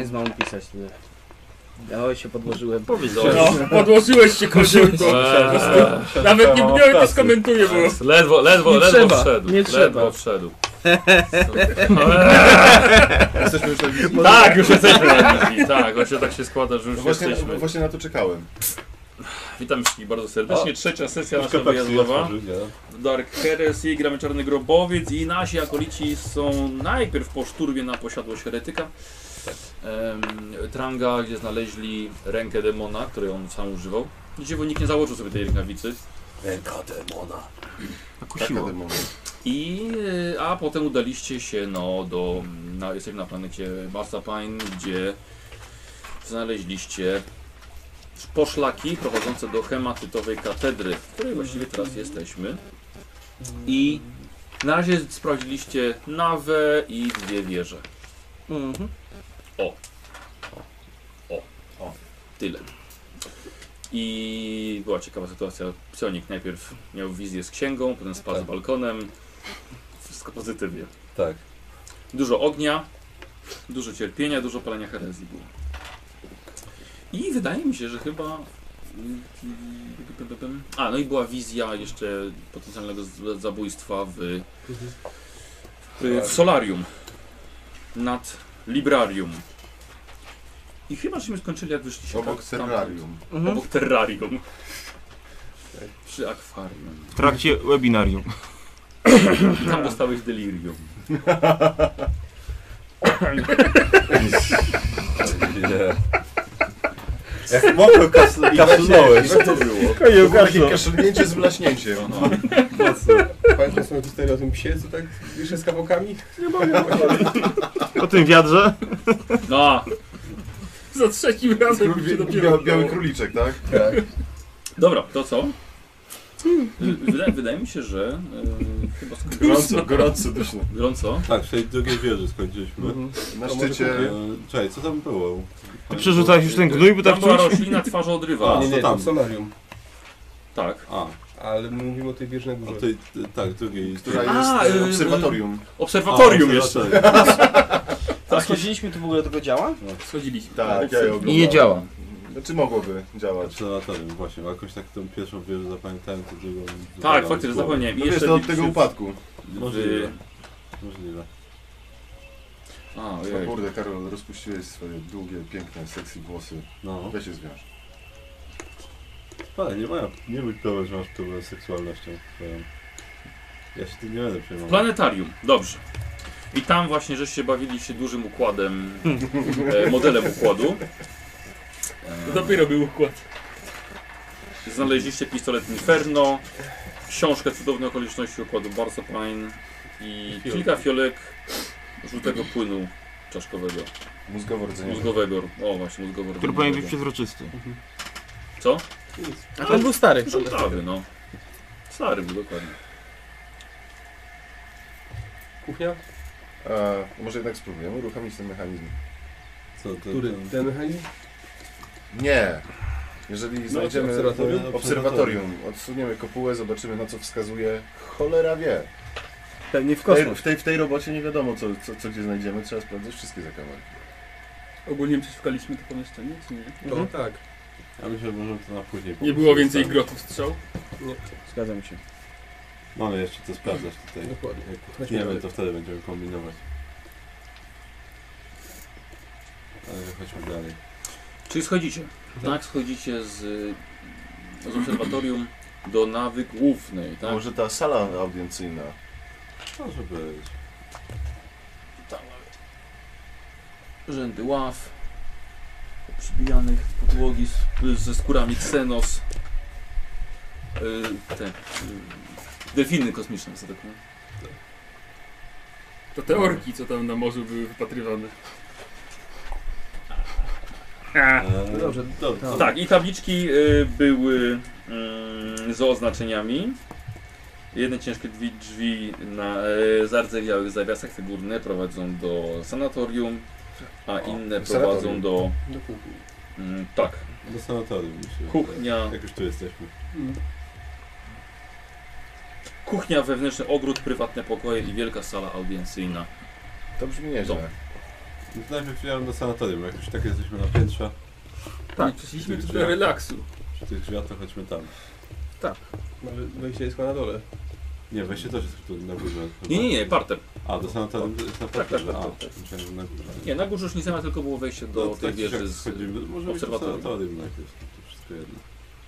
z mamą pisać tyle. Ja się podłożyłem. No, podłożyłeś się kozielko. Nawet nie to skomentuję, bo... Ledwo trzeba, wszedł. nie trzeba. Ledwo wszedł. Jesteśmy już na wizji? Tak, już jesteśmy na wizji. Tak, właśnie tak się składa, że już jesteśmy. Właśnie na to czekałem. Witam wszystkich bardzo serdecznie. Trzecia sesja nasza wyjazdowa. Dark Heresy, gramy Czarny Grobowiec i nasi akolici są najpierw po szturmie na posiadłość heretyka. Tranga, gdzie znaleźli rękę demona, której on sam używał. Gdzie nikt nie założył sobie tej rękawicy. Ręka demona. Kusiło. A potem udaliście się jesteśmy na planecie Marsapine, gdzie znaleźliście poszlaki prowadzące do hematytowej katedry, w której właściwie teraz jesteśmy. I na razie sprawdziliście nawę i dwie wieże. Mhm. Tyle. I była ciekawa sytuacja. Psionik najpierw miał wizję z księgą, potem spadł z balkonem. Wszystko pozytywnie. Tak. Dużo ognia, dużo cierpienia, dużo palenia herezji było. I wydaje mi się, że chyba... no i była wizja jeszcze potencjalnego zabójstwa w solarium nad librarium. I chyba żeśmy skończyli, jak wyszliście. Obok terrarium. Obok terrarium. Przy akwarium. W trakcie webinarium. Tam dostałeś delirium. Nie. Jak mokro kaszlnąłeś. Co to było? Koju, Takie kaszlnięcie z wlaśnięciem. Pamiętasz tą historię o tym psie, co tak wisze z kawałkami? Nie mogę. O tym wiadrze. No, Za trzecim razem się dopiero... Biały króliczek, tak? Tak. dobra, to co? Wydaje mi się, że chyba skończyliśmy. Gorąco, duszno. Gorąco. Tak, w tej drugiej wieży skończyliśmy. Na szczycie... Czekaj, co tam było? Ty przerzucałeś już ten gnój, bo tak Tam była czuć? roślina twarzodrywa. Nie, to nie, tam. to solarium. Tak. Ale my mówimy o tej wieży na O górze. tej, tak, drugiej. Która A, jest obserwatorium. Obserwatorium jeszcze. A schodziliśmy tu w ogóle tego działa? Schodziliśmy. Tak, ja je oglądałem. I nie działa. Znaczy mogłoby działać. Obserwatorium, właśnie, jakoś tak tą pierwszą wieżę zapamiętałem, to drugą... Tak, faktycznie, zapomniałem. I No wiesz, jeszcze to od tego upadku. Możliwe. Możliwe. A, O ojej. kurde, Karol, rozpuściłeś swoje długie, piękne, sexy włosy. No. Weź się zwiąż. Ale nie bój problem, że masz problem z seksualnością swoją. Ja się tym nie będę przejmował. Planetarium, dobrze. I tam właśnie żeście bawili się dużym układem, modelem układu. Dopiero był układ. Znaleźliście pistolet Inferno, książkę Cudowne okoliczności układu Marsapine i kilka fiolek żółtego płynu czaszkowego, Mózgowo-rdzeniowy. mózgowego. O właśnie, mózgowo-rdzeniowego. Który powinien być przezroczysty. Co? A to był stary. Żółtawy, no. Stary był, dokładnie. Kuchnia? Może jednak spróbujemy uruchomić ten mechanizm. Co, to, Który? Ten mechanizm? Nie. Jeżeli znajdziemy obserwatorium? obserwatorium, odsuniemy kopułę, zobaczymy na co wskazuje, cholera wie. Pewnie w kosmos. W tej robocie nie wiadomo co gdzie znajdziemy, trzeba sprawdzać wszystkie zakamarki. Ogólnie przeszukaliśmy to pomieszczenie, czy nie? No tak. Ja myślę, że możemy to na później. Nie było więcej grotów strzał? Zgadzam się. Mamy jeszcze co sprawdzać tutaj. Dokładnie. Jak nie wiem, to wtedy będziemy kombinować. Ale chodźmy dalej. Czyli schodzicie. Tak, schodzicie z obserwatorium do nawy głównej, A tak? może ta sala audiencyjna? Może być. Tam rzędy ław, przybijanych podłogi ze skórami Xenos. Delfiny kosmiczne, co tak powiem. To te orki, co tam na morzu były wypatrywane. No dobrze, dobrze. Tak, i tabliczki były z oznaczeniami. Jedne ciężkie drzwi na zardzewiałych zawiasach, te górne prowadzą do sanatorium, a inne prowadzą do... do kuchni. tak, Do sanatorium myślę. kuchnia, Jak już tu jesteśmy. kuchnia, wewnętrzny ogród, prywatne pokoje i wielka sala audiencyjna. To brzmi nieźle. Najpierw jechałem do sanatorium, jak już tak jesteśmy na piętrze. Tak, przyszliśmy tu do relaksu. Przy tych drzwiach to chodźmy tam. Może wejście jest chyba na dole. Nie, wejście też jest tu na górze. Nie, parter. A, do sanatorium jest na parterze. tak. A, myślałem, że na górze. Nie, na górze już nic nie ma, tylko było wejście do tej tak, wieży jak z schodzimy, może być do obserwatorium. sanatorium najpierw. To wszystko jedno.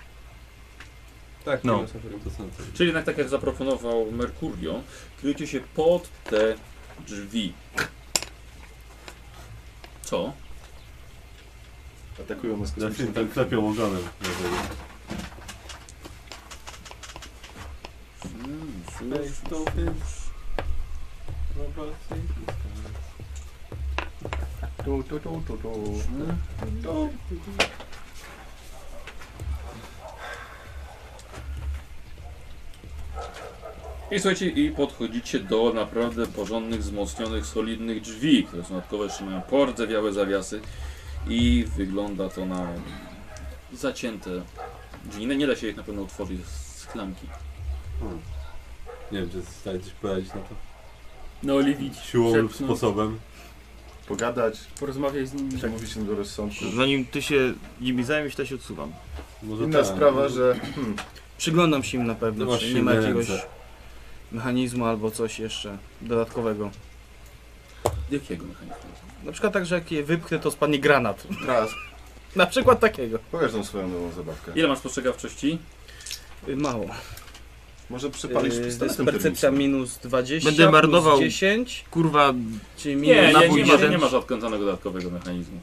Tak, No. no. Sanatorium. Do sanatorium. Czyli jednak tak jak zaproponował Mercurio, kryjecie się pod te drzwi. Co? Atakują nas Delfin kosmiczne ten klepią ogonem. I słuchajcie, i podchodzicie do naprawdę porządnych, wzmocnionych, solidnych drzwi, które są dodatkowo jeszcze mają pordzewiałe zawiasy i wygląda to na zacięte drzwi. Nie da się ich na pewno otworzyć z klamki. Nie wiem, czy stać coś poradzić na to? No Oliwić. Siłą lub sposobem. Pogadać, Porozmawiać z nimi. przemówić im do rozsądku. Zanim ty się nimi zajmiesz, to się odsuwam. Może Inna sprawa, że Przyglądam się im na pewno, No czy nie ma silne jakiegoś ręce. mechanizmu albo coś jeszcze dodatkowego. Jakiego mechanizmu? Na przykład tak, że jak je wypchnę, to spadnie granat. raz, Na przykład takiego. pokaż tą swoją nową zabawkę. Ile masz spostrzegawczości? Mało. Może przepalisz To jest pistoletem percepcja termicznym. minus 20, Będę marnował. plus 10, Kurwa, czyli minus Nie, nabój nie jeden. ma żadnego dodatkowego mechanizmu.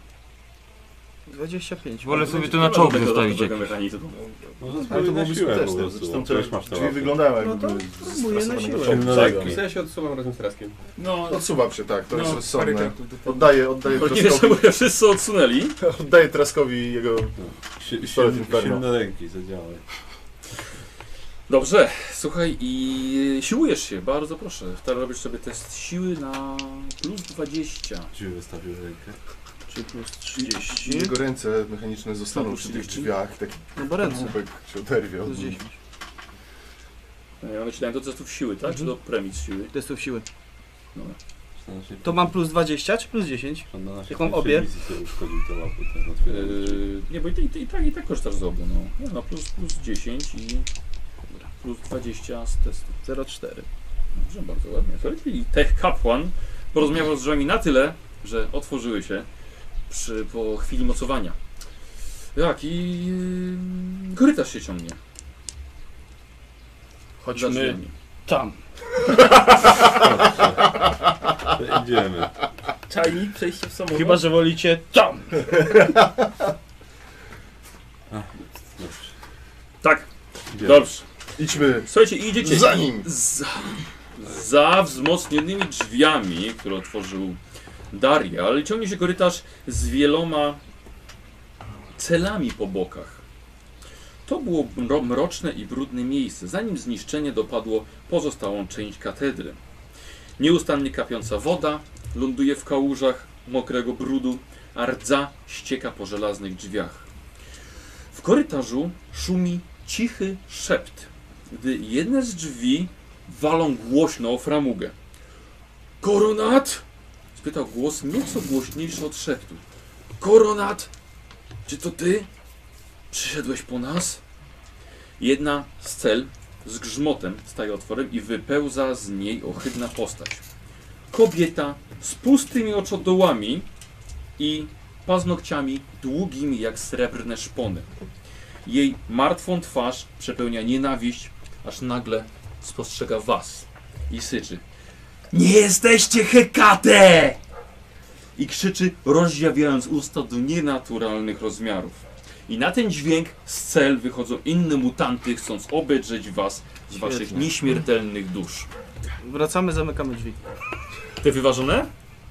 25. wolę sobie to Nie na ma czołg żadnego zostawić. dodatkowego mechanizmu. Może Ale to spróbuj na byłoby siłę po skuteczne. prostu. Zresztą Przecież te masz to drzwi łapy. wyglądają No jakby to były próbuję na zestresowane siłę. do No przodu. tak. To ja się odsuwam razem z Traskiem. No, Odsuwam się, tak, to jest parę rozsądne. kroków do tyłu. Oddaję Nie wiesz, Traskowi, bo wszyscy odsunęli. oddaję Traskowi jego... Pistolet Inferno. Silne ręki zadziałały. Dobrze, słuchaj i siłujesz się, bardzo proszę. Teraz robisz sobie test siły na plus 20. Drzwi wystawił rękę. Czyli plus 30. Jego ręce mechaniczne zostaną Plus przy tych 30. drzwiach, taki No bo ręce. głupek się oderwie od Plus nich. 10. One ci dają do testów siły, tak? Czy do premis siły? Testów siły. Dobra. To mam plus 20 czy plus 10? On na naszej Jak mam obie? wizji sobie uszkodził te łapy. Ten otwierał. Nie, bo i tak korzystasz z obu, no. Nie, no plus 10 i plus 20 z testu. 0,4. Dobrze, bardzo ładnie. Słuchajcie, i Tech Kapłan porozmawiał z drzwiami na tyle, że otworzyły się po chwili mocowania. Tak, i korytarz się ciągnie. Za Chodźmy drzwiami. tam. To idziemy. Czajnik, przejście w samochód. Chyba, że wolicie tam. Dobrze. Tak, Idziemy. dobrze. Idźmy Słuchajcie, idziecie za nim! za wzmocnionymi drzwiami, które otworzył Darial, ciągnie się korytarz z wieloma celami po bokach. To było mroczne i brudne miejsce, zanim zniszczenie dopadło pozostałą część katedry. Nieustannie kapiąca woda ląduje w kałużach mokrego brudu, a rdza ścieka po żelaznych drzwiach. W korytarzu szumi cichy szept, gdy jedne z drzwi walą głośno o framugę. Koronat! Spytał głos nieco głośniejszy od szeptu. Koronat! Czy to ty? Przyszedłeś po nas? Jedna z cel z grzmotem staje otworem i wypełza z niej ohydna postać. Kobieta z pustymi oczodołami i paznokciami długimi jak srebrne szpony. Jej martwą twarz przepełnia nienawiść, aż nagle spostrzega was i syczy. Nie jesteście Hekate! I krzyczy, rozdziawiając usta do nienaturalnych rozmiarów. I na ten dźwięk z cel wychodzą inne mutanty, chcąc obedrzeć was z waszych Świetnie. nieśmiertelnych dusz. Wracamy, zamykamy drzwi. Te wyważone?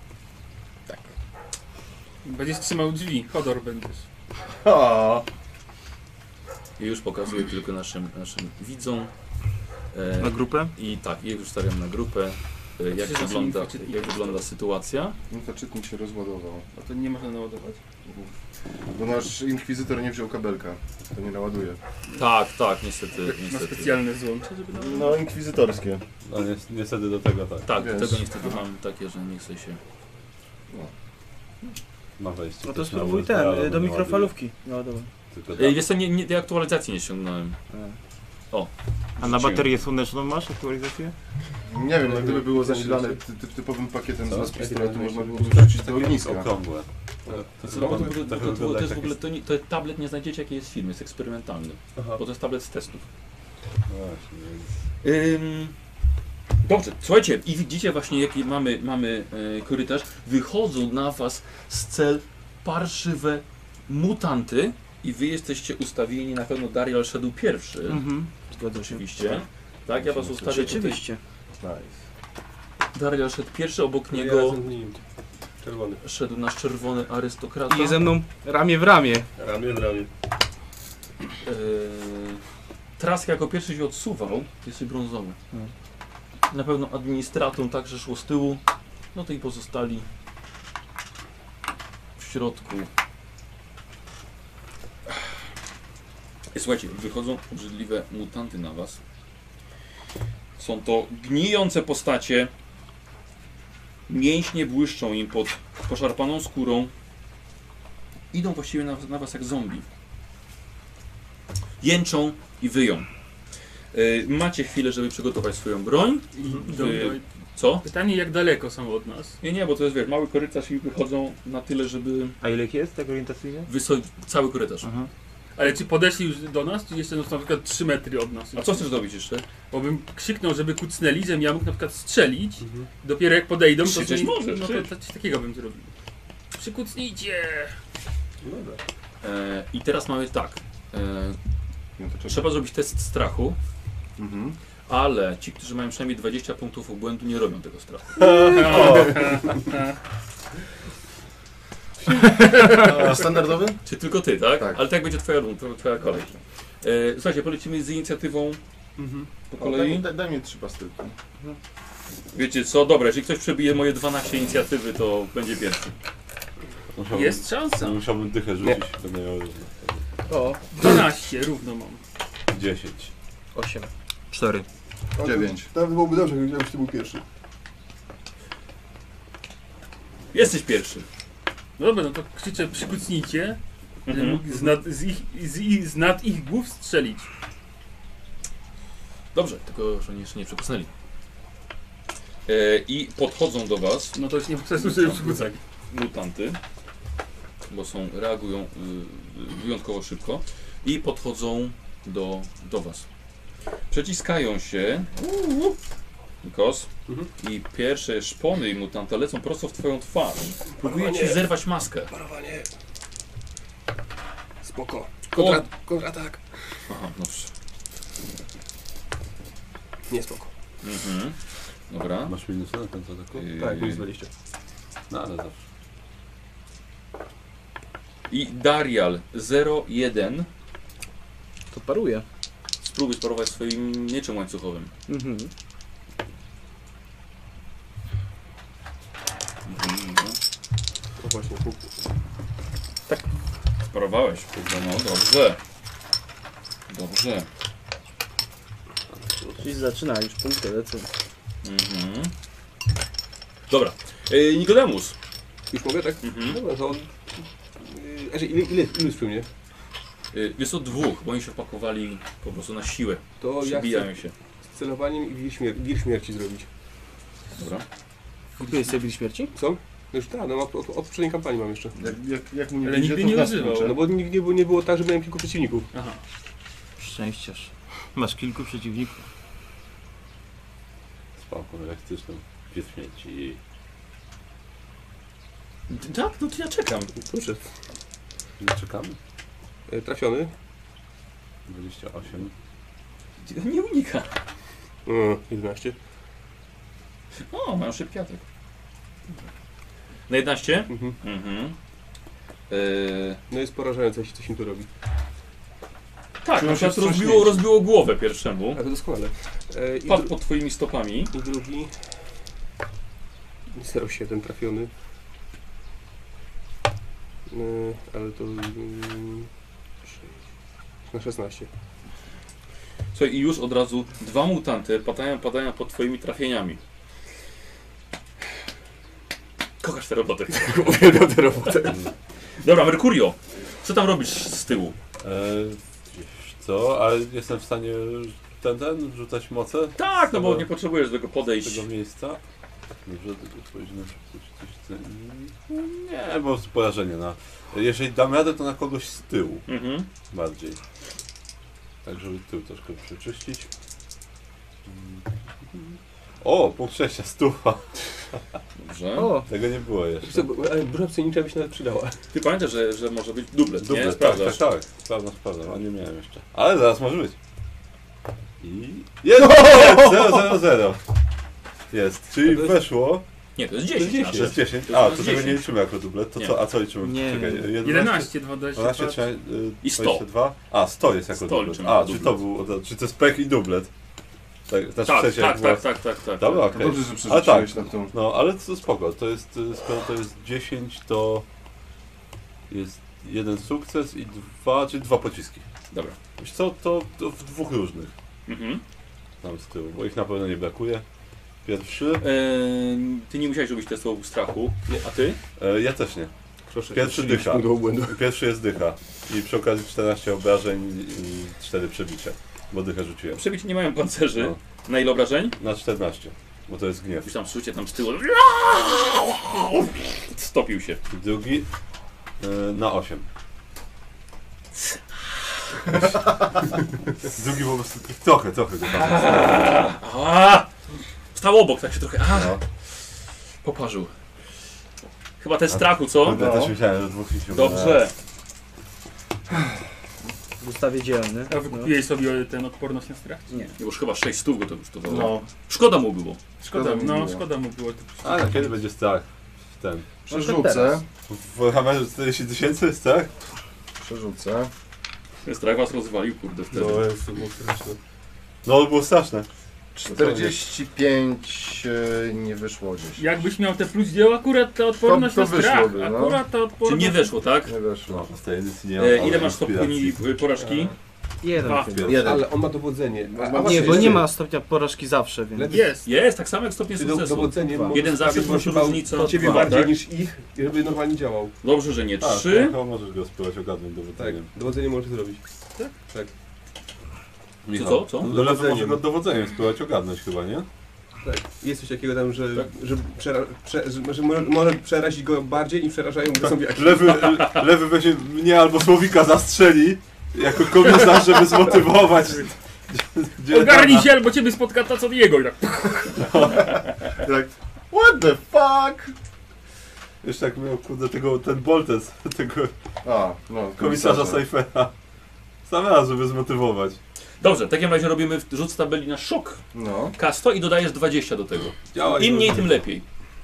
Będziesz trzymał drzwi, Hodor będziesz. A, I już pokazuję tylko naszym widzom. Na grupę? I tak, ich już stawiam na grupę. Jak Czy wygląda, zasłonki czytnika? jak wygląda sytuacja? no to czytnik się rozładował. A to nie można naładować? Bo nasz inkwizytor nie wziął kabelka. To nie naładuje. Tak, niestety. Ma specjalne złącze, żeby naładować? No, inkwizytorskie. No niestety do tego tak. Tak, Wiesz. tego niestety mam takie, że nie chce się. Ma wejście. No to też na spróbuj USB, ale ten, do nie mikrofalówki. No dobra. ładuje. Tylko tak. Wiesz co, tej aktualizacji nie ściągnąłem. A na baterię słoneczną masz aktualizację? Nie wiem, jak gdyby było zasilane typowym pakietem z pistoletu, można było wrzucić do ogniska. Okrągłe. To jest w ogóle, to tablet nie znajdziecie jakiej jest firmy, jest eksperymentalny. Aha. Bo to jest tablet z testów. No właśnie, więc... Dobrze, słuchajcie, i widzicie właśnie jaki mamy korytarz. Wychodzą na was z cel parszywe mutanty i wy jesteście ustawieni, na pewno Darial szedł pierwszy. Mhm. Zgadza się. Oczywiście. Tak, ja was ustawię tutaj. Rzeczywiście. Nice. Darial szedł pierwszy, obok Ja niego razem z nim. Czerwony. szedł nasz czerwony arystokrata. I ze mną ramię w ramię. Ramię w ramię. Trask jako pierwszy się odsuwał, jesteś brązowy. Na pewno administratum także szło z tyłu. No to i pozostali w środku. Słuchajcie, wychodzą obrzydliwe mutanty na was. Są to gnijące postacie. Mięśnie błyszczą im pod poszarpaną skórą. Idą właściwie na was jak zombie. Jęczą i wyją. Macie chwilę, żeby przygotować swoją broń. Co? Pytanie, jak daleko są od nas? Nie, bo to jest, wiesz, mały korytarz i wychodzą na tyle, żeby... A ile jest tak orientacyjnie? Cały korytarz. Aha. Ale czy podeszli już do nas, czy jeszcze na przykład 3 metry od nas? A co chcesz zrobić jeszcze? Bo bym krzyknął, żeby kucnęli, żebym ja mógł na przykład strzelić. Dopiero jak podejdą, to Krzyczeć z nimi- możesz, no krzycz. to coś takiego bym zrobił. Przykucnijcie! Dobra. I teraz mamy tak. No to czekaj. Trzeba zrobić test strachu, Mhm. ale ci, którzy mają przynajmniej 20 punktów obłędu, nie robią tego strachu. A standardowy? Czy tylko ty, tak? Tak. Ale tak będzie twoja runda, twoja kolej. Słuchajcie, polecimy z inicjatywą po kolei. Daj mi 3 pastylki. Wiecie co, dobra, jeżeli ktoś przebije moje 12 inicjatywy, to będzie pierwszy. Jest szansa. Musiałbym dychę rzucić, to nie miało O, 12 równo mam. 10. 8. 4. 9. Nawet byłoby dobrze, jakbyś ty był pierwszy. Jesteś pierwszy. Dobra, no to krzyczę przykucnijcie, żebym Mhm. mógł z nad ich głów strzelić. Dobrze, tylko że oni jeszcze nie przykusnęli. I podchodzą do was No to już nie przesuń sobie przykucać. mutanty, bo reagują wyjątkowo szybko i podchodzą do was. Przeciskają się Nikos i pierwsze szpony i mutanta lecą prosto w twoją twarz. Próbuje ci zerwać maskę. Parowanie. Spoko. O! Kontratak. Aha, dobrze. Nie spoko. Mhm. Dobra. Masz minusy na końcu ataku? Tak, minus 20. No ale zawsze. I Darial 01. To paruje. Spróbuj sparować swoim mieczem łańcuchowym. Mhm. To właśnie, punkty. Sparowałeś. No dobrze. Dobrze. Czyli zaczyna, już punkty lecą. Mhm. Dobra. Nikodemus. Już mogę, tak? Mhm. Dobra, to... ile jest przy mnie? Jest to 2, bo oni się wpakowali po prostu na siłę. To ja Przybijają chcę się. z celowaniem i wir śmierci zrobić. Dobra. Kupiłeś sobie Bill śmierci? Co? No już tak, no od poprzedniej kampanii mam jeszcze. Jak mu nie Ale wyjdzie, nigdy to nie w nas używał. tłucze. No bo nie było tak, że miałem kilku przeciwników. Aha. Szczęściarz. Masz kilku przeciwników. Spałką elektryczną. Pies śmieci. Tak, no to ja czekam. Proszę. Nie czekamy. Trafiony. 28. Nie unika. 11. O, mają szybki atak. Na 11? Mhm. Mhm. No jest porażające, jeśli coś im tu robi. Tak, Czują na się przykład wstrząśnięci. rozbiło głowę pierwszemu. A to doskonale. Padł pod twoimi stopami. I drugi. 0,7 trafiony. Ale to... 6. Na 16. Słuchaj, i już od razu 2 mutanty padają pod twoimi trafieniami. Kochasz tę robotę. Uwielbiam tę robotę. Dobra, Merkurio, co tam robisz z tyłu? Wiesz co, ale jestem w stanie rzucać moce Tak, no bo nie potrzebujesz do tego z podejść. tego miejsca. Dobrze, tylko spojrzę na coś. Nie, bo porażenie na... Jeżeli dam radę, to na kogoś z tyłu bardziej. Tak, żeby tył troszkę przeczyścić. O, punkt szczęścia, 100. Dobrze. O, Tego nie było jeszcze. Ale duża pszenicza by się nawet przydała. Ty pamiętasz, że może być dublet, nie? Dobra, Sprawdzasz. tak. Sprawdzam, a nie miałem jeszcze. Ale zaraz może być. I... Jest! 0. Jest, czyli weszło... Nie, to jest To jest 10. 10. To jest 10. To A, jest to tego 10. nie liczymy jako dublet. To Nie. co, a co liczymy? Nie. Czekaj, 11, 22, 12, I 100. 22? A, 100 jest jako 100 dublet. liczymy A, jako czyli dublet. to był, czyli to jest pek i dublet. Tak, znaczy w Tak, sensie tak, jak była- tak. Dobra, To okej. dobrze, że Ale tak, przerzuciłeś na tą... no ale to spoko. To jest, skoro to jest 10, to jest jeden sukces i 2, czyli 2 pociski. Dobra. Wiesz co, to w 2 różnych Mhm. tam z tyłu, bo ich na pewno nie brakuje. Pierwszy, Ty nie musiałeś robić testu strachu, a ty? ja też nie. Proszę, Pierwszy 30 dycha. punktów obłędu. Pierwszy jest dycha i przy okazji 14 obrażeń i 4 przebicia, bo dychę rzuciłem. Przebici nie mają pancerzy. No, Na ile obrażeń? na 14, bo to jest gniew. Już tam słyszycie tam z tyłu. Stopił się. I drugi na 8. Drugi po prostu trochę go tam. Stał obok, tak się trochę. No. Poparzył. Chyba ten strachu, co? Kurde, też myślałem, że 2 się Dobrze. Gustawie dzielny. A wykupiłeś sobie ten odporność na strach? Nie. Już chyba 600 go to kosztowało. No, Szkoda mu było. Szkoda, mi no było. szkoda mu było. A na kiedy będzie strach? Ten. Przerzucę. W Warhammerze 40 000 jest tak? Przerzucę. Ten strach was rozwalił, kurde, wtedy. No, jest to było straszne. No to było straszne. 45 nie wyszło gdzieś. Jakbyś miał te plus dzieł, akurat ta odporność To na strach. wyszłoby, no. Akurat ta Czy odporność... nie weszło, tak? Nie wyszło. Z tej edycji nie ma. Ile masz stopni porażki? Jeden Dwa. chyba. Jeden. Ale on ma dowodzenie. Nie, bo nie ma stopnia porażki zawsze, więc... Jest. Jest, tak samo jak stopień Czyli sukcesu. dowodzenie może Jeden zawsze sprawić, plus że bał różnica. ciebie Dwa, bardziej tak? niż ich, żeby normalnie działał. Dobrze, że nie. Tak, 3. chyba możesz go spróbować ogarnąć Tak, dowodzeniem. dowodzenie może zrobić. Tak. Co? Co? No lewy może go dowodzeniem spróbować ogarnąć chyba, nie? Tak. Jest coś takiego tam, że, Tak. że może przerazić go bardziej niż przerażają go zombiaki. Lewy weźmie mnie albo Słowika zastrzeli jako komisarz, żeby zmotywować. Ogarnij się, albo ciebie spotka ta co jego. i Tak. Tak. What the fuck? Jeszcze tak miał kurde ten boltes, tego A, no. komisarza Seifera. Sam raz, żeby zmotywować. Dobrze, w takim razie robimy rzut z tabeli na szok. No. K100 i dodajesz 20 do tego. Działa Im mniej, tym lepiej.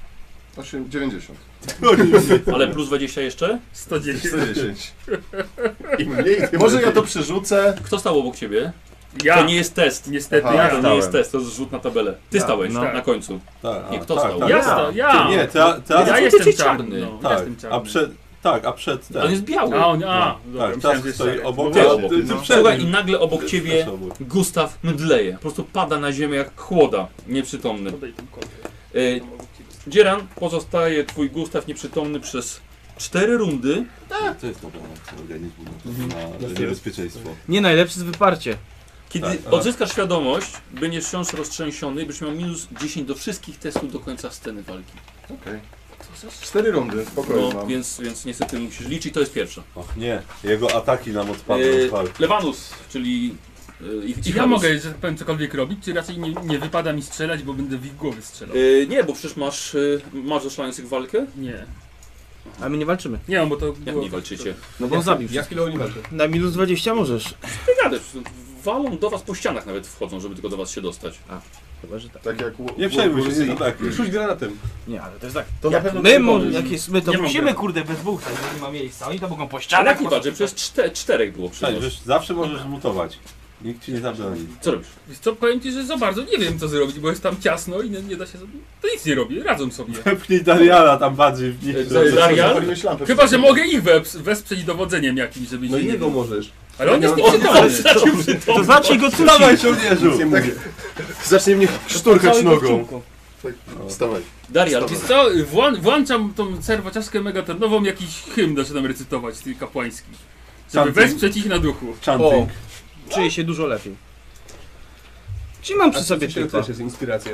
90. Ale plus 20 jeszcze? 110. 110. Im mniej, tym Może lepiej. ja to przerzucę. Kto stał obok ciebie? Ja. To nie jest test. Niestety Aha, ja. To nie stałem. jest test, to jest rzut na tabelę. Ty Ja, stałeś no. na końcu. Tak, Nie, kto stał? Ja. Nie, Ja ty jestem jesteś czarny. czarny. No, tak, jestem czarny. a przed ten. On jest biały. A, dobra, Tak, myślałem, teraz że jest stoi szary. obok. Też a obok, ty no. przed Słuchaj, nim. i nagle obok Też ciebie obok. Gustaw mdleje. Po prostu pada na ziemię jak chłoda. Nieprzytomny. Podaj tą kolbę. Dzieran, pozostaje twój Gustaw nieprzytomny przez 4 rundy. To jest dobra organizmu na niebezpieczeństwo. Nie najlepsze jest wyparcie. Kiedy Tak, odzyskasz świadomość, będziesz wciąż roztrzęsiony i będziesz miał minus 10 do wszystkich testów do końca sceny walki. Okej. 4 rundy, spokojnie No, mam. więc niestety musisz liczyć, to jest pierwsza. Och nie, jego ataki nam odpadną z walki. Lewanus, czyli Czy ja Icharus. mogę, że tak powiem, cokolwiek robić, czy raczej nie wypada mi strzelać, bo będę w ich głowy strzelał? Nie, bo przecież masz zaszlających walkę? Nie. A my nie walczymy. Nie, no bo to Jak było... nie walczycie? No bo on zabił Ja z wszystkich. kilą nie walczę. Na minus 20 możesz. Ty gadasz, walą do was po ścianach nawet wchodzą, żeby tylko do was się dostać. Chyba, że tak. Tak jak Nie przejmuj się, nie za tak. Rzuć granatem. Nie, ale to jest tak. To na pewno My, nie my to Nie musimy mogę. kurde we dwóch, tak, bo nie ma miejsca. Oni to mogą po Ale ścianach. jak nie walczy? Przecież 4 było Tak, przecież. wiesz, zawsze możesz zmutować. Nikt ci nie zabroni. Co robisz? Wiesz co, powiem ci, że za bardzo nie wiem co zrobić, bo jest tam ciasno i nie da się... To nic nie robię, radzą sobie. Pepnij Dariana tam bardziej w nich. Darian? Zapaliłeś lampę. Chyba, że mogę ich wesprzeć dowodzeniem jakimś, żeby No się i nie jego możesz. Ale on jest O, nieprzytomny. stracił przytomność. To zacznij go Dawaj, cucić. żołnierzu! Nic nie Tak. mówię. Zacznie mnie szturchać Całego nogą. czubku. Tak, wstawaj. Darial, Wiesz co, włączam tą serwaciaskę megatonową, jakiś hymn zaczynam recytować, tych kapłański. Żeby Chanting. wesprzeć ich na duchu. Chanting. Czuję się dużo lepiej. Czyli mam przy sobie to tylko. też jest inspiracja.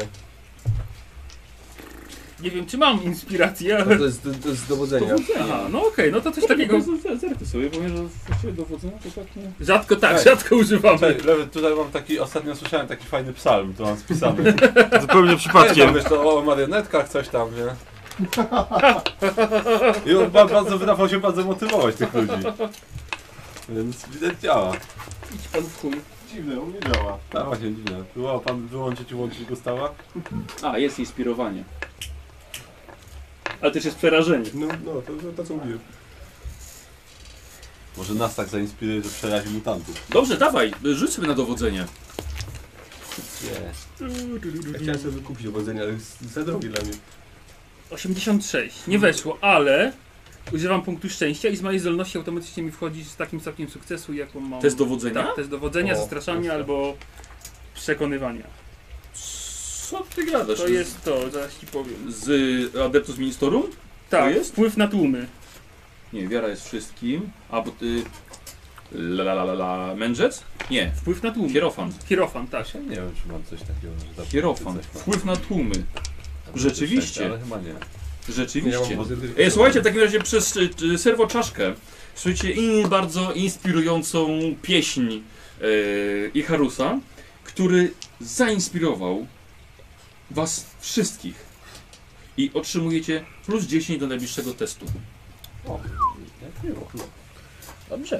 Nie wiem, czy mam inspirację, To ale... jest z dowodzenia. Aha, no okej, no to coś takiego... Zerknę sobie, powiem, że właściwie dowodzenia to tak nie... Rzadko tak, Tak. rzadko używamy. Cześć, Lewy, tutaj mam taki, ostatnio słyszałem taki fajny psalm, to mam spisany. Zupełnie Tam, przypadkiem. wiesz, to o marionetkach, coś tam, nie? I on bardzo wydawał się bardzo motywować tych ludzi. Więc widać działa. Idź pan w chuj. Dziwne, u mnie działa. Tak, właśnie dziwne. Próbował pan wyłączyć i włączyć Gustawa? A, jest inspirowanie. Ale też jest przerażenie. No, to co mówiłem. Może nas tak zainspiruje, że przerazi mutantów. Dobrze, dawaj, rzuć sobie na dowodzenie. Nie. Ja chciałem sobie kupić dowodzenie, ale jest za drogie dla mnie. 86. Nie weszło, ale używam punktu szczęścia i z mojej zdolności automatycznie mi wchodzi z takim stopniem sukcesu, jaką mam. Test dowodzenia? Tak, test dowodzenia, O, zastraszania proszę. albo przekonywania. Co ty gadasz? To jest to, zaraz ci powiem. Z Adeptus Ministerum? Tak, jest? wpływ na tłumy. Nie, wiara jest wszystkim. A, bo ty... Mędrzec? Nie, Wpływ na tłumy. hierofant. Hierofant, tak. Ja nie wiem, czy mam coś takiego, że tam Hierofant. coś mam. Wpływ na tłumy. Rzeczywiście. Ale chyba nie. Rzeczywiście. Ja Słuchajcie, w takim razie przez serwoczaszkę słyszycie bardzo inspirującą pieśń Icharusa, który zainspirował was wszystkich. I otrzymujecie plus 10 do najbliższego testu. O, jak miło. Dobrze.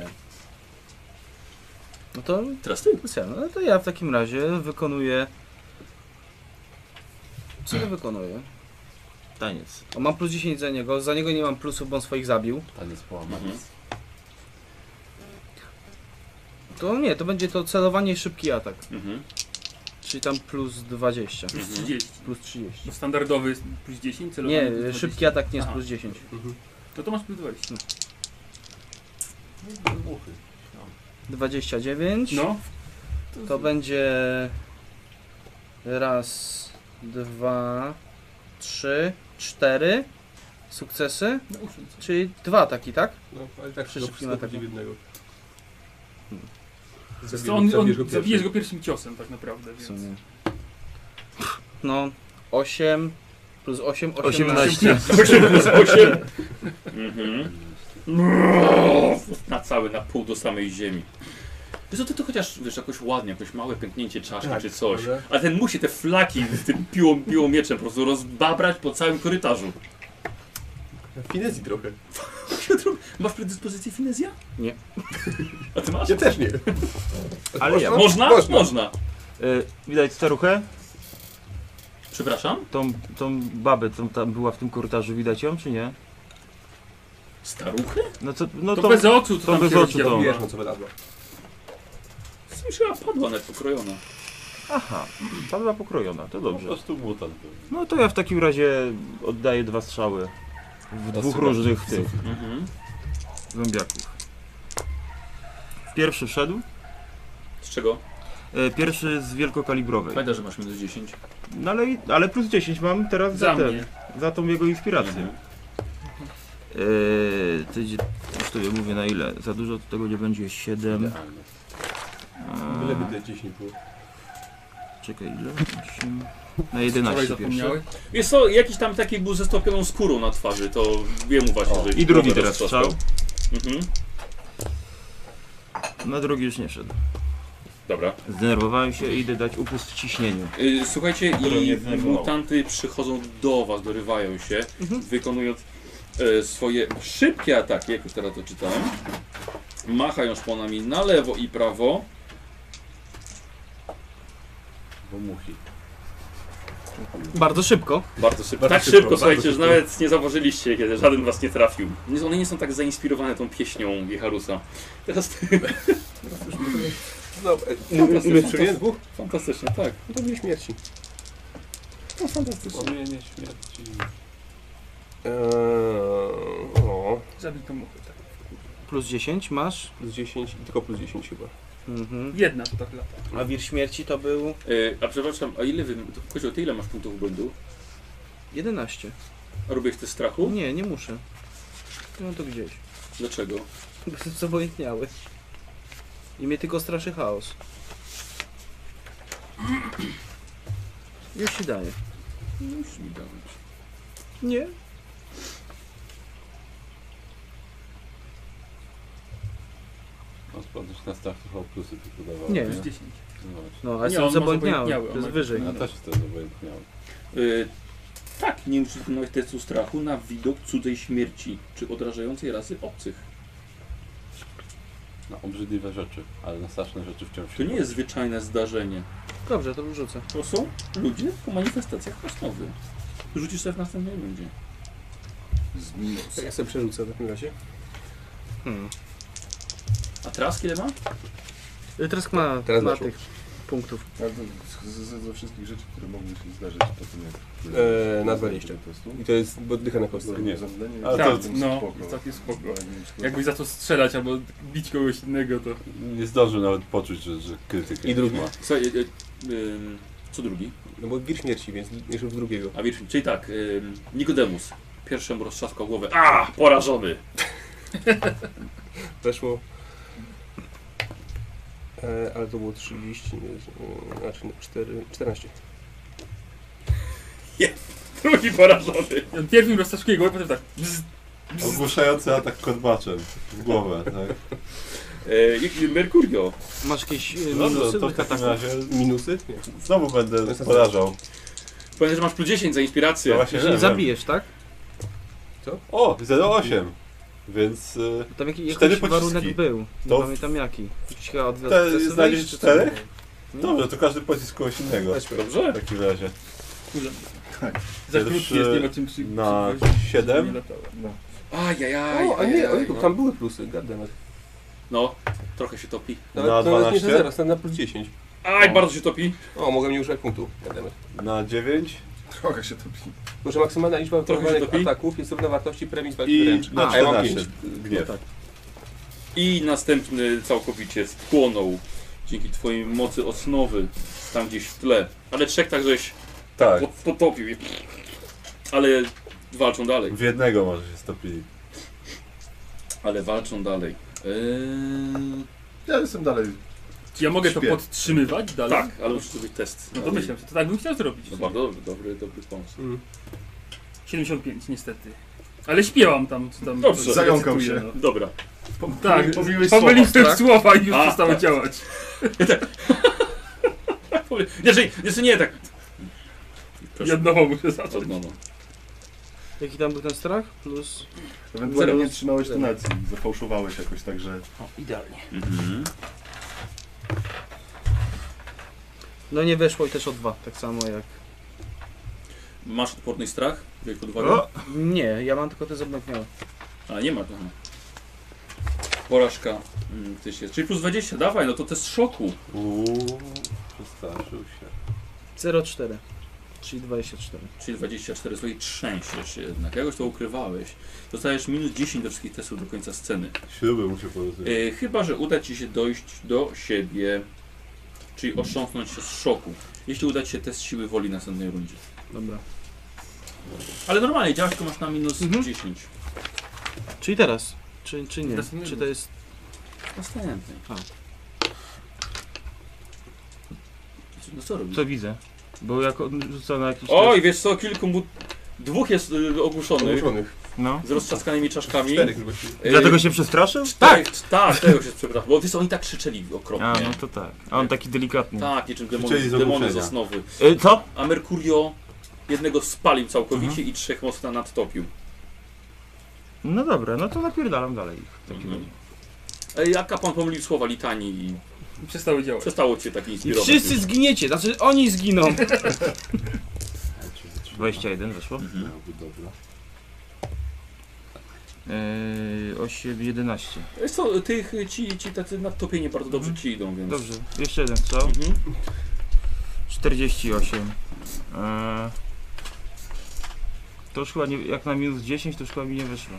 No to Teraz ty. specjalne. No to ja w takim razie wykonuję... Co ja wykonuję? Taniec. O, mam plus 10 za niego nie mam plusów, bo on swoich zabił. Taniec połamany. Mhm. To nie, to będzie to celowanie i szybki atak. Mhm. Czyli tam plus 20. Plus Mhm. 30. Plus 30. No standardowy jest plus 10, celowanie Nie, plus 20. szybki atak nie jest Aha. plus 10. To masz plus 20. 29. No, To będzie raz, dwa, trzy, cztery sukcesy. no usiądź. Czyli 2 ataki, tak? No, ale tak Przy wszystko szybkim wchodzi ataku. w jednego. To on zabijesz go pierwszym ciosem tak naprawdę, W więc... sumie. No, 8 plus 8, 18. 8 plus 8. Mhm. Na pół do samej ziemi. Wiesz co, ty to chociaż, wiesz, jakoś ładnie, jakoś małe pęknięcie czaszki Tak, czy coś. ale- A ten musi te flaki z tym piłą mieczem po prostu rozbabrać po całym korytarzu. Finezji trochę. Masz predyspozycję finezja? Nie. A ty masz? Ja też nie. Ale ja. Można? Można. Można. Widać staruchę? Przepraszam? Tą babę, co tam była w tym korytarzu, widać ją, czy nie? Staruchy? No To bez oczu, to to tam bez się oczu, rozdziała. to. Wiesz, no co wydadła. Słyszała, padła nawet pokrojona. Aha, ta była pokrojona, to Po dobrze. prostu mutant był. No to ja w takim razie oddaję 2 strzały. W dwóch Super. różnych tych Mhm. zombiaków. Pierwszy wszedł. Z czego? Pierwszy z wielkokalibrowej. Pamiętaj, że masz minus 10. No ale plus 10 mam teraz Za za, mnie. za tą jego inspirację. Mhm. To idzie, już tobie mówię na ile. Za dużo to tego nie będzie 7. Idealne. Byleby te 10 było. Czekaj, ile? 8, na Wczoraj 11 pierwszy. zapomniałeś? Jest to jakiś tam taki był ze stopioną skórą na twarzy, to wiem właśnie, O, że... I drugi głowę teraz roztrzaskał. strzał. Mhm. Na drugi już nie wszedł. Dobra. Zdenerwowałem się i idę dać upust w ciśnieniu. Słuchajcie, Które i mnie zdenerwowało. mutanty przychodzą do was, dorywają się, wykonując swoje szybkie ataki, jak już teraz to czytałem. Machają szponami na lewo i prawo. Bo muchi. Bardzo szybko. Bardzo szybko. Bardzo Tak szybko, szybko, słuchajcie, bardzo że nawet nie zauważyliście, kiedy żaden was nie trafił. One nie są tak zainspirowane tą pieśnią Icharusa. Teraz ty... No, umiesz przyjąć dwóch? Fantastycznie, tak. No to nie śmierci. No fantastycznie. Wspomnienie śmierci. O, Zabij tą muchę, tak. Plus 10 masz. plus 10 i tylko plus 10 chyba. Mhm. Jedna to tak lata. A wir śmierci to był... A przepraszam, a ile wy... Kozioł, ty ile masz punktów błędu? 11. A robisz ty strachu? Nie, nie muszę. Mam to gdzieś. Dlaczego? Bo jestem zobojętniały. I mnie tylko straszy chaos. Już ci daję. Musi mi dawać. Nie. No sprawdzić na start chyba plusy tylko dawało. Nie. Plus 10. No właśnie. No, a Nie, jestem on ma zobojętniały. zobojętniały, To on jest ma- wyżej. Ja też jestem obojętniały. Tak, nie musisz wykonać testu strachu na widok cudzej śmierci, czy odrażającej rasy obcych. Na obrzydliwe rzeczy, ale na straszne rzeczy wciąż To nie jest zwyczajne zdarzenie. Dobrze, to wrzucę. To są ludzie po manifestacjach osnowy. Rzucisz sobie w następnej rundzie. Z minus. Ja sobie przerzucę w takim razie. A Trask ile ma? Teraz ma, Teraz ma weszło. tych punktów. Ale to ze wszystkich rzeczy, które mogły się zdarzyć po tym jak... Na 20. testu. I to jest oddycha na kostce. Nie. Zamdlenie Ale Tak, to- no, spoko. jest takie spoko. No, Jakbyś za to strzelać albo bić kogoś innego, to... Nie zdążył nawet poczuć, że krytykę I drugi. ma. Słuchaj, co drugi? No bo wir śmierci, więc jeszcze w drugiego. A wiesz, czyli tak, Nikodemus. Pierwszemu roztrzaskał głowę. A, porażony! Weszło. Ale to było 30, znaczy 14. Drugi porażony. On pierw im roztaszkuje głowę, potem tak... Bzz, Ogłuszający atak korbaczem w głowę, tak? Merkurio. Masz jakieś No minusy to do w takim ataku? razie Minusy? Nie. znowu będę porażał. Pamiętaj, że masz plus 10 za inspirację. No właśnie, Czyli wiem. zabijesz, tak? O, 0,8. Więc Tam jakiś 4 warunek pociski. był. Nie To- pamiętam jaki. Chyba od znajdziesz czy co? 4? Nie? Dobrze, to każdy pocisk kogoś innego. Weźmy. W Dobrze. takim razie. Kurde. Tak. Za krótki Pierwszy jest, nie ma czym przy... na przywozić, 7. nie latała. No. Ajajaj. O, a nie, ajajaj, tam były plusy, goddammit. No, trochę się topi. Nawet, Na nawet nie 12? za 0, stałem na plus 10. Aj, O. bardzo się topi. O, mogłem nie używać punktu, goddammit. Na 9 Trochę się topi. Może maksymalna liczba Trochę się wykonanych topi. ataków jest równa wartości premii z walki i wręcz. na A ja mam 14 5. gniew. No tak. I następny całkowicie spłonął. Dzięki twojej mocy osnowy. Tam gdzieś w tle. Ale trzech tak żeś Tak, potopił. Ale walczą dalej. w jednego może się stopili. Ale walczą dalej. Ja jestem dalej. Ja mogę to Śpię. podtrzymywać dalej? Tak, ale muszę zrobić test. No to myślę, że to tak bym chciał zrobić. No bardzo dobry pomysł. 75 niestety. Ale śpiewam tam, co tam... Dobrze. co Zająkał recytuję, się. no. Dobra. Tak, Pomyliłeś pomyliłem słowa, tak? słowa i już A, przestały tak. działać. Jeszcze nie, tak. Proszę. Jednego muszę zacząć. No. Jaki tam był ten strach? Plus... Ewentualnie Zero. nie trzymałeś tonacji. Zafałszowałeś jakoś tak, że... O, idealnie. Mhm. No nie weszło i też o 2, tak samo jak... Masz odporny strach? Wielką odwagę? O! Nie, ja mam tylko te zobojętniałe. A, nie ma. Aha. Porażka. Ktoś jest. Czyli plus 20, dawaj, no to test szoku. Przestraszył się. 0,4. Czyli 24. Czyli 24, słuchaj, trzęsiesz się jednak. Jakoś to ukrywałeś. Dostajesz minus 10 do wszystkich testów do końca sceny. Śruby mu się porozumieć. Chyba że uda ci się dojść do siebie. Czyli otrząsnąć się z szoku. Jeśli uda ci się test siły woli na następnej rundzie. Dobra. Ale normalnie, działasz, tylko masz na minus Mhm. 10. Czyli teraz? Czy nie? Następny Czy to jest... Następnej. A. No co robisz? Co widzę? Bo jak rzucę na jakiś... Oj, wiesz co, dwóch jest ogłuszonych Ogłuszonych. No. z roztrzaskanymi czaszkami. 4 właściwie. Dlatego się przestraszył? Tak, tego się przepraszam. Bo wiesz, oni tak krzyczeli okropnie. A, no to tak. A on taki delikatny. Tak, niczym Krzyczeli z demony z ogłuszenia. osnowy. Co? A Merkurio jednego spalił całkowicie i trzech mocno nadtopił. No dobra, no to napierdalam dalej w takim Mhm. razie. A kapłan pomylił słowa litanii i Przestały działać. przestało cię tak I inspirować. wszyscy zginiecie, znaczy oni zginą. 21 weszło. Mhm. Miałby dobra. 8, 11. Wiesz co, ci tacy nadtopieni bardzo dobrze ci idą, więc... Dobrze, jeszcze jeden strzał. Mhm. 48. To już chyba nie, jak na minus 10 to już chyba mi nie wyszło.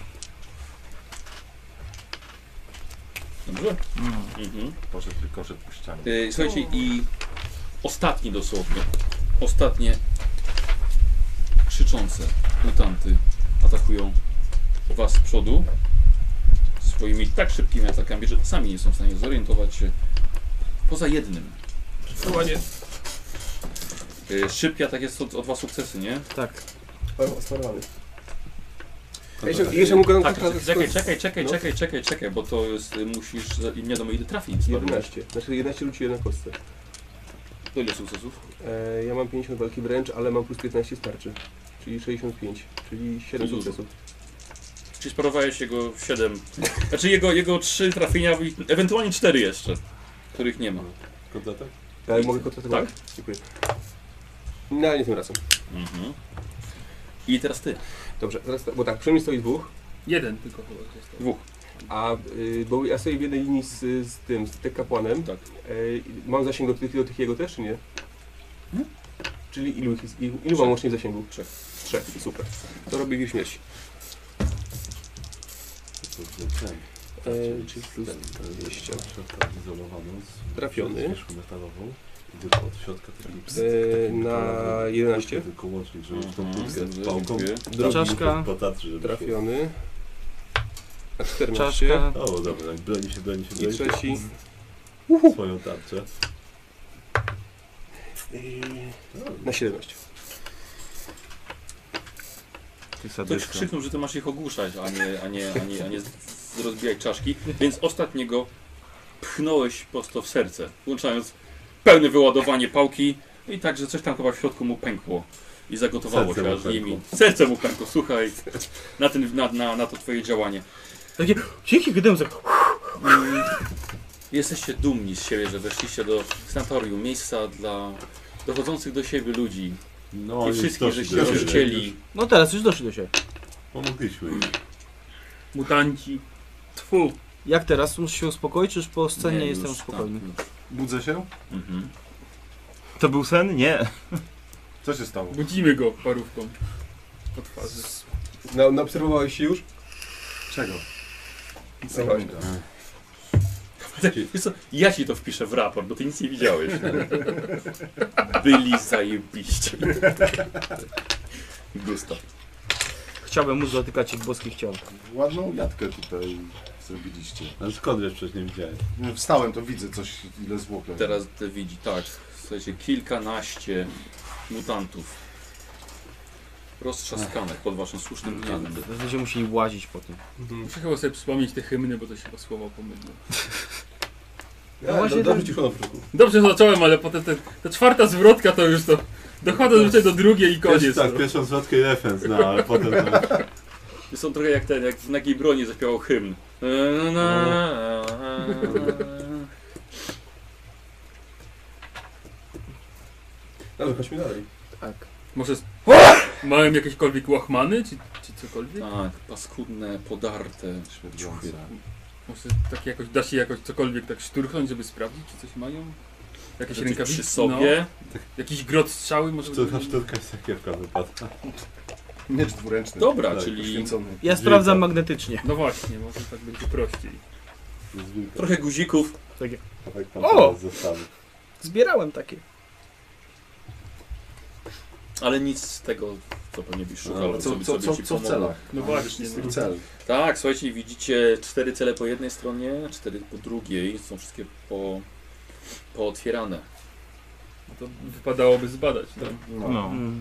Dobrze. No. Mhm. Poszedł rykoszet po ścianie. Słuchajcie, i ostatni dosłownie, ostatnie krzyczące mutanty atakują was z przodu swoimi tak szybkimi atakami, że sami nie są w stanie zorientować się poza jednym. Ładnie. Szybki atak jest o 2 sukcesy, nie? Tak. Sparowany. Jeszcze mógł Tak, czekaj, bo to jest, musisz, nie wiadomo ile trafi. 11. Znaczy 11 rzuci jedna kostce. To ile sukcesów? Ja mam 50 walki wręcz, ale mam plus 15 starczy. Czyli 65. Czyli 7 Dużo. sukcesów. Czyli sparowałeś jego 7, znaczy jego 3 trafienia i ewentualnie 4 jeszcze, których nie ma. Kontratak? Ja mogę kontratakować? Tak? Dziękuję. No, ale nie tym razem. Mhm. I teraz ty. Dobrze, teraz tak, bo tak, przy mnie stoi dwóch, Jeden tylko chyba został. 2. a bo ja stoję w jednej linii z tym, z tym kapłanem. Tak. Mam zasięg do tych jego też, czy nie? Czyli ilu mam Trzech. łącznie zasięgu? 3. 3, super. To robię wir śmierci. Czyli plus 20. Środka izolowaną z Trafiony. zwierzchnią metalową. I tylko od środka taki Na 11. tylko łącznik, żeby w tą Mhm. pustkę z pałką. Drugi Czaszka. Potatrzy, żeby trafiony. Na 14. Czaszka. O, dobra, broni się. I trzeci. Swoją tarczę. Na 17. Ty Ktoś sadysta. krzyknął, że ty masz ich ogłuszać, a nie rozbijać czaszki, więc ostatniego pchnąłeś prosto w serce, włączając pełne wyładowanie pałki i tak, że coś tam chyba w środku mu pękło i zagotowało Serce się mu aż nimi. pękło. Serce mu pękło, słuchaj, na to twoje działanie. Takie dzięki gdymce. Jesteście dumni z siebie, że weszliście do sanatorium, miejsca dla dochodzących do siebie ludzi No, i oni wszystkich, doszli żeście do siebie. rozcięli. No teraz już doszli do siebie. Pomogliśmy im. Mutanci. Tfu. Jak teraz? Muszę się uspokoić, czy już po scenie Nie, jestem już, spokojny? tak, Budzę się? już. Mhm. To był sen? Nie. Co się stało? Budzimy go parówką. Po twarzy. Naobserwowałeś się już? Czego? Zachowałeś. Wiesz co, ja ci to wpiszę w raport, bo ty nic nie widziałeś. Byli zajebiście. Gustaw. Chciałbym móc dotykać ich boskich ciał. Ładną jatkę tutaj zrobiliście. Ale skąd wiesz, przecież nie widziałem. Wstałem, to widzę coś, ile zwłok leży. Teraz ty widzi, tak, słuchajcie, kilkanaście mutantów roztrzaskanych pod waszym słusznym gniewem. Będziemy musieli łazić po tym. Muszę chyba sobie przypomnieć te hymny, bo to się chyba słowa pomyliło. Ja właśnie właśnie dobrze tak- ciszo na początku. Dobrze zacząłem, ale potem ta czwarta zwrotka to już to... Dochodzę zazwyczaj do drugiej i koniec. Tak, no. pierwszą zwrotkę i referenc, no, ale potem to... Są trochę jak ten, jak w Nagiej Broni zaśpiewał hymn. Dobrze, chodźmy dalej. Tak. Może mają jakiekolwiek łachmany, czy cokolwiek? Tak, paskudne, podarte Śmierdzące. ciuchy. Może tak jakoś, da się jakoś cokolwiek tak szturchnąć, żeby sprawdzić, czy coś mają? Jakieś Coś rękawice? przy sobie. No, jakiś grot strzały może? Szturka i sakiewka wypadła. Miecz dwuręczny. Dobra, Tak, czyli Poświęcony. Ja sprawdzam magnetycznie. No właśnie, może tak będzie prościej. trochę guzików. Takie. Tak tam O! teraz zostały. Zbierałem takie. Ale nic z tego, co pewnie byś szukał, A co by sobie ci co w pomogło. celach? No właśnie, Z tych no. cel. Tak, słuchajcie, widzicie 4 cele po jednej stronie, 4 po drugiej. Są wszystkie pootwierane. To wypadałoby zbadać, tak? No. No. Mm.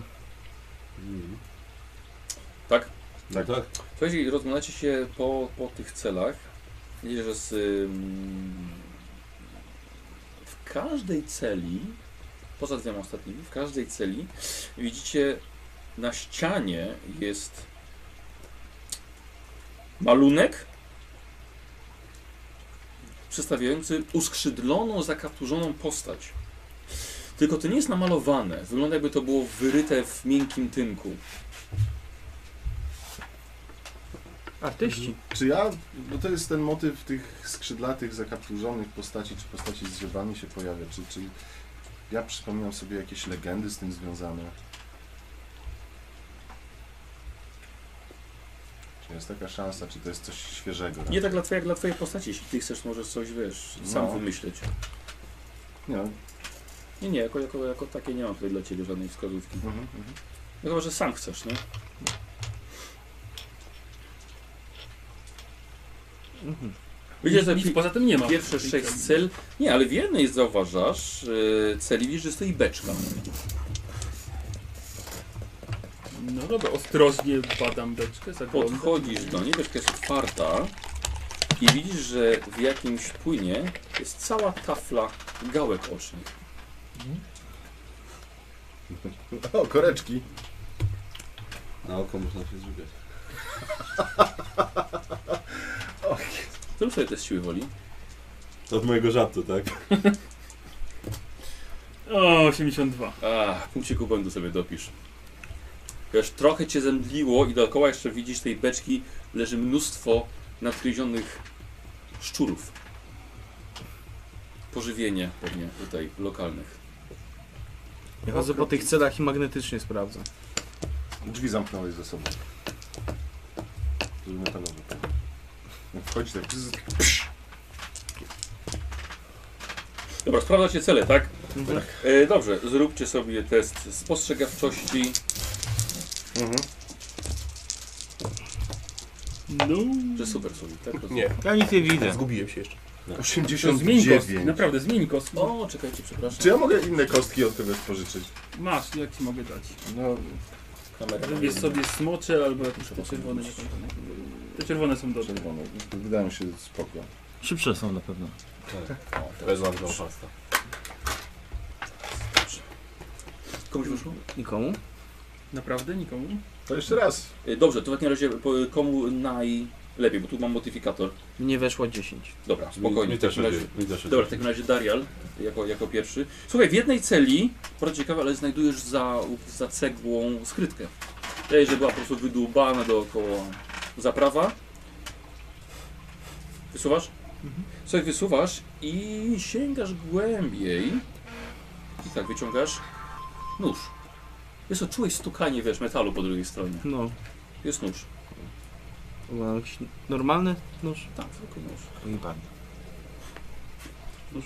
Tak? Tak, tak. Słuchajcie, rozglądacie się po tych celach. Widzicie, że w każdej celi, poza 2 ostatnimi, w każdej celi widzicie na ścianie jest malunek przedstawiający uskrzydloną, zakapturzoną postać. Tylko to nie jest namalowane. Wygląda, jakby to było wyryte w miękkim tynku. Artyści. Czy ja, bo to jest ten motyw tych skrzydlatych, zakapturzonych postaci, czy postaci z drzewami się pojawia, czy ja przypominam sobie jakieś legendy z tym związane? Czy jest taka szansa, czy to jest coś świeżego? Nie tak jak dla twojej postaci, jeśli ty chcesz, możesz coś, wiesz, sam No. wymyśleć. Nie. Nie, jako takie nie mam tutaj dla ciebie żadnej wskazówki. No chyba, że sam chcesz, nie? Widzicie, że Nic poza tym nie ma. pierwsze 6 cel... Nie, ale w jednej zauważasz celi, widzisz, że stoi beczka. No dobra, ostrożnie badam beczkę, zaglądam. Podchodzisz do niej, beczka jest otwarta i widzisz, że w jakimś płynie jest cała tafla gałek ocznych. O, koreczki. Na oko można się zrzucać. Zrób sobie test siły woli. To od mojego żartu, tak? O, 82. Punkciku błędu sobie dopisz. Wiesz, trochę cię zemdliło i dookoła jeszcze widzisz tej beczki leży mnóstwo nadgryzionych szczurów. Pożywienie pewnie tutaj lokalnych. Ja chodzę po tych celach i magnetycznie sprawdzam. Drzwi zamknąłeś ze sobą. Żeby metalowe. Jak wchodzi tak... Dobra, sprawdzacie cele, tak? Mhm. Dobrze, zróbcie sobie test spostrzegawczości. No. Że super sobie, tak? Nie, Ja nic nie widzę. zgubiłem się jeszcze. To zmień kostki, 89. naprawdę zmień kostki. O, czekajcie, przepraszam. Czy ja mogę inne kostki od tego pożyczyć? Masz, jak ci mogę dać? No, Kamera. Wybierz sobie smocze albo jakieś te czerwone. Te czerwone są dobre. czerwoną. Wydaje mi się spoko. Szybsze są na pewno. Bez wam pasta. Komuś wyszło? Nikomu? Naprawdę? Nikomu? To jeszcze raz. Dobrze, to w takim razie komu najlepiej, bo tu mam modyfikator. Mnie weszło 10. Dobra, spokojnie. Mi w też takim razie, mi też dobra, w takim razie Darial jako pierwszy. Słuchaj, w jednej celi, bardzo ciekawe, ale znajdujesz za cegłą skrytkę. Tej, że była po prostu wydłubana dookoła zaprawa. Wysuwasz? Słuchaj, wysuwasz i sięgasz głębiej. I tak, wyciągasz nóż. Wiesz co, czułeś stukanie, wiesz, metalu po drugiej stronie. No. Jest nóż. Mam jakiś normalny nóż? Tak, tylko nóż. Pojebany. Nóż.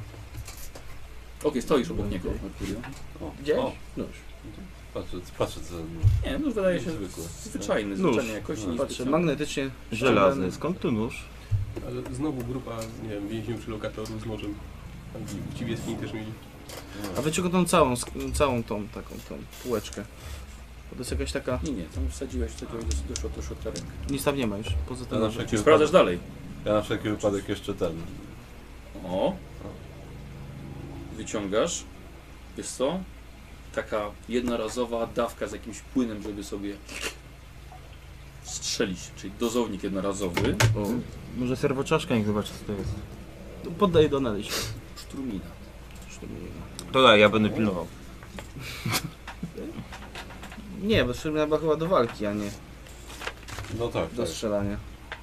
Okej, stoisz obok niego, Mercurio. Gdzieś? O. Nóż. Patrzę co za Nie, nóż wydaje się Zwykły. zwyczajny, Nóż. zwyczajnie jakości. Patrzę, niespecjalny. magnetycznie Żelazny. Skąd tu nóż? Ale znowu grupa, nie wiem, więźniów czy lokatorów z nożem. Tam ci w jaskini też mieli. A wy czego tą całą tą taką tą półeczkę? Bo to jest jakaś taka... Nie, tam wsadziłeś do środka rękę. Nic tam nie ma już, poza tym Ja na nożem. wszelki Sprawdzasz wypadek, dalej. ja na wszelki wypadek jeszcze ten. O. Wyciągasz. Wiesz co? Taka jednorazowa dawka z jakimś płynem, żeby sobie strzelić. Czyli dozownik jednorazowy. O, Może serwoczaszka, niech zobaczy co to jest. to poddaję do analizy. Sztrumina. To daj, ja będę pilnował. Nie, bo szturmina była chyba do walki, a nie No tak, do tak. strzelania.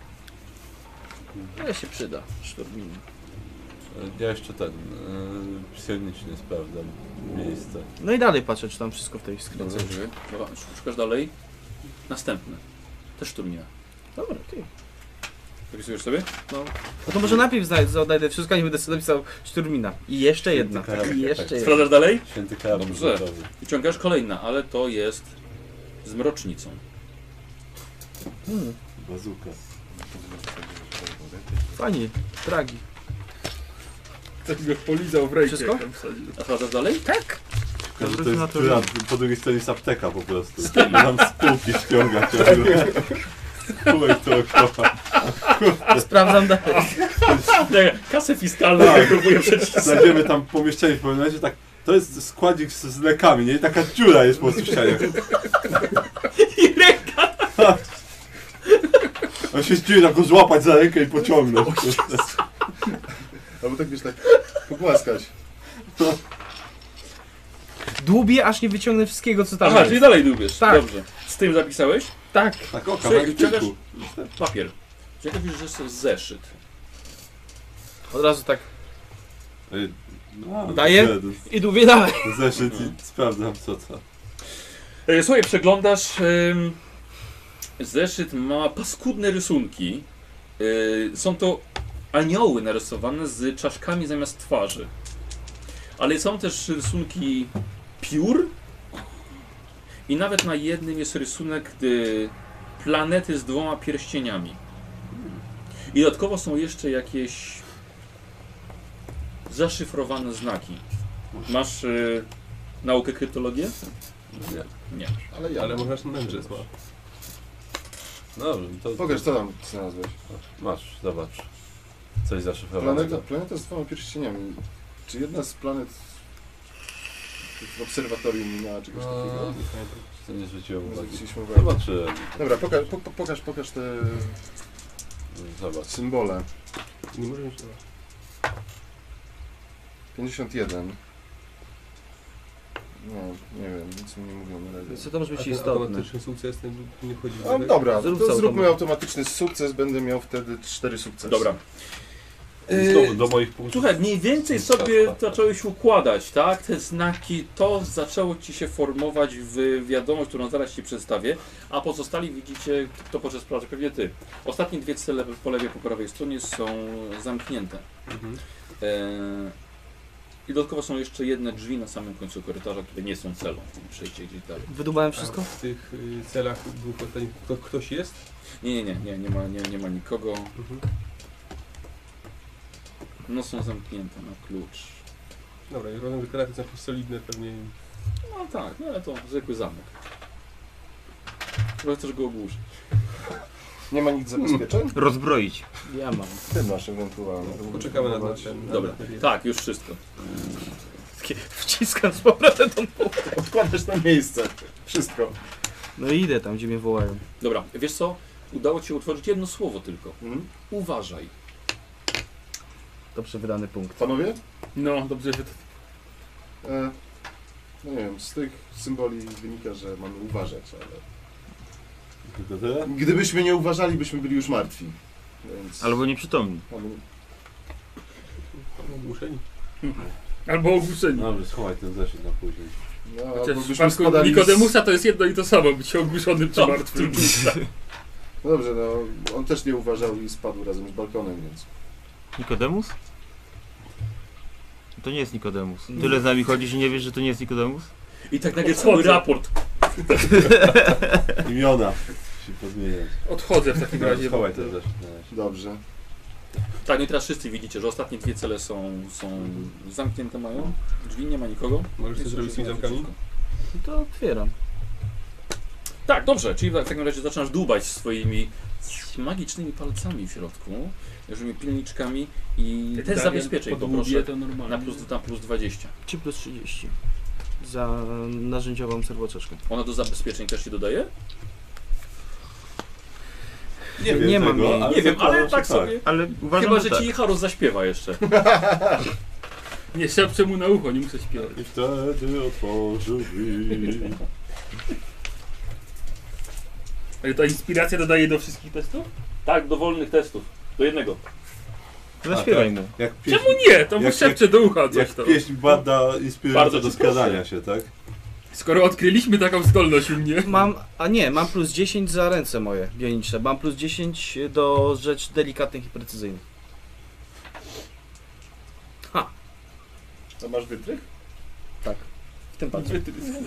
Ale się przyda, szturmina. Ja jeszcze ten. Psionicznie sprawdzam miejsce. No i dalej patrzę, czy tam wszystko w tej skrzynce. Dobrze. Dobra, szukasz dalej. Następny. Też szturmina. Dobra, ty. Zapisujesz sobie? No. No to może najpierw znajdę wszystko, nie będę sobie napisał szturmina. I jeszcze jedna. I jeszcze jedna. Sprawdzasz dalej? Święty karabin Dobrze. gotowy. Wyciągasz kolejna, ale to jest z mrocznicą. Bazuka. Fajnie, tragi. Ktoś go polizał w rękę. Wszystko? jak tam wsadził. A sprawdzasz dalej? Tak! Każdy to Wróćmy na jest to dziura, po drugiej stronie jest apteka po prostu. Tam z półki ściąga ciągle. Półek dookoła. Sprawdzam dalej. Kasę fiskalną próbuję przeczytać. Znajdziemy tam pomieszczenie w pewnym momencie, tak. To jest składzik z lekami, nie? I taka dziura jest po prostu w ścianie. I ręka! On się zdziwi, tak go złapać za rękę i pociągnąć. Albo tak wiesz, tak pogłaskać. Dłubię, aż nie wyciągnę wszystkiego, co tam Aha, jest. czyli dalej lubisz. Tak. Dobrze. Z tym zapisałeś? Tak. Tak, o, Słuchaj, kawałek wyciągasz kilku. papier. Ciekaw jest, że jest to zeszyt. Od razu tak No, Daję? dobrze, i dłubię dalej. zeszyt i sprawdzam co to. Słuchaj, przeglądasz. Zeszyt ma paskudne rysunki. Są to anioły narysowane z czaszkami zamiast twarzy. Ale są też rysunki piór I nawet na jednym jest rysunek planety z 2 pierścieniami. I dodatkowo są jeszcze jakieś zaszyfrowane znaki. Masz naukę kryptologię? Nie. Nie. Ale możesz mędrzec ma. Dobrze, to Pokaż, co tam znalazłeś. masz, zobacz. Coś zaszyfrowanego. Planeta z 2 pierścieniami. Czy jedna z planet w obserwatorium nie miała czegoś takiego? To nie zwróciłem Nie uwagi. zwróciliśmy uwagi. Zobaczyłem. Dobra, pokaż te Zobacz. symbole. Nie może mieć 51. Nie wiem, nic mi nie mówią na razie. Co to może być A ten istotne? automatyczny sukces ten nie wchodzi w No, grę? dobra, Zrób to co, zróbmy Tomek. automatyczny sukces, będę miał wtedy 4 sukcesy. Dobra. Znowu do moich punktów. Słuchaj, mniej więcej sobie zacząłeś układać, tak? Te znaki, to zaczęło ci się formować w wiadomość, którą zaraz ci przedstawię, a pozostali widzicie, kto podczas pracy, pewnie ty. Ostatnie 2 cele po lewej, po prawej stronie są zamknięte. Mhm. I dodatkowo są jeszcze jedne drzwi na samym końcu korytarza, które nie są celą. Przejście gdzieś dalej. Wydubałem A wszystko? w tych celach dwóch ostatnich ktoś jest? Nie ma nikogo. Mhm. No są zamknięte na klucz. Dobra, i rozumiem, że kraty są jakieś solidne, pewnie. No tak, no ale to zwykły zamek. Chyba chcesz go ogłuszyć. Nie ma nic zabezpieczeń? Rozbroić. Ja mam. Ty masz ewentualnie. Poczekamy na ten. Dobra, tak, już wszystko. Takie wciskam z powrotem tą Odkładasz na miejsce. Wszystko. No i idę tam, gdzie mnie wołają. Dobra, wiesz co? Udało ci się utworzyć jedno słowo tylko. Mhm. Uważaj. Dobrze wydany punkt. Panowie? No, dobrze, że to... No nie wiem, z tych symboli wynika, że mamy uważać, ale... Tylko tyle? Gdybyśmy nie uważali, byśmy byli już martwi. Więc... Albo nieprzytomni. Ogłuszeni. Albo ogłuszeni. Dobrze, schowaj ten zeszyt na później. No, Chociaż albo w byśmy przypadku składali... Nikodemusa to jest jedno i to samo, być ogłuszonym czy martwym. No dobrze, no on też nie uważał i spadł razem z balkonem, więc... Nikodemus? To nie jest Nikodemus. Tyle z nami chodzisz i nie wiesz, że to nie jest Nikodemus? I tak nagle cały raport. Imiona się pozmieniać. Odchodzę w takim razie. Schowaj ten zeszyt na razie. Dobrze. Tak, no i teraz wszyscy widzicie, że ostatnie 2 cele są zamknięte mają. Drzwi, nie ma nikogo. Możesz coś zrobić z tymi zamkami? No to otwieram. Tak, dobrze, czyli w takim razie zaczynasz dłubać swoimi magicznymi palcami w środku, różnymi pilniczkami i Jak test Damian zabezpieczeń podłubie, poproszę to normalnie. na plus 20. 3 plus 30. Za narzędziową serwoczeszkę. Ona do zabezpieczeń też się dodaje? Nie mam jej. Nie wiem, ale zakładam, tak że sobie. Ale uważam, Chyba, że że tak. ci Haros zaśpiewa jeszcze. Nie szepczę mu na ucho, nie muszę śpiewać. I wtedy otworzył drzwi. Ale ta inspiracja dodaje do wszystkich testów? Tak, do wolnych testów. Do jednego. Zaśpiewaj mu. Jak pieśń, Czemu nie? To mu jak- szepczę do ucha coś jak to. pieśń bada inspirująca Bardzo do ci skradania się, tak? Skoro odkryliśmy taką zdolność u mnie. Mam plus 10 za ręce moje bioniczne. Mam plus 10 do rzeczy delikatnych i precyzyjnych. A masz wytrych? W tym patrzę.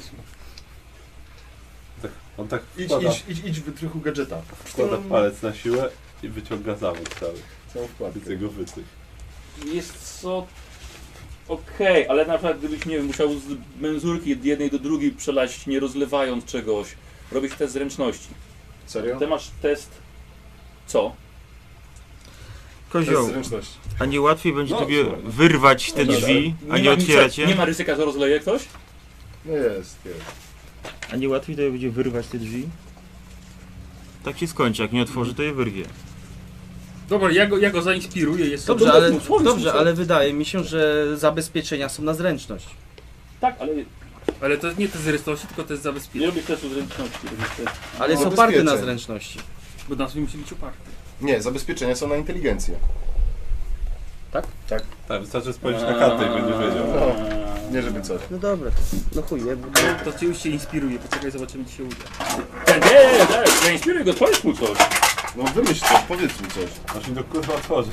Tak, on tak Idź w wytrychu gadżeta. wkłada palec na siłę i wyciąga zamek cały. Całą wkładkę. Widzę go wytrych. Jest co... Okej, ale na przykład gdybyś, nie wiem, musiał z menzurki od jednej do drugiej przelaść, nie rozlewając czegoś, robić test zręczności. Serio? Ty masz test... Co? Test Kozioł, zręczności. a nie łatwiej będzie No, tobie słuchaj. wyrwać te drzwi, a nie ma otwierać Nie je? ma ryzyka, że rozleje ktoś? No jest. A nie łatwiej tobie będzie wyrwać te drzwi? Tak się skończy, jak nie otworzy, to je wyrwie. Dobra, ja go zainspiruję. Jest Dobrze, to ale, mów, powiedz mu, co. ale wydaje mi się, że zabezpieczenia są na zręczność. Tak, ale Ale to nie test zręczności, tylko test nie zabezpieczenia. robię testu zręczności. Ale jest No, oparty na zabezpieczeń. zręczności. Bo nas musi być oparty. Nie, zabezpieczenia są na inteligencję. Tak? Tak. Tak, wystarczy spojrzeć na kartę i będziesz wiedział. No, nie żeby coś. No dobra, to, no chuj, To cię już się inspiruje. Poczekaj, zobaczymy, czy się uda. Nie, zainspiruj go, powiedz mu coś. No wymyśl coś, powiedz mi coś. Masz mi to kurwa otworzyć.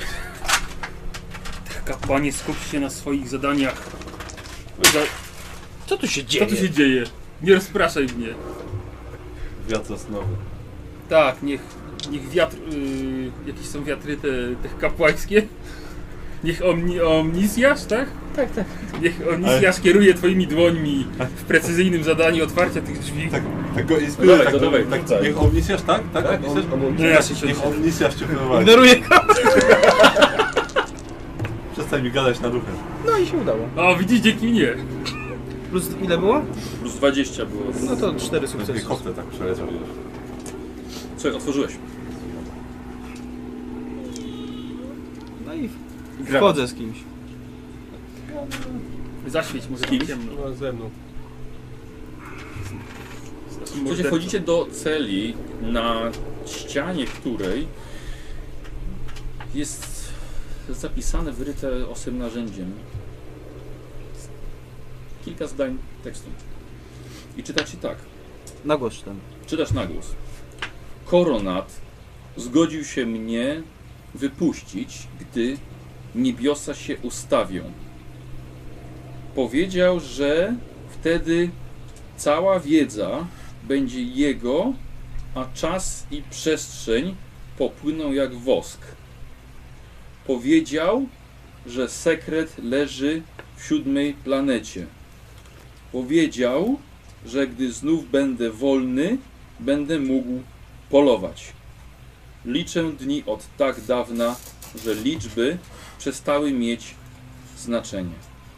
Kapłanie, skup się na swoich zadaniach. Co tu się Co dzieje? tu się dzieje? Nie rozpraszaj mnie. Wiatr osnowy. Tak, niech wiatr, jakieś są wiatry te kapłańskie. Niech omnisjasz, tak? Tak, tak. Niech omnisjasz kieruje twoimi dłońmi w precyzyjnym zadaniu otwarcia tych drzwi. Tak go inspiruje. Dawaj, dawaj, Tak, niech omnisjasz, tak? Tak, Tak, omnisjasz? Nie, ja się Niech omnisjasz cię prowadzi. Ignoruję go. Przestań mi gadać na duchę. No i się udało. O, widzisz, dzięki mnie. Plus ile było? Plus 20 było. No to 4 Ten sukcesy. helikopter tak przeleciał już. Słuchaj, otworzyłeś. No i wchodzę z kimś. Zaświeć, może Z kim? tam ciemno. No, ze mną. Słuchajcie, wchodzicie do celi, na ścianie której jest zapisane, wyryte osym narzędziem kilka zdań tekstu. I czytacie tak. Na głos czytam. Czytasz na głos. Koronat zgodził się mnie wypuścić, gdy niebiosa się ustawią. Powiedział, że wtedy cała wiedza będzie jego, a czas i przestrzeń popłyną jak wosk. Powiedział, że sekret leży w 7. planecie. Powiedział, że gdy znów będę wolny, będę mógł polować. Liczę dni od tak dawna, że liczby przestały mieć znaczenie.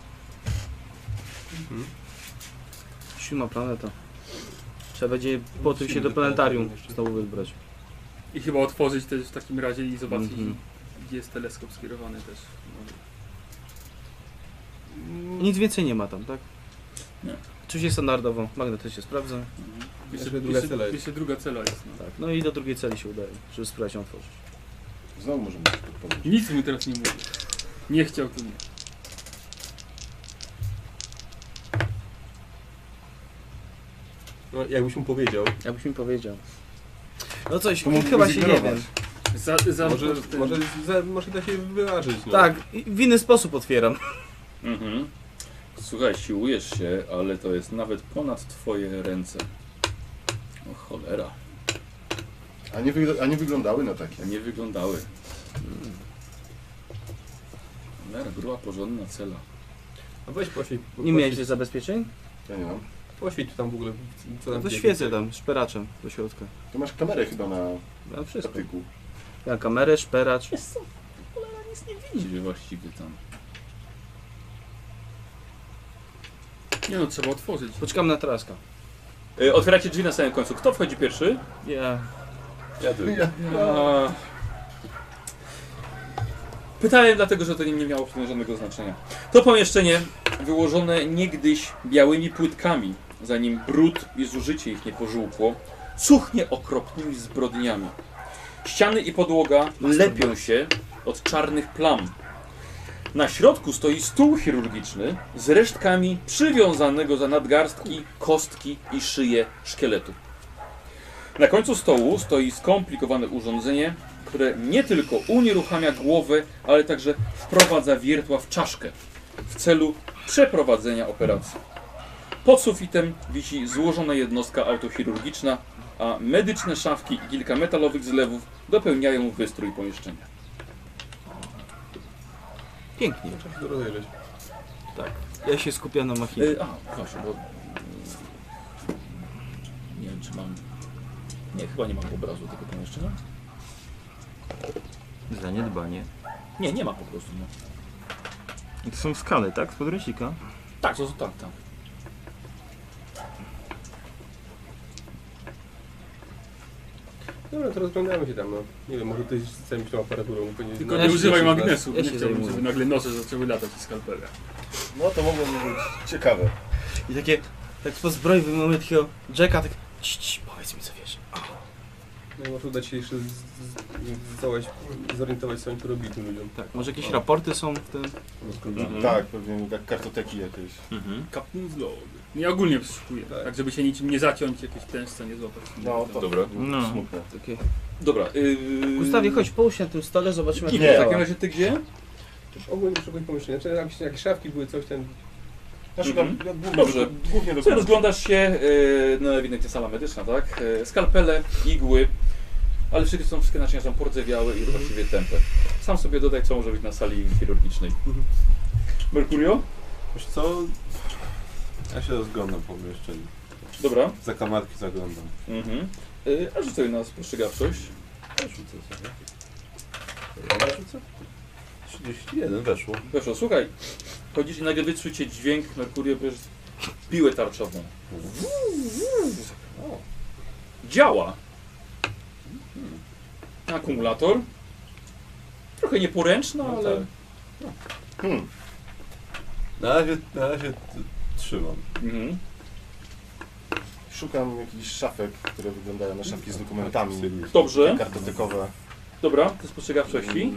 7. planeta. Trzeba będzie po tym się do planetarium znowu wybrać. I chyba otworzyć też w takim razie i zobaczyć, Mhm. gdzie jest teleskop skierowany też. Nic więcej nie ma tam, tak? Nie. Oczywiście standardowo. Magnetycznie się sprawdza. Jeszcze druga cela jest. Jeszcze druga cela jest. No. Tak. No i do drugiej celi się udaje, żeby spróbować ją otworzyć. Znowu możemy się podpowiedzieć. Nic mu teraz nie mówię. Nie chciał, to nie. No, jakbyś mu powiedział. Jakbyś mi powiedział. No coś, To mógłby chyba się nie zignorować. wiem. Może da się wyważyć. No. Tak, i w inny sposób otwieram. Mhm. Słuchaj, siłujesz się, ale to jest nawet ponad twoje ręce. O cholera, A nie wyglądały na takie. nie wyglądały. Cholera, była porządna cela. A weź poświeć. Nie miałeś zabezpieczeń? Ja nie mam. Poświeć tu tam w ogóle. Co No tam to biegnie. świecę tam, szperaczem do środka. To masz kamerę chyba na Ja wszystko. statyku. Ja kamerę, szperacz. Jest co? Cholera, nic nie widzisz właściwie tam. Nie no, trzeba otworzyć. Poczekam na Traska. Otwieracie drzwi na samym końcu. Kto wchodzi pierwszy? Ja. Ja tu. A... Pytałem dlatego, że to nie miało w tym żadnego znaczenia. To pomieszczenie wyłożone niegdyś białymi płytkami, zanim brud i zużycie ich nie pożółkło, cuchnie okropnymi zbrodniami. Ściany i podłoga lepią się od czarnych plam. Na środku stoi stół chirurgiczny z resztkami przywiązanego za nadgarstki, kostki i szyję szkieletu. Na końcu stołu stoi skomplikowane urządzenie, które nie tylko unieruchamia głowę, ale także wprowadza wiertła w czaszkę w celu przeprowadzenia operacji. Pod sufitem wisi złożona jednostka autochirurgiczna, a medyczne szafki i kilka metalowych zlewów dopełniają wystrój pomieszczenia. Pięknie. Trzeba się to rozejrzeć. Tak. Ja się skupiam na machinie. Właśnie, bo... Nie wiem, czy mam... Nie, chyba nie mam obrazu tego pomieszczenia. Zaniedbanie. Nie, nie ma po prostu. No. To są skale, tak? Z podręcznika? Tak, to tak, tak. Dobra, to rozglądamy się tam, no. Nie wiem, może ktoś zajmie się tą aparaturą. Tylko Ja nie się używaj zajmuję. magnesu. Ja Nie się chciałbym, zajmuję. żeby nagle noże zaczęły latać i skalpele. No to mogło być ciekawe. I takie, tak po zbroi mamy takiego Jacka, tak powiedz mi co wiesz. No, może uda się jeszcze zorientować, co oni tu robili tym ludziom. Tak, może jakieś raporty są w tym? Tak, pewnie jak kartoteki jakieś. Captain's Log. Ja ogólnie przeszukuję, Tak. tak żeby się niczym nie zaciąć, jakieś tężce nie złapać. No to Dobra. No. smutne. Takie... Dobra. Gustawie, chodź, połóż się na tym stole, zobaczymy Nie, jak w to takim działa. razie ty gdzie? Ogólnie szukać pomieszczenia. Czy jakieś szafki były, coś tam. Ja szukam Dobrze. głównie Sobie dokumentów. rozglądasz się, no ewidentnie sala medyczna, tak? Skalpele, igły, ale wszystkie naczynia są pordzewiałe i właściwie tępe. Sam sobie dodaj, co może być na sali chirurgicznej. Mercurio? Wiesz co? Ja się rozglądam po pomieszczeniu. Dobra. Za kamarki zaglądam. A rzucaj na spostrzegawczość. Rzucę sobie. Ja rzucę? 31 weszło. Weszło, słuchaj, chodzisz i nagle wyczujcie dźwięk Mercurio, bierz piłę tarczową. O. Działa. Akumulator. Trochę nieporęczna, No ale... tak. Na razie trzymam. Mhm. Szukam jakichś szafek, które wyglądają na szafki z dokumentami. Dobrze. Kartotekowe. Dobra, te spostrzegawczości.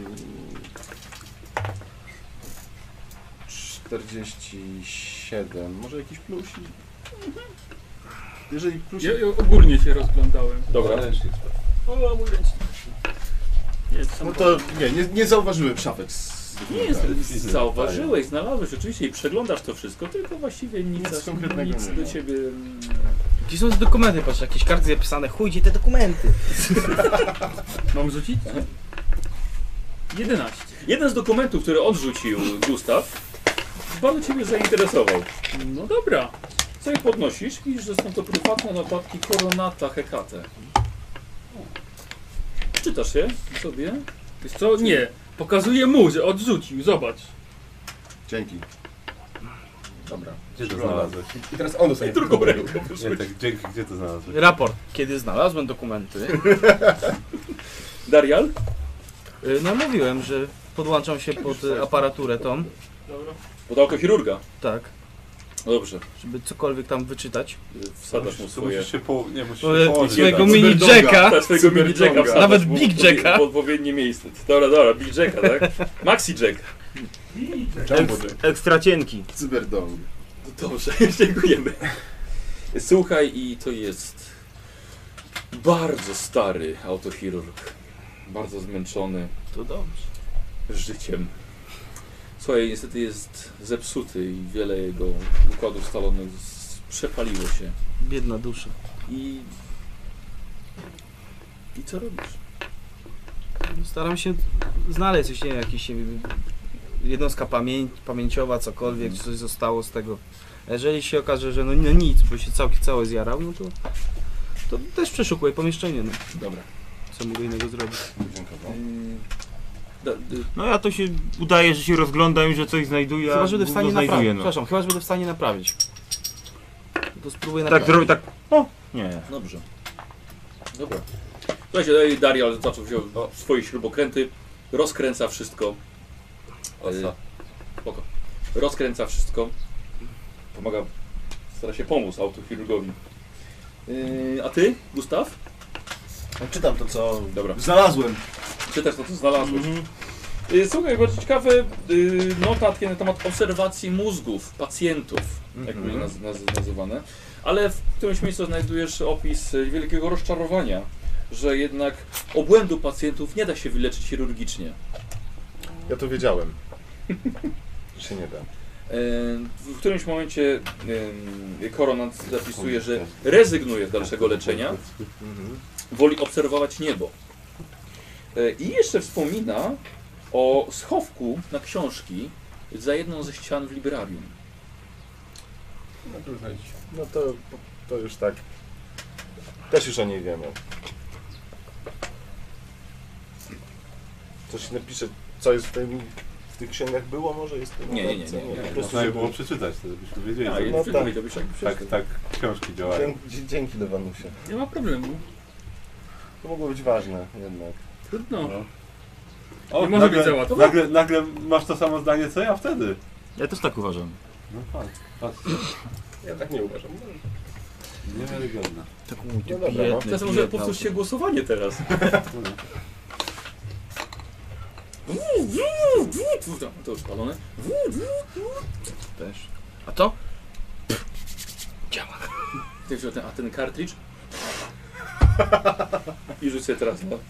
47. Może jakiś plusik? Jeżeli plusik... Ja ogólnie się rozglądałem. Dobra. O, mój ręcznik. Jest No to nie zauważyłem szafek z Nie jest, dokumentami. zauważyłeś, znalazłeś oczywiście i przeglądasz to wszystko, tylko właściwie nic konkretnego nic nie do ma. ciebie... Gdzie są te dokumenty? Patrz, jakieś karty zapisane. Chuj, gdzie te dokumenty? Mam rzucić? 11. Jeden z dokumentów, który odrzucił Gustaw, bardzo ciebie zainteresował. No dobra. Co je podnosisz? Widzisz, że są to prywatne notatki Coronata Hekate. Czytasz je sobie? Wiesz co? Nie. Pokazuję mu, że odrzucił. Zobacz. Dzięki. Dobra. Gdzie to znalazłeś? I teraz on dostaje Drugą drugą ręką. Nie, tak dzięki, gdzie to znalazłeś? Raport. Kiedy znalazłem dokumenty, Darial? no mówiłem, że podłączam się pod aparaturę tą. Dobra. Pod autochirurga. Tak. Dobrze. Żeby cokolwiek tam wyczytać. Wsadzasz mu To swoje... musisz się musisz się Swojego położyć. swojego tak. mini Jacka. Tak, swojego mini Jacka Cyberjonga. wsadzasz Nawet mu Big w Jacka. W odpowiednie miejsce. Dobra, Big Jacka, tak? Maxi Jack. Jumbo Jack. Ekstra cienki. Cyberdong. Dobrze, dziękujemy. Słuchaj, i to jest bardzo stary autochirurg. Bardzo zmęczony To dobrze. życiem. Słuchaj, niestety jest zepsuty i wiele jego układów scalonych przepaliło się. Biedna dusza. I co robisz? Staram się znaleźć coś, nie wiem, jakiś nie wiem, jednostka pamięciowa, cokolwiek, czy coś zostało z tego. A jeżeli się okaże, że no nic, bo się całe zjarał, no to też przeszukuję pomieszczenie, no. Dobra. Co mogę innego zrobić? Dziękuję. No ja to się udaje, że się rozglądam i że coś znajduję, Chyba, a że będę w stanie gówno naprawić. znajduję, no. Przepraszam, chyba, że będę w stanie naprawić. To spróbuję Tak naprawić. zrobię tak, o, nie. Dobrze. Dobra. Słuchajcie, Darial zaczął wziął swoje śrubokręty, rozkręca wszystko. Spoko. Rozkręca wszystko. Pomaga, stara się pomóc autochirurgowi. A ty, Gustaw? Czytam to, co Dobra. znalazłem. Czytasz to, co znalazłeś. Słuchaj, bardzo ciekawe notatki na temat obserwacji mózgów pacjentów, jak były nazywane, ale w którymś miejscu znajdujesz opis wielkiego rozczarowania, że jednak obłędu pacjentów nie da się wyleczyć chirurgicznie. Ja to wiedziałem. Że się nie da. W którymś momencie Coronat zapisuje, że rezygnuje z dalszego leczenia, woli obserwować niebo. I jeszcze wspomina o schowku na książki za jedną ze ścian w librarium. No to znajdź. No to już tak. Też już o niej wiemy. Coś napisze, co jest w tych księgach było, może jest to Nie. Po prostu Można je było przeczytać, to byśmy wiedzieli. A, że- no tak. tak książki działają. Dzięki Lewanusie. Nie ma problemu. To mogło być ważne jednak. Trudno. No. Nie może być załatwione. nagle masz to samo zdanie co ja wtedy. Ja też tak uważam. No patrz. Ja tak nie uważam. Niewiarygodne. Tak, No dobra, no. Teraz może powtórzcie głosowanie teraz. To już spalone. Też. A to? Ty wziął ten kartridż i rzuć sobie teraz na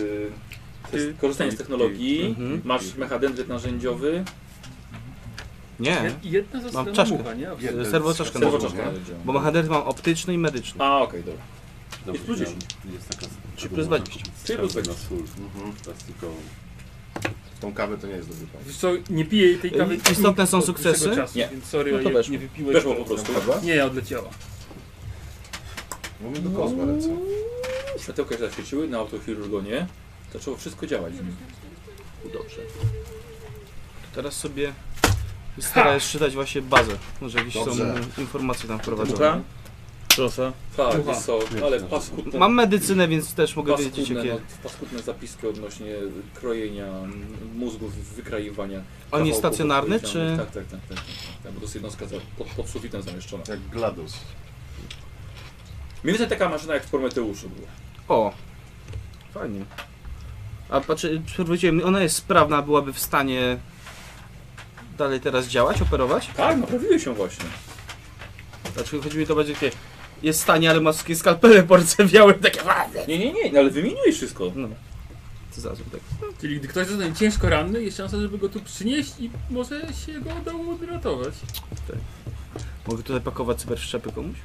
korzystanie z technologii. Mhm. Masz mechadendryt narzędziowy. Nie, Jedna została czaszkę. mucha, nie? Jeden. serwoczaszkę Serwoczaszka na nawet działa. bo magnetyzm mam optyczny i medyczny. A, okej, dobra. Dobrze, plus 10. Jest taka... 3 plus 20. Czyli plus na 20. sól Mhm. plastikową. Tą kawę to nie jest dobry pomysł. Wiesz co, nie piję tej kawy. Istotne są od sukcesy? dłuższego czasu, Nie. Więc sorry, No to jak weszło. nie wypiłeś. Weszło to- po prostu. Nie, odleciała. Mamy do kozła ręce. Światełka się zaświeciły na autochirurgonie. Zaczęło wszystko działać. Dobrze. Teraz sobie starałem się czytać właśnie bazę. Może jakieś są Dobrze. informacje tam Mucha? wprowadzone. Proszę. Tak, Mucha. jest co, ale paskudne, Mam medycynę, więc też mogę wiedzieć jakie... paskudne zapiski odnośnie krojenia mózgów, wykraiwania. On jest kawałków stacjonarny, odpowiedzialnych. czy... Tak, bo to jest jednostka pod sufitem zamieszczona. Jak GLaDOS. Mniej więcej taka maszyna jak w Prometeuszu była. O! Fajnie. A patrzę, spróbujcie, ona jest sprawna, byłaby w stanie dalej teraz działać, operować? Tak, naprawiły się właśnie. Znaczy chodzi mi to bardziej takie... Jest w stanie, ale ma takie skalpele porcewiałe, takie... Nie, ale wymieniłeś wszystko. No. Co za tak. Czyli gdy ktoś zostanie ciężko ranny, jest szansa, żeby go tu przynieść i może się go udało odratować. Mogę tutaj pakować cyberszczepy komuś?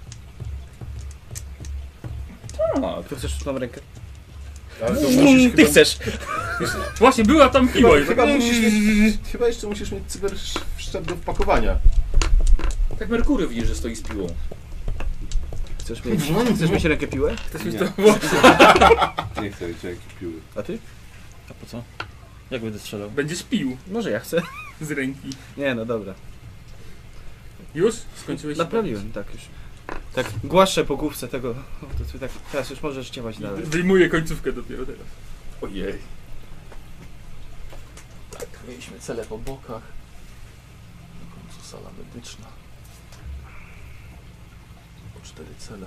Tak. Ty chcesz tą rękę? Ale to musisz Ty chcesz! Właśnie, była tam piła. Chyba jeszcze musisz mieć cyberszczep do wpakowania. Tak Merkury widzisz, że stoi z piłą. Chcesz mieć rękę piłę? Ktoś mi Nie. to Nie chcę mieć ręki piły. A ty? A po co? Jak będę strzelał? Będziesz pił Może ja chcę. z ręki. Nie, no dobra. Już? Skończyłeś? Naprawiłem, tak już. Tak, głaszczę po główce tego. O, to ty tak, teraz już możesz ciepać dalej. Wyjmuję końcówkę dopiero teraz. Ojej. Tak, mieliśmy cele po bokach. Na końcu sala medyczna. Po 4 cele.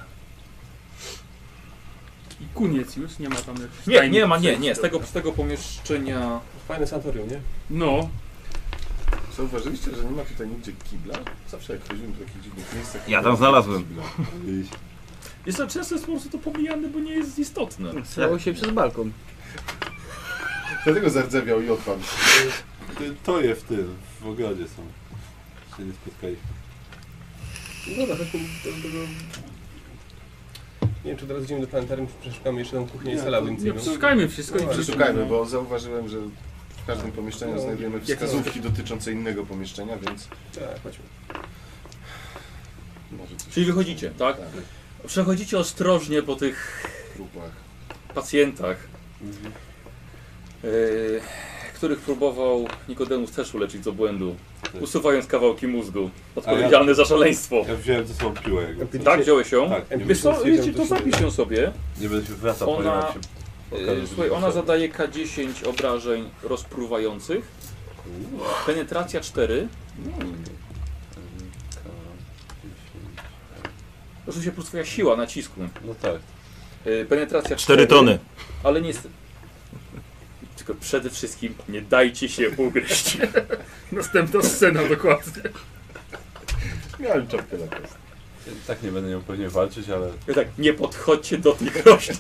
I koniec już, nie ma tam jakichś Nie, tajnych nie ma, nie, przejść. z tego pomieszczenia... Fajne sanatorium, nie? No, Zauważyliście, że nie ma tutaj nigdzie kibla? Zawsze jak chodzimy w takich dziwnych miejscach... Ja tam znalazłem. Kibla. Jest to często jest po prostu to pomijane, bo nie jest istotne. Stało się przez balkon. Dlatego zardzewiał i odpadł. To je w tym, w ogrodzie są. Się nie spotkaliśmy. No dobra, chodźmy do tego... Nie wiem, czy teraz idziemy do planetarium, czy przeszukamy jeszcze tam kuchnię i salę nie audycyjną. przeszukajmy wszystko i No, przyszukajmy. Szukajmy, bo zauważyłem, że w każdym pomieszczeniu znajdujemy wskazówki dotyczące innego pomieszczenia, więc Tak, chodźmy. może coś... Czyli wychodzicie, tak? Przechodzicie ostrożnie po tych trupach. pacjentach, Mhm. których próbował Nikodemus też uleczyć z obłędu, Tak. usuwając kawałki mózgu, odpowiedzialny za szaleństwo. Ja wziąłem ze sobą piłę. Jakby. Tak, wziąłeś ją? Tak, nie, Wiesz co, Stwierdzam, wiecie, to że się zapisz ją sobie. nie będę się wracał, Ona- ponieważ się okaże, że Słuchaj, ona muszę- zadaje K10 obrażeń rozpruwających. Penetracja 4. Oczywiście plus twoja siła nacisku. No tak. Penetracja 4 tony. Ale nie jest... Tylko przede wszystkim nie dajcie się ugryźć. Następna scena dokładnie. Miałem czapkę na kost. Tak nie będę nią pewnie walczyć, ale Ja tak, nie podchodźcie do tych roślin.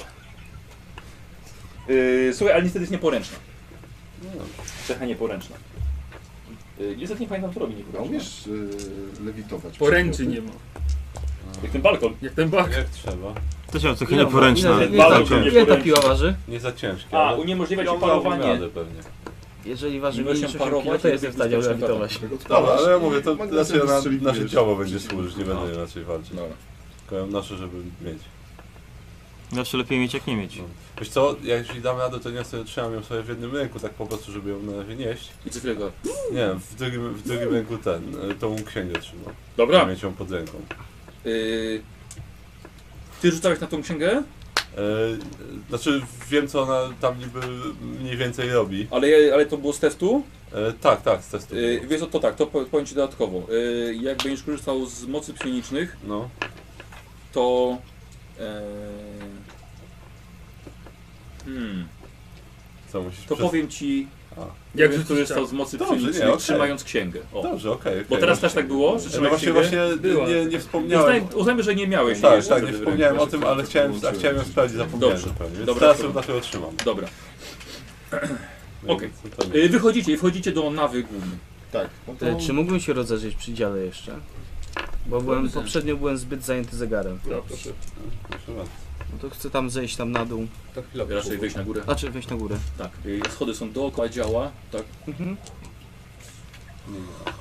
Słuchaj, ale niestety jest nieporęczna. no, Cecha nieporęczna. Niestety nie pamiętam co robi A nieporęczna. umiesz lewitować? Poręczy nie ma. Jak ten balkon. Jak ten bak. jak trzeba. To się co chwilę poręczna. Ile ta piła waży? Nie za ciężkie. A, ale uniemożliwia ci ją dałbym parowanie. radę pewnie. Jeżeli waży Ilością mniej niż 8 parować, kg, to jestem w stanie jest lewitować. Dobra, ale ja mówię, to Magnesem raczej na wystrzeliwujesz. życiowo będzie służyć, nie będę raczej walczyć. Dobra. Tylko ją noszę, żeby mieć. Zawsze lepiej mieć jak nie mieć. No. Wiesz co, jak jeśli dam radę, to niosę, trzymam ją sobie w jednym ręku, tak po prostu, żeby ją na razie nieść. I co chwilę go. Nie, w drugim ręku tą księgę trzymam. Dobra. Żeby mieć ją pod ręką. Ty rzucałeś na tą księgę? Znaczy wiem, co ona tam niby mniej więcej robi. Ale to było z testu? Tak, z testu. Wiesz co, to tak, to powiem ci dodatkowo. Jak będziesz korzystał z mocy psionicznych, No, to... co musisz To powiem ci, A. Jak będziesz korzystał z mocy Dobrze, psionicznych, nie, okej. trzymając księgę. O. Dobrze, okej. Bo teraz też tak było, że No trzymałeś właśnie, księgę? Była. nie wspomniałem. Uznajmy, że nie miałeś. Tak, jeszcze tak, nie wtedy w wspomniałem ręku. o tym, ale chciałem ją sprawdzić, zapomniałem Dobrze. zupełnie. Więc Dobra, teraz to- ją dlatego trzymam. Dobra. No i Okej. co tam jest? Wchodzicie do nawy głównej. Tak. No to... Czy mógłbym się rozejrzeć przy dziale jeszcze? Bo poprzednio byłem zbyt zajęty zegarem. No, proszę. Proszę bardzo. No to chcę tam zejść tam na dół. To chwilowo. Raczej wejść na górę. Znaczy wejść na górę. Tak, schody są dookoła działa, tak. Mhm. Nie,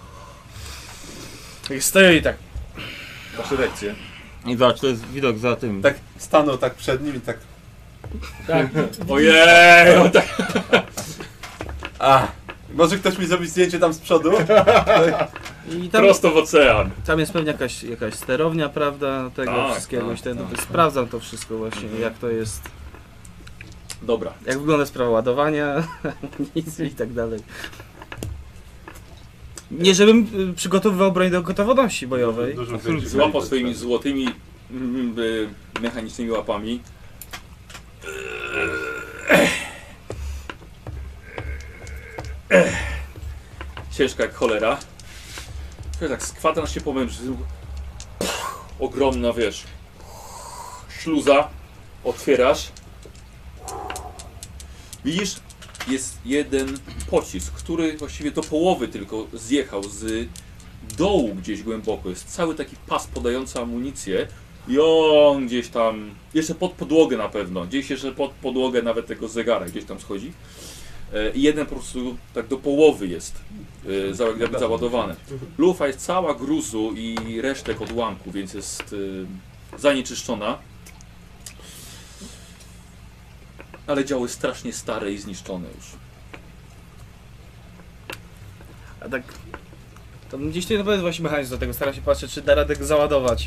nie. I stoję i tak. Masz erekcję. I zobacz, to jest widok za tym. Tak stanął tak przed nim i tak... Tak. Ojej! No tak. A, może ktoś mi zrobić zdjęcie tam z przodu? I tam, Prosto w ocean. tam jest pewnie jakaś sterownia, prawda, tego Tak, wszystkiego. tak, I ten, tak. Sprawdzam to wszystko właśnie, jak to jest, Dobra. jak wygląda sprawa ładowania, amunicji i tak dalej. Nie żebym przygotowywał broń do gotowości bojowej. Dużo Absolutnie. więcej Złapał kaliber, swoimi tak. złotymi mechanicznymi łapami. Ciężka jak cholera. Tak z kwadrans się pomęczył. Ogromna, wiesz, śluza. Otwierasz. Widzisz, jest jeden pocisk, który właściwie do połowy tylko zjechał z dołu gdzieś głęboko. Jest cały taki pas podający amunicję i on gdzieś tam, jeszcze pod podłogę na pewno, gdzieś jeszcze pod podłogę nawet tego zegara gdzieś tam schodzi. I jeden po prostu tak do połowy jest jakby załadowany. Lufa jest cała gruzu i resztek odłamku, więc jest zanieczyszczona. Ale działo jest strasznie stare i zniszczone już. A tak, to gdzieś tu naprawdę właśnie mechanizm do tego, staram się patrzeć, czy da radę go załadować.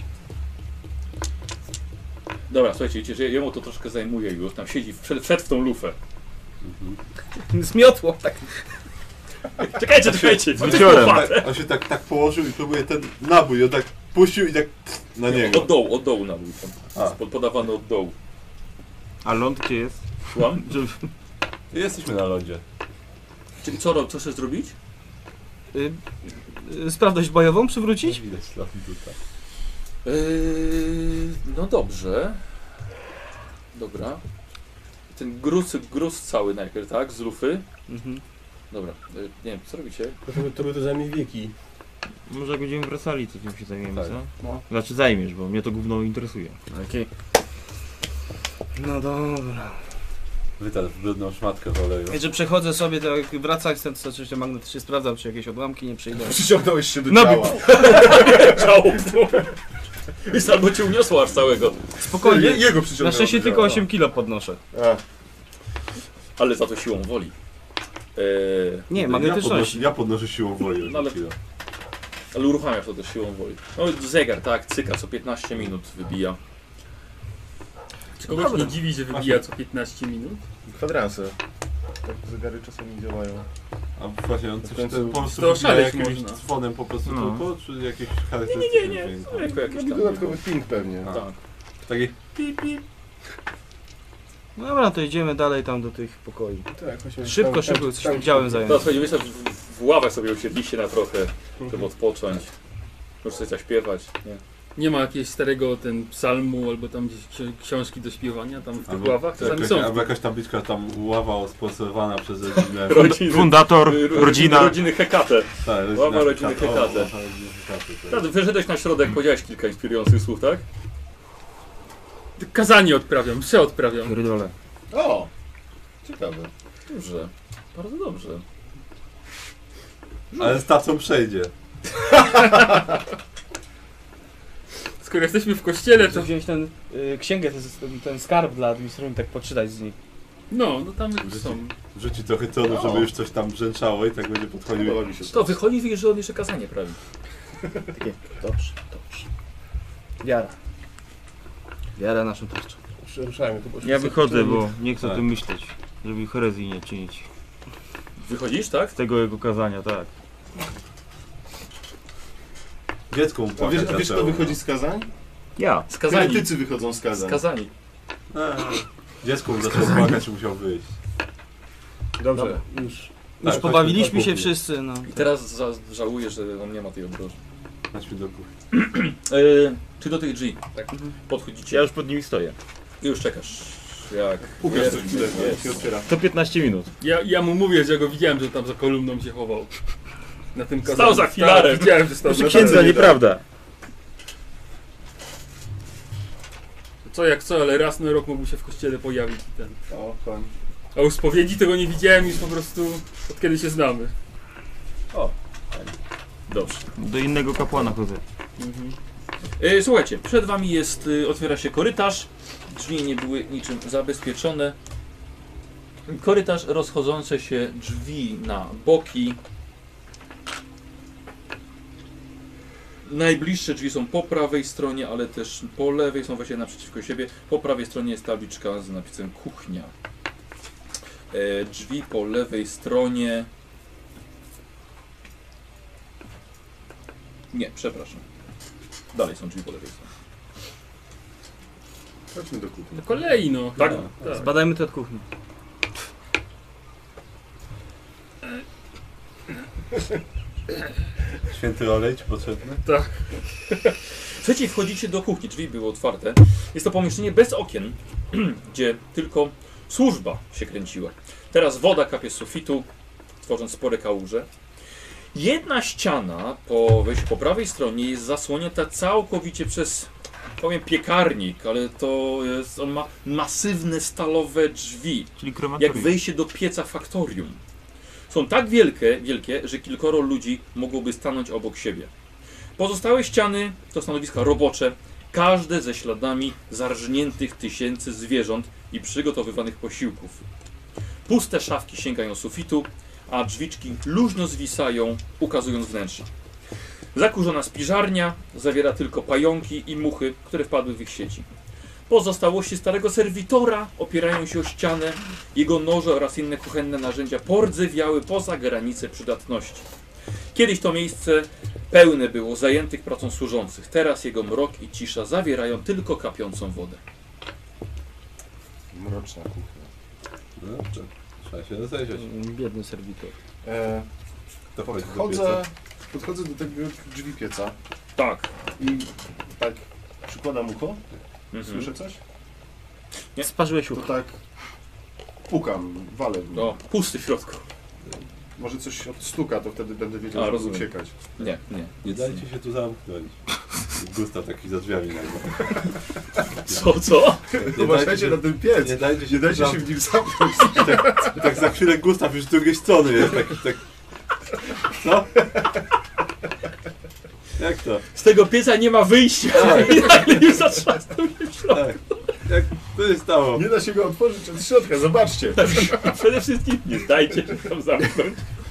Dobra, słuchajcie, wiecie, że jemu to troszkę zajmuje już, tam siedzi, wszedł w tą lufę. Zmiotło, tak. Czekajcie, Z wyciorem. On się tak położył i próbuje ten nabój, on tak puścił i tak na niego. Od dołu nabój tam. Podawany od dołu. A ląd gdzie jest? Słucham? Żeby... Jesteśmy na lądzie. Czyli co chcesz zrobić? Sprawność bojową przywrócić? Widać ślady tutaj. No dobrze. Dobra. Ten gruz cały najpierw, tak? Z lufy. Mhm. Dobra, nie wiem, co robicie? To by to zajmie wieki. Może jak będziemy wracali, to tym się zajmiemy, Tak. co? No. Znaczy zajmiesz, bo mnie to gówno interesuje. Okej. No dobra. Wytarł brudną szmatkę w oleju. I że przechodzę sobie, to jak wracam, chcę oczywiście magnetycznie sprawdzam, czy jakieś odłamki nie przyjdą. Przyciągnąłeś się do No, ciała. Ciało! I albo cię uniosło aż całego. Spokojnie. Jego Na przyciągnąłeś szczęście do tylko ciała. 8 kilo podnoszę. A, Ale za to siłą woli. Nie, magnetyczności. Ja podnoszę siłą woli. No ale- Ale uruchamiasz to też siłą woli. No zegar, tak, cyka, co 15 minut wybija. Czy kogoś nie dziwi, że wybija co 15 minut? kwadranse. Tak zegary czasami działają. A właśnie on coś W końcu ten po prostu to wybija oszaleć jakimś można. dzwonem po prostu No. tylko, czy jakieś charakterystyczne Nie. dźwięki? No, jako jakiś Robi tam. dodatkowy ping pewnie. A. Tak. Taki No dobra, to idziemy dalej tam do tych pokoi. Tak, właśnie Szybko, coś tym działem No zająć. słuchajcie, wy sobie w ławach sobie usiedliście na trochę, żeby odpocząć. Może coś zaśpiewać, nie? Nie ma jakiegoś starego psalmu albo tam gdzieś książki do śpiewania tam w tych Albo- ławach? Czasami jakaś, są. albo jakaś tabliczka tam ława sponsorowana przez rodzinę. Rodziny, Fundator, rodzina. Rodziny Hekate. Tak, Ława rodziny Hekate. Hekate. Ława rodziny Hekate, tak. Tak, wyszedłeś na środek, powiedziałeś kilka inspirujących słów, tak? Kazanie odprawiam, mszę odprawiam. Pierdolę. O! Ciekawe. Dobrze, bardzo dobrze. Ale z tacą przejdzie. Skoro jesteśmy w kościele, to Chcę wziąć ten księgę, ten skarb dla administratora, tak poczytać z nich. no tam są. Rzuci trochę tronu, żeby już coś tam brzęczało i tak będzie podchodził. Podoba mi się To wychodzi, widzisz, że on jeszcze kazanie prawi. Takie, dobrze. Wiara. Wiara naszą tarczą. Ruszajmy tu, bo Ja wychodzę, bo nie chcę o Tak. tym myśleć. Żeby herezji nie czynić. Wychodzisz, tak? Z tego jego kazania, tak. Dziecko mu A płakać wiesz kto zaczęło. wychodzi z kazań? Ja. Skazani. Heretycy wychodzą z kazań. Skazani. Dziecko mu zaczęło płakać i musiał wyjść. Dobrze, już. Już Tak, pobawiliśmy chodźmy się do kuchni. wszyscy, no. I teraz żałuję, że on nie ma tej obroży. Chodźmy do kuchni. Czy do tych drzwi? Tak. Podchodzicie Ja już pod nimi stoję. i już czekasz. Jak Pukasz co chwilę, jest. się otwiera. To 15 minut. Ja mu mówię, że ja go widziałem, że tam za kolumną się chował. Na tym Stał kazaniu. za filarem. Tak, widziałem, że stał za Księdza, filarem. nieprawda. Co jak co, ale raz na rok mógłby się w kościele pojawić i ten. O, pan. A u spowiedzi tego nie widziałem już po prostu od kiedy się znamy. Dobrze. Do innego kapłana chodzę. Słuchajcie, przed wami jest, otwiera się korytarz. Drzwi nie były niczym zabezpieczone. Korytarz, rozchodzące się drzwi na boki. Najbliższe drzwi są po prawej stronie, ale też po lewej, są właśnie naprzeciwko siebie. Po prawej stronie jest tabliczka z napisem kuchnia. Drzwi po lewej stronie... Nie, przepraszam. Dalej są drzwi po lewej stronie. Chodźmy do kuchni. Po kolei no. Tak? chyba. Tak. Zbadajmy to od kuchni. Święty olej ci potrzebny? Tak. Słuchajcie, wchodzicie do kuchni, drzwi były otwarte. Jest to pomieszczenie bez okien, gdzie tylko służba się kręciła. Teraz woda kapie z sufitu, tworząc spore kałuże. Jedna ściana po wejściu po prawej stronie jest zasłonięta całkowicie przez, powiem, piekarnik, ale to jest, on ma masywne stalowe drzwi, Czyli jak krematorium. wejście do pieca faktorium. Są tak wielkie, że kilkoro ludzi mogłoby stanąć obok siebie. Pozostałe ściany to stanowiska robocze, każde ze śladami zarżniętych tysięcy zwierząt i przygotowywanych posiłków. Puste szafki sięgają sufitu, a drzwiczki luźno zwisają, ukazując wnętrze. Zakurzona spiżarnia zawiera tylko pająki i muchy, które wpadły w ich sieci. Pozostałości starego serwitora opierają się o ścianę, jego noże oraz inne kuchenne narzędzia pordzewiały poza granice przydatności. Kiedyś to miejsce pełne było zajętych pracą służących, teraz jego mrok i cisza zawierają tylko kapiącą wodę. Mroczna kuchnia. No dobrze. Trzeba się rozejrzeć. Biedny serwitor. To wchodzi do Podchodzę do tego drzwi pieca Tak. i tak przykładam ucho. Słyszę coś? Nie. Sparzyłeś To ucho. tak pukam, walę w nim. O, pusty w środku. Może coś odstuka, to wtedy będę wiedział, że rozumiem. uciekać. Nie. Nie dajcie się tu zamknąć. Gustaw taki za drzwiami nagle. Co? Uważajcie na ten piec. Nie dajcie się, Nie dajcie tu się w nim zamknąć. tak za chwilę Gustaw już z drugiej strony jest. Tak. Co? Jak to? Z tego pieca nie ma wyjścia. Tak. I nagle już zatrzasnął się w środku. Tak. Jak to się stało? Nie da się go otworzyć od środka, zobaczcie. Przede wszystkim nie dajcie się tam zamknąć.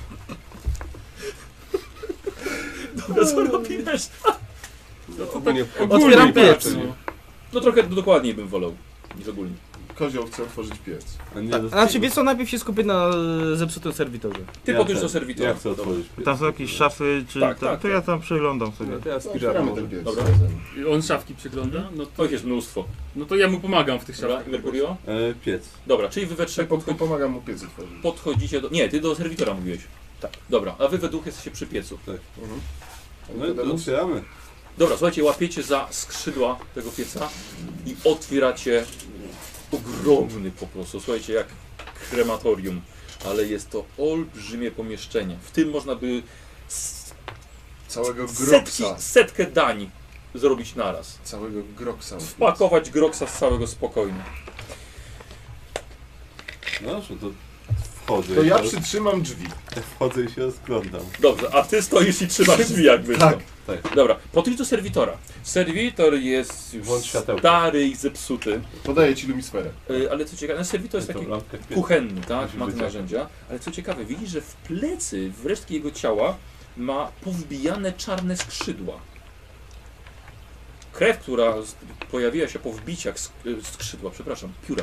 Dobra, co robi reszta? Ogólnie Otwieram piec. raczej. No trochę dokładniej bym wolał niż ogólnie. Kozioł chce otworzyć piec. A nie, Znaczy, wiesz co, najpierw się skupię na zepsutym serwitorze. Ty ja podróż do ten- serwitora. Ja chcę otworzyć. Tam są jakieś szafy, czy Tak, tam, tak, to ja tam przeglądam sobie. No teraz Otwieramy spiżarnia ten może. piec Dobra. razem. I on szafki przegląda? To ich jest mnóstwo. No to ja mu pomagam w tych Dobra, szafkach. Mercurio? Piec. Dobra, czyli wy we trzech Pomagam mu piec otworzyć. podchodzicie do... Nie, ty do serwitora mówiłeś. Tak. Dobra, a wy we dwóch jesteście przy piecu. Mhm. No i to otwieramy. Dobra, słuchajcie, łapiecie za skrzydła tego pieca i otwieracie ogromny po prostu, słuchajcie, jak krematorium, ale jest to olbrzymie pomieszczenie. W tym można by Całego groksa. setkę dań zrobić naraz. Całego groksa. Wpakować groksa z całego spokojnie. No, że to wchodzę. To ja i przytrzymam drzwi. wchodzę i się rozglądam. Dobrze, a ty stoisz i trzymasz drzwi jakby. Tak. Tak. Dobra, podjdź do serwitora. Serwitor jest już Włącz światełko. stary i zepsuty, Podaję ci lumisferę. ale co ciekawe, serwitor jest Tą taki lampkę w piecu. kuchenny, tak? Musi Ma te być narzędzia, ale co ciekawe, widzisz, że w plecy, w resztki jego ciała ma powbijane czarne skrzydła. Krew, która pojawiła się po wbiciach skrzydła, przepraszam, pióra,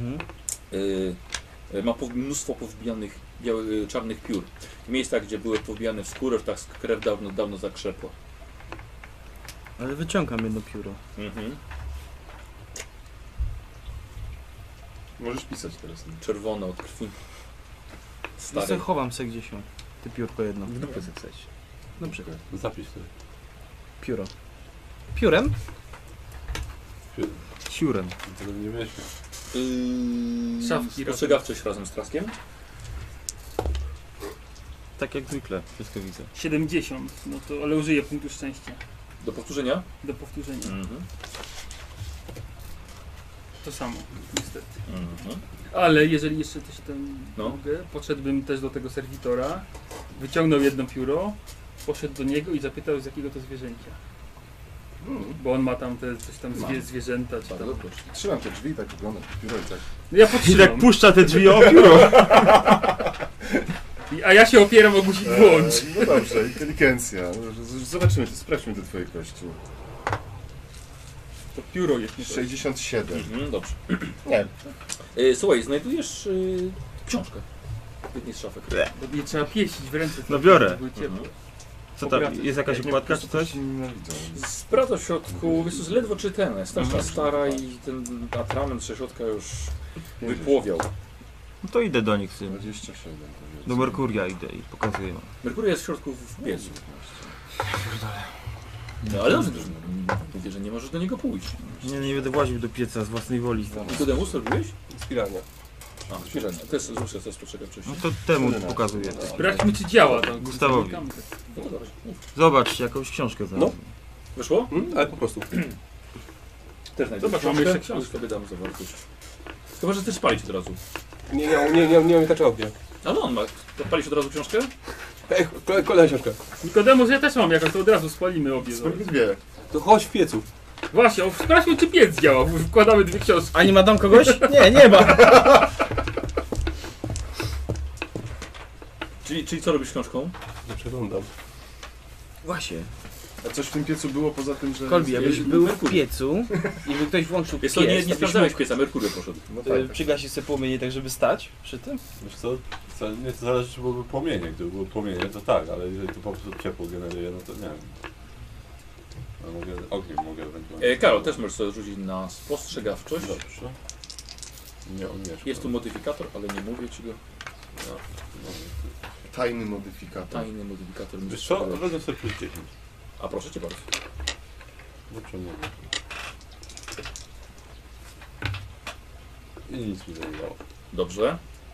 ma mnóstwo powbijanych czarnych piór. W miejscach, gdzie były powbijane w skórę, ta krew dawno zakrzepła. Ale wyciągam jedno pióro. Możesz pisać teraz. Czerwone od krwi. I Stary. sobie chowam se gdzieś ją. Ty piórko jedno. W dupę zapisać. Dobrze. Zapisz sobie. Pióro. Piórem? Piór. Siurem. To nie mieszka. Szafki Ostrzegawczość razem z traskiem. Tak jak zwykle, wszystko widzę. 70, no to ale użyję punktu szczęścia Do powtórzenia? do powtórzenia. Mhm. To samo, niestety. Mhm. Ale jeżeli jeszcze coś tam No. mogę, podszedłbym też do tego serwitora, wyciągnął jedno pióro, poszedł do niego i zapytał z jakiego to zwierzęcia. Bo on ma tam te coś tam zwierzęta czy tam. Bardzo proszę. Trzymam te drzwi, tak wygląda, pióro i tak. No ja I podtrzymam. tak puszcza te drzwi o pióro. A ja się opieram o guzik włącz. No dobrze, inteligencja. Zobaczymy, sprawdźmy te twoje kości. To pióro jest nie 67. Mhm, dobrze. Nie. Słuchaj, znajdujesz książkę w jednej z szafek. Bo nie trzeba pieścić w ręce. No biorę. Żeby ciepło. Mhm. Co tam, jest jakaś okładka czy coś? Sprawdza w środku, wiesz, to jest ledwo czytelne, straszna stara i ten atrament ze środka już wypłowiał. No to idę do nich z tym. 27. Do Merkuria idę i pokazuję. Merkuria jest w środku w piecu. No ale dobrze, mówię, że nie możesz do niego pójść. Nie będę właził do pieca z własnej woli. Nikodemus robiłeś? Spiralnia. A, świeżanie. To jest zresztą, to jest poczekawczości. No to temu pokazuję. Sprawdźmy czy działa to. Gustawowi. No to dawaj, mów. Zobacz, jakąś książkę znalazłem. Wyszło? Ale po prostu. Też znajdziesz. Zobacz, mamy jeszcze książkę. Sobie dam zawartość. Chyba, że chcesz spalić od razu. Nie mam tarczy ognia. Ale on ma. To palisz od razu książkę? Ej, kolejna książka. Nikodemus, ja też mam jakąś, to od razu spalimy obie. Sprawiedliwie. To chodź w piecu. Właśnie, sprawdźmy czy piec działa, wkładamy dwie książki. A nie ma tam kogoś? Nie ma. Czyli co robisz z książką? Nie przeglądam. Właśnie. A coś w tym piecu było poza tym, że... Kolbi, jakbyś jest był w Merkury. piecu i by ktoś włączył Jest piec, to nie to byś sprawdzałeś mógł, pieca, Merkury poszedł. No tak. przygasić sobie płomienie tak, żeby stać przy tym? Wiesz co, nie, to zależy czy byłoby płomienie. Gdyby było płomienie to tak, ale jeżeli to po prostu ciepło generuje, no to nie wiem. No, ogniem mogę ewentualnie. Karol, też możesz sobie rzucić na spostrzegawczość. Dobrze. Nie omieszkam. Jest tu modyfikator, ale nie mówię ci go. No, Tajny modyfikator. Tajny modyfikator. wiesz co, wezmę sobie plus 10. A proszę cię bardzo. No czemu nie? I nic mi nie dało. Dobrze.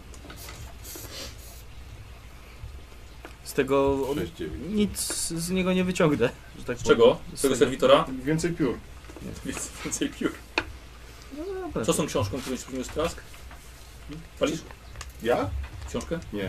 Z tego 6-9. nic z niego nie wyciągnę. Że tak Z czego? Z tego serwitora? Więcej piór. Więcej piór. Dobra. Co z tą książką, którą ci przyniósł Trask? Palisz Ja? książkę? Nie.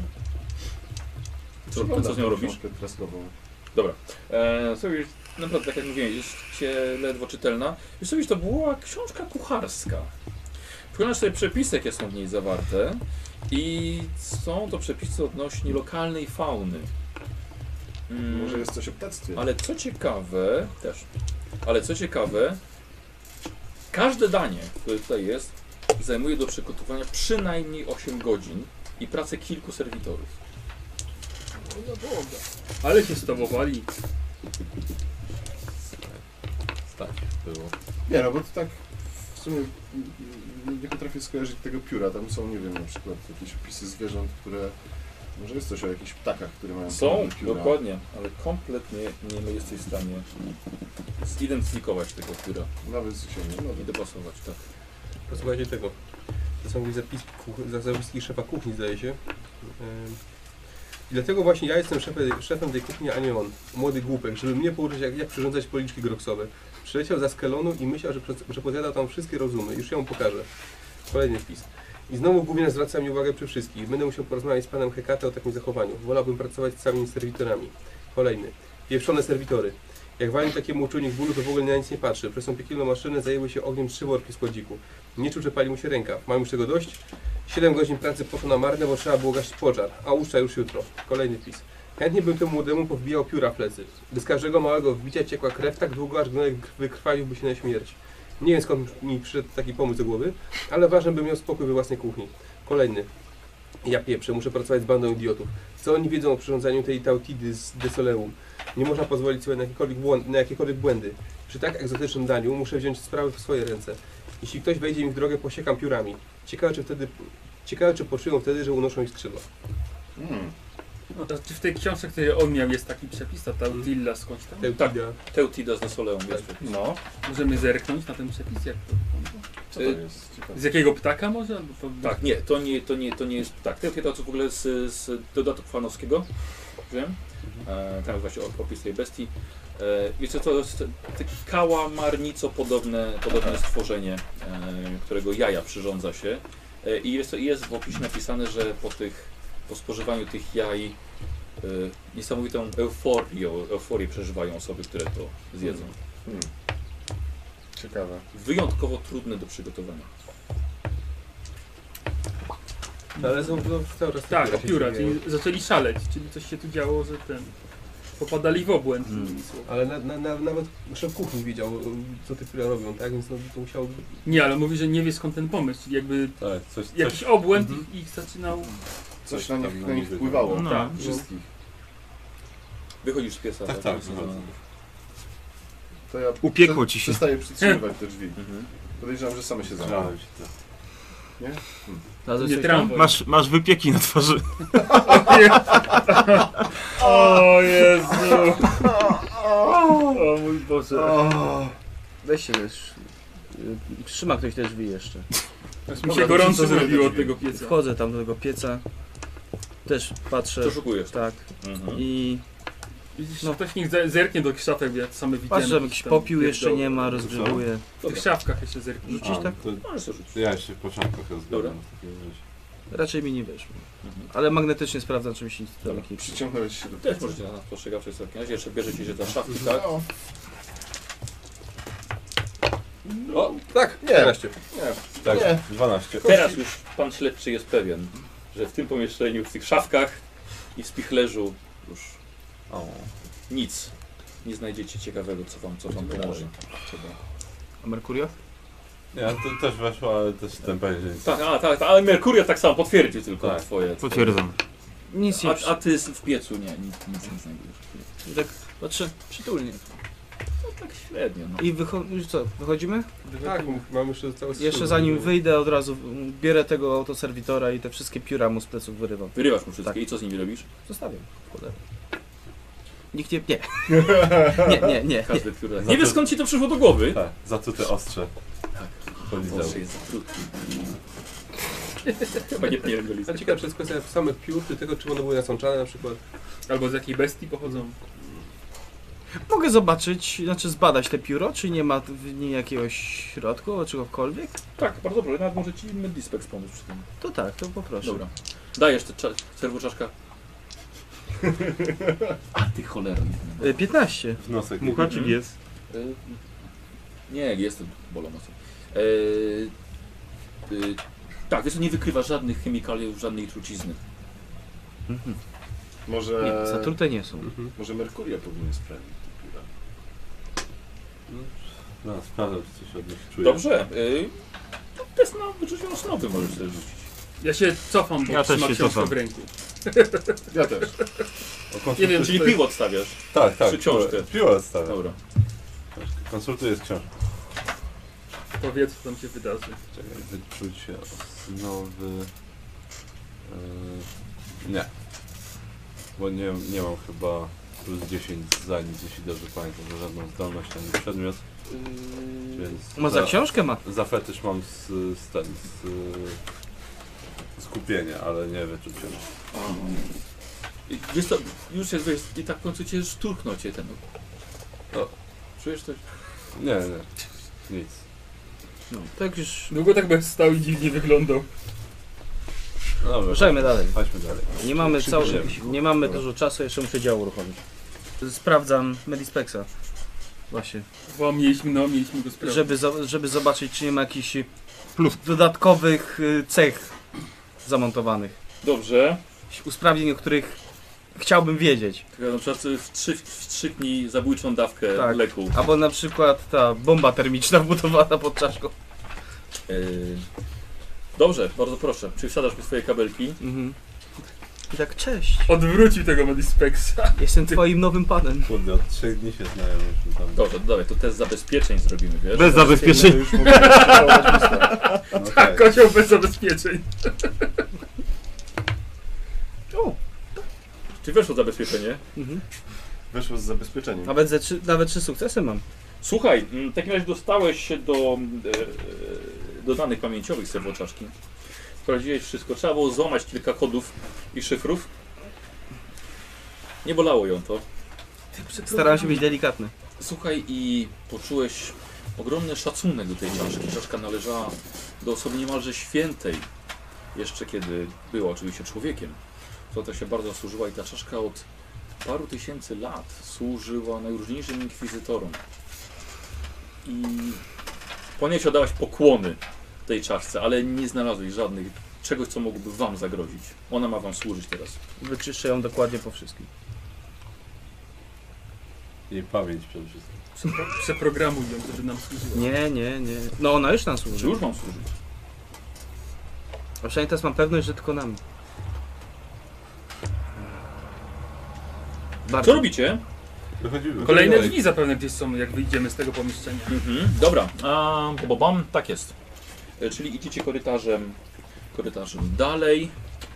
Co z nią robisz? Książkę traskową. Dobra. Sobie naprawdę, tak jak mówiłem, jest cię ledwo czytelna. Wiesz sobie, to była książka kucharska. Przypominasz sobie przepisy, jakie są w niej zawarte i są to przepisy odnośnie lokalnej fauny. Może jest coś o ptactwie. Ale co ciekawe, też, ale co ciekawe, każde danie, które tutaj jest, zajmuje do przygotowania przynajmniej 8 godzin i pracę kilku serwitorów. Ale się stawowali. Tak, było. Nie no, bo to tak w sumie nie potrafię skojarzyć tego pióra. Tam są, nie wiem, na przykład jakieś opisy zwierząt, które... Może jest coś o jakichś ptakach, które mają Są, podobne pióra. dokładnie, ale kompletnie nie jesteś w stanie zidentyfikować tego pióra Nawet się nie i dopasować, tak. Posłuchajcie tego. To są zapiski szefa kuchni, zdaje się. I dlatego właśnie ja jestem szefem tej kuchni, a nie on. Młody głupek, żeby mnie pouczyć, jak przyrządzać policzki groksowe. Przyleciał za Skelonu i myślał, że posiada tam wszystkie rozumy. Już ją pokażę. Kolejny wpis. I znowu gówniarz zwraca mi uwagę przy wszystkich. Będę musiał porozmawiać z panem Hekate o takim zachowaniu. Wolałbym pracować z całymi serwitorami. Kolejny. Pieprzone serwitory. Jak walnie takiemu uczunik bólu, to w ogóle na nic nie patrzy. Przez tą piekielną maszynę zajęły się ogniem 3 worki z kładziku. Nie czuł, że pali mu się ręka. Mam już tego dość? 7 godzin pracy poszło na marne, bo trzeba było gasić pożar. A uszcza już jutro. Kolejny wpis. Chętnie bym temu młodemu powbijał pióra w plecy. By z każdego małego wbicia ciekła krew tak długo, aż gnojek wykrwawiłby się na śmierć. Nie wiem skąd mi przyszedł taki pomysł do głowy, ale ważne bym miał spokój we własnej kuchni. Kolejny. Ja pieprzę, muszę pracować z bandą idiotów. Co oni wiedzą o przyrządzaniu tej tautidy z desoleum? Nie można pozwolić sobie na jakiekolwiek błędy. Przy tak egzotycznym daniu muszę wziąć sprawy w swoje ręce. Jeśli ktoś wejdzie mi w drogę, posiekam piórami. Ciekawe, czy poczują wtedy, że unoszą ich skrzydła. Czy w tej książce, której on miał, jest taki przepis, ta Tautilla skądś tam? Tak, Teutida z Desoleum jest. No. Możemy zerknąć na ten przepis, jak to wygląda? Co to jest? Ciekawe. Z jakiego ptaka może? Albo to... Tak, nie, to nie jest ptak. To w ogóle z dodatku fanowskiego. Wiem. Tam jest właśnie opis tej bestii. Wiecie, to jest takie kałamarnico-podobne stworzenie, którego jaja przyrządza się. I jest w opisie napisane, że po spożywaniu tych jaj niesamowitą euforię przeżywają osoby, które to zjedzą. Ciekawe. Wyjątkowo trudne do przygotowania. No, ale są to cały czas Tak, się pióra, dzieją. czyli zaczęli szaleć, czyli coś się tu działo, że popadali w obłęd. Ale nawet szef kuchni wiedział, co te pióra robią, tak? Więc no, to musiał... Nie, ale mówi, że nie wie skąd ten pomysł, czyli jakby Tak, jakiś obłęd ich zaczynał... Coś na tam nich wpływało. No. Tak. Wszystkich. Wychodzisz z piesa. Tak, tak, wychodzę. To ja Upiekło ci się. przestaję przytrzymywać te drzwi. Mhm. Podejrzewam, że same się zamkną. Grałem się, tak. Nie? Znalazłeś Nie coś tam? tramwaj. Masz wypieki na twarzy. O Jezu! O mój Boże. Weź się, wiesz. Trzyma ktoś te drzwi jeszcze. Aż mi się gorąco zrobiło od tego pieca. Wchodzę tam do tego pieca. Też patrzę. Przeszukujesz. Tak. Mhm. I Widzisz, No. ktoś niech zerknie do szafek, bo ja same widziałem. patrzę, że jakiś tam popiół jeszcze pierdoły. nie ma, rozgrzebuję. W tych szafkach jeszcze zerknij. Rzucić tak? To Możesz to rzucić. ja jeszcze w początkach Dobra. rozglądam w takim razie. Raczej mi nie weszło. Mhm. Ale magnetycznie sprawdzam, czy mi się nic tam jakieś... Przyciągnąłeś się do Też możecie na spostrzegawczość w takim razie. Jeszcze bierzecie się za szafki, tak? No, O, Tak, Nie. 14. nie. Tak, Nie. 12. teraz już pan śledczy jest pewien, że w tym pomieszczeniu, w tych szafkach i w spichlerzu już O. nic nie znajdziecie ciekawego, co wam pomoże. A Merkurio? Nie, to też weszło, ale też ten pewnie nic. Tak, ale Merkuria tak samo potwierdził tylko Tak. twoje. Potwierdzam. Nic nie... A ty w piecu nie, nic nie znajdujesz. Tak patrzę przytulnie. No tak średnio, no. I już co, wychodzimy? Tak, mamy jeszcze całe Jeszcze strony. zanim wyjdę, od razu bierę tego autoserwitora i te wszystkie pióra mu z pleców wyrywam. Wyrywasz mu wszystkie Tak. i co z nimi robisz? Zostawiam. Cholera. Nikt nie... Nie. Każde pióro. Za Nie wiesz to- skąd ci to przyszło do głowy? Tak, zatute ostrze. Polizał. Boże, jest za krótki. Chyba nie powinienem go A lizać. ciekawe, czy jest kwestia samych piór, czy tego, czy one były nasączane na przykład. Albo z jakiej bestii pochodzą. Mogę zobaczyć, znaczy zbadać te pióro, czy nie ma w niej jakiegoś środku, czegokolwiek? Tak, bardzo dobrze. Nawet może ci Medispex pomóc przy tym. To tak, to poproszę. Dobra. Dajesz te serwoczaszka. A ty cholera. 15. Wnosek. Mucha czy jest? Nie, jest to bolomocą. Tak, wiesz, nie wykrywa żadnych chemikaliów, żadnej trucizny. Mhm. Może... Nie, zatrute nie są. Może Merkuria powinien sprawdzić te pióra. No, sprawdzam, czy coś od nich czuję. Dobrze. Test na wyczucie osnowy możesz sobie rzucić. Ja się cofam, bo Ja też trzymam się książkę cofam. w ręku. Ja też. Nie wiem, Czyli to- piwo odstawiasz. Tak, tak. Czy książkę? Piłę odstawiam. Dobra. Konsultuję z książką. Powiedz, co tam się wydarzy. Czekaj, wyczucie osnowy... Nie. Bo nie mam chyba plus 10 za nic, jeśli dobrze pamiętam, za żadną zdolność ani przedmiot. Więc Ma za książkę ma. za fetysz mam skupienie, ale nie wyczucie. I wiesz co, już jest, wiesz, i tak w końcu cię szturchnął cię ten. O. Czujesz coś? Nie, nic. No, tak już... Długo tak bez stał i dziwnie wyglądał. No dobra, Ruszajmy dalej. chodźmy dalej. Nie mamy dużo czasu, jeszcze muszę dział uruchomić. Sprawdzam Medispexa. Właśnie. Bo mieliśmy go sprawdzić. Żeby zobaczyć, czy nie ma jakichś dodatkowych cech zamontowanych. Dobrze. Usprawnień, o których chciałbym wiedzieć. Tylko na przykład wstrzyknij zabójczą dawkę Tak. leku. Albo na przykład ta bomba termiczna wbudowana pod czaszką. Dobrze, bardzo proszę. Czy wsadasz mi swoje kabelki? Mhm. I tak, cześć. Odwrócił tego Medispexa. Jestem twoim nowym panem. Kurde, od 3 dni się znają już tam. Dobrze, dawaj, to test zabezpieczeń zrobimy, wiesz? Bez zabezpieczeń. Już mogę przygotować listę. No Tak, kocioł bez zabezpieczeń. O, Czy weszło zabezpieczenie? mhm. Weszło z zabezpieczeniem. Nawet 3 sukcesy mam. Słuchaj, w takim razie dostałeś się dodanych pamięciowych serwoczaszki. Sprawdziłeś wszystko. Trzeba było złamać kilka kodów i szyfrów. Nie bolało ją to. Starałem się być delikatny. Słuchaj, i poczułeś ogromny szacunek do tej czaszki. Czaszka należała do osoby niemalże świętej. Jeszcze kiedy była oczywiście człowiekiem. To się bardzo służyła i ta czaszka od paru tysięcy lat służyła najróżniejszym inkwizytorom. I ponieważ oddałaś pokłony tej czaszce, ale nie znalazłeś żadnych czegoś, co mogłoby wam zagrozić. Ona ma wam służyć teraz. Wyczyszczę ją dokładnie po wszystkim. Jej pamięć przede wszystkim. Przeprogramuj ją, żeby nam służyła. Nie. No ona już nam Czy służy. już wam służy? A przynajmniej teraz mam pewność, że tylko nam. Co Bardzo. robicie? Wychodzimy. Kolejne drzwi zapewne gdzieś są, jak wyjdziemy z tego pomieszczenia. Dobra, bo tak jest. Czyli idziecie korytarzem dalej.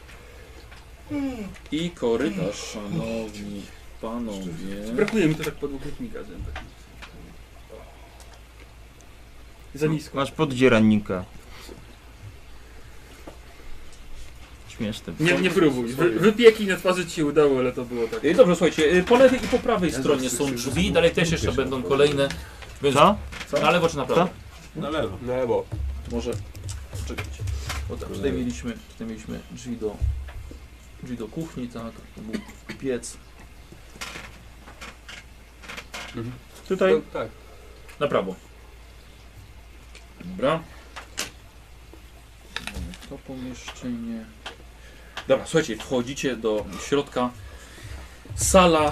I korytarz, szanowni panowie. Brakuje mi to tak podłogotnika, że tak. Za nisko. Masz poddzierannika. Śmieszne. Nie próbuj. Wypieki na twarzy ci się udało, ale to było tak. Dobrze, słuchajcie, po lewej i po prawej stronie są drzwi, dalej też jeszcze będą kolejne. Więc Co? na lewo czy na prawo? Na lewo. Na lewo. Może czekajcie. Bo tak, tutaj mieliśmy drzwi do kuchni, tak, to był piec. Tutaj? Tak. Na prawo. Dobra. Mamy to pomieszczenie. Dobra, słuchajcie, wchodzicie do środka. Sala.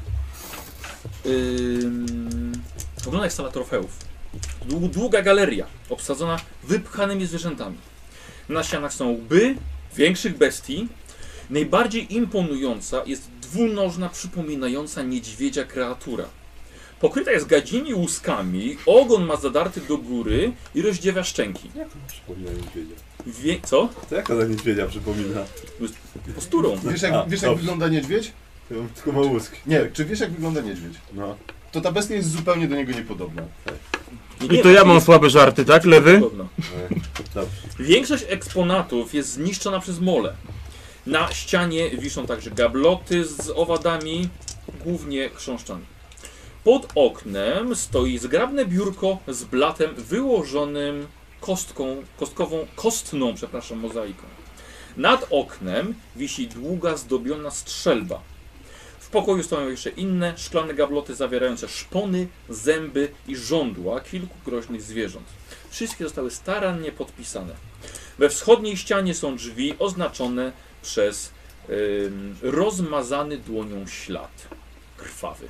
Wygląda jak sala trofeów. Długa galeria, obsadzona wypchanymi zwierzętami. Na ścianach są łby większych bestii. Najbardziej imponująca jest dwunożna, przypominająca niedźwiedzia kreatura. Pokryta jest gadzimi łuskami, ogon ma zadarty do góry i rozdziawia szczęki. Jak to przypomina niedźwiedzia? Co? To jak to za niedźwiedzia przypomina? Posturą. Wiesz A, jak dobrze. wygląda niedźwiedź? Tylko ma łusk. Nie, czy wiesz jak wygląda niedźwiedź? No. To ta bestia jest zupełnie do niego niepodobna. I to ja mam słabe żarty, tak? Lewy? Podobno. Dobrze. Większość eksponatów jest zniszczona przez mole. Na ścianie wiszą także gabloty z owadami, głównie chrząszczami. Pod oknem stoi zgrabne biurko z blatem wyłożonym kostną mozaiką. Nad oknem wisi długa, zdobiona strzelba. W pokoju stoją jeszcze inne szklane gabloty zawierające szpony, zęby i żądła kilku groźnych zwierząt. Wszystkie zostały starannie podpisane. We wschodniej ścianie są drzwi oznaczone przez rozmazany dłonią ślad. Krwawy.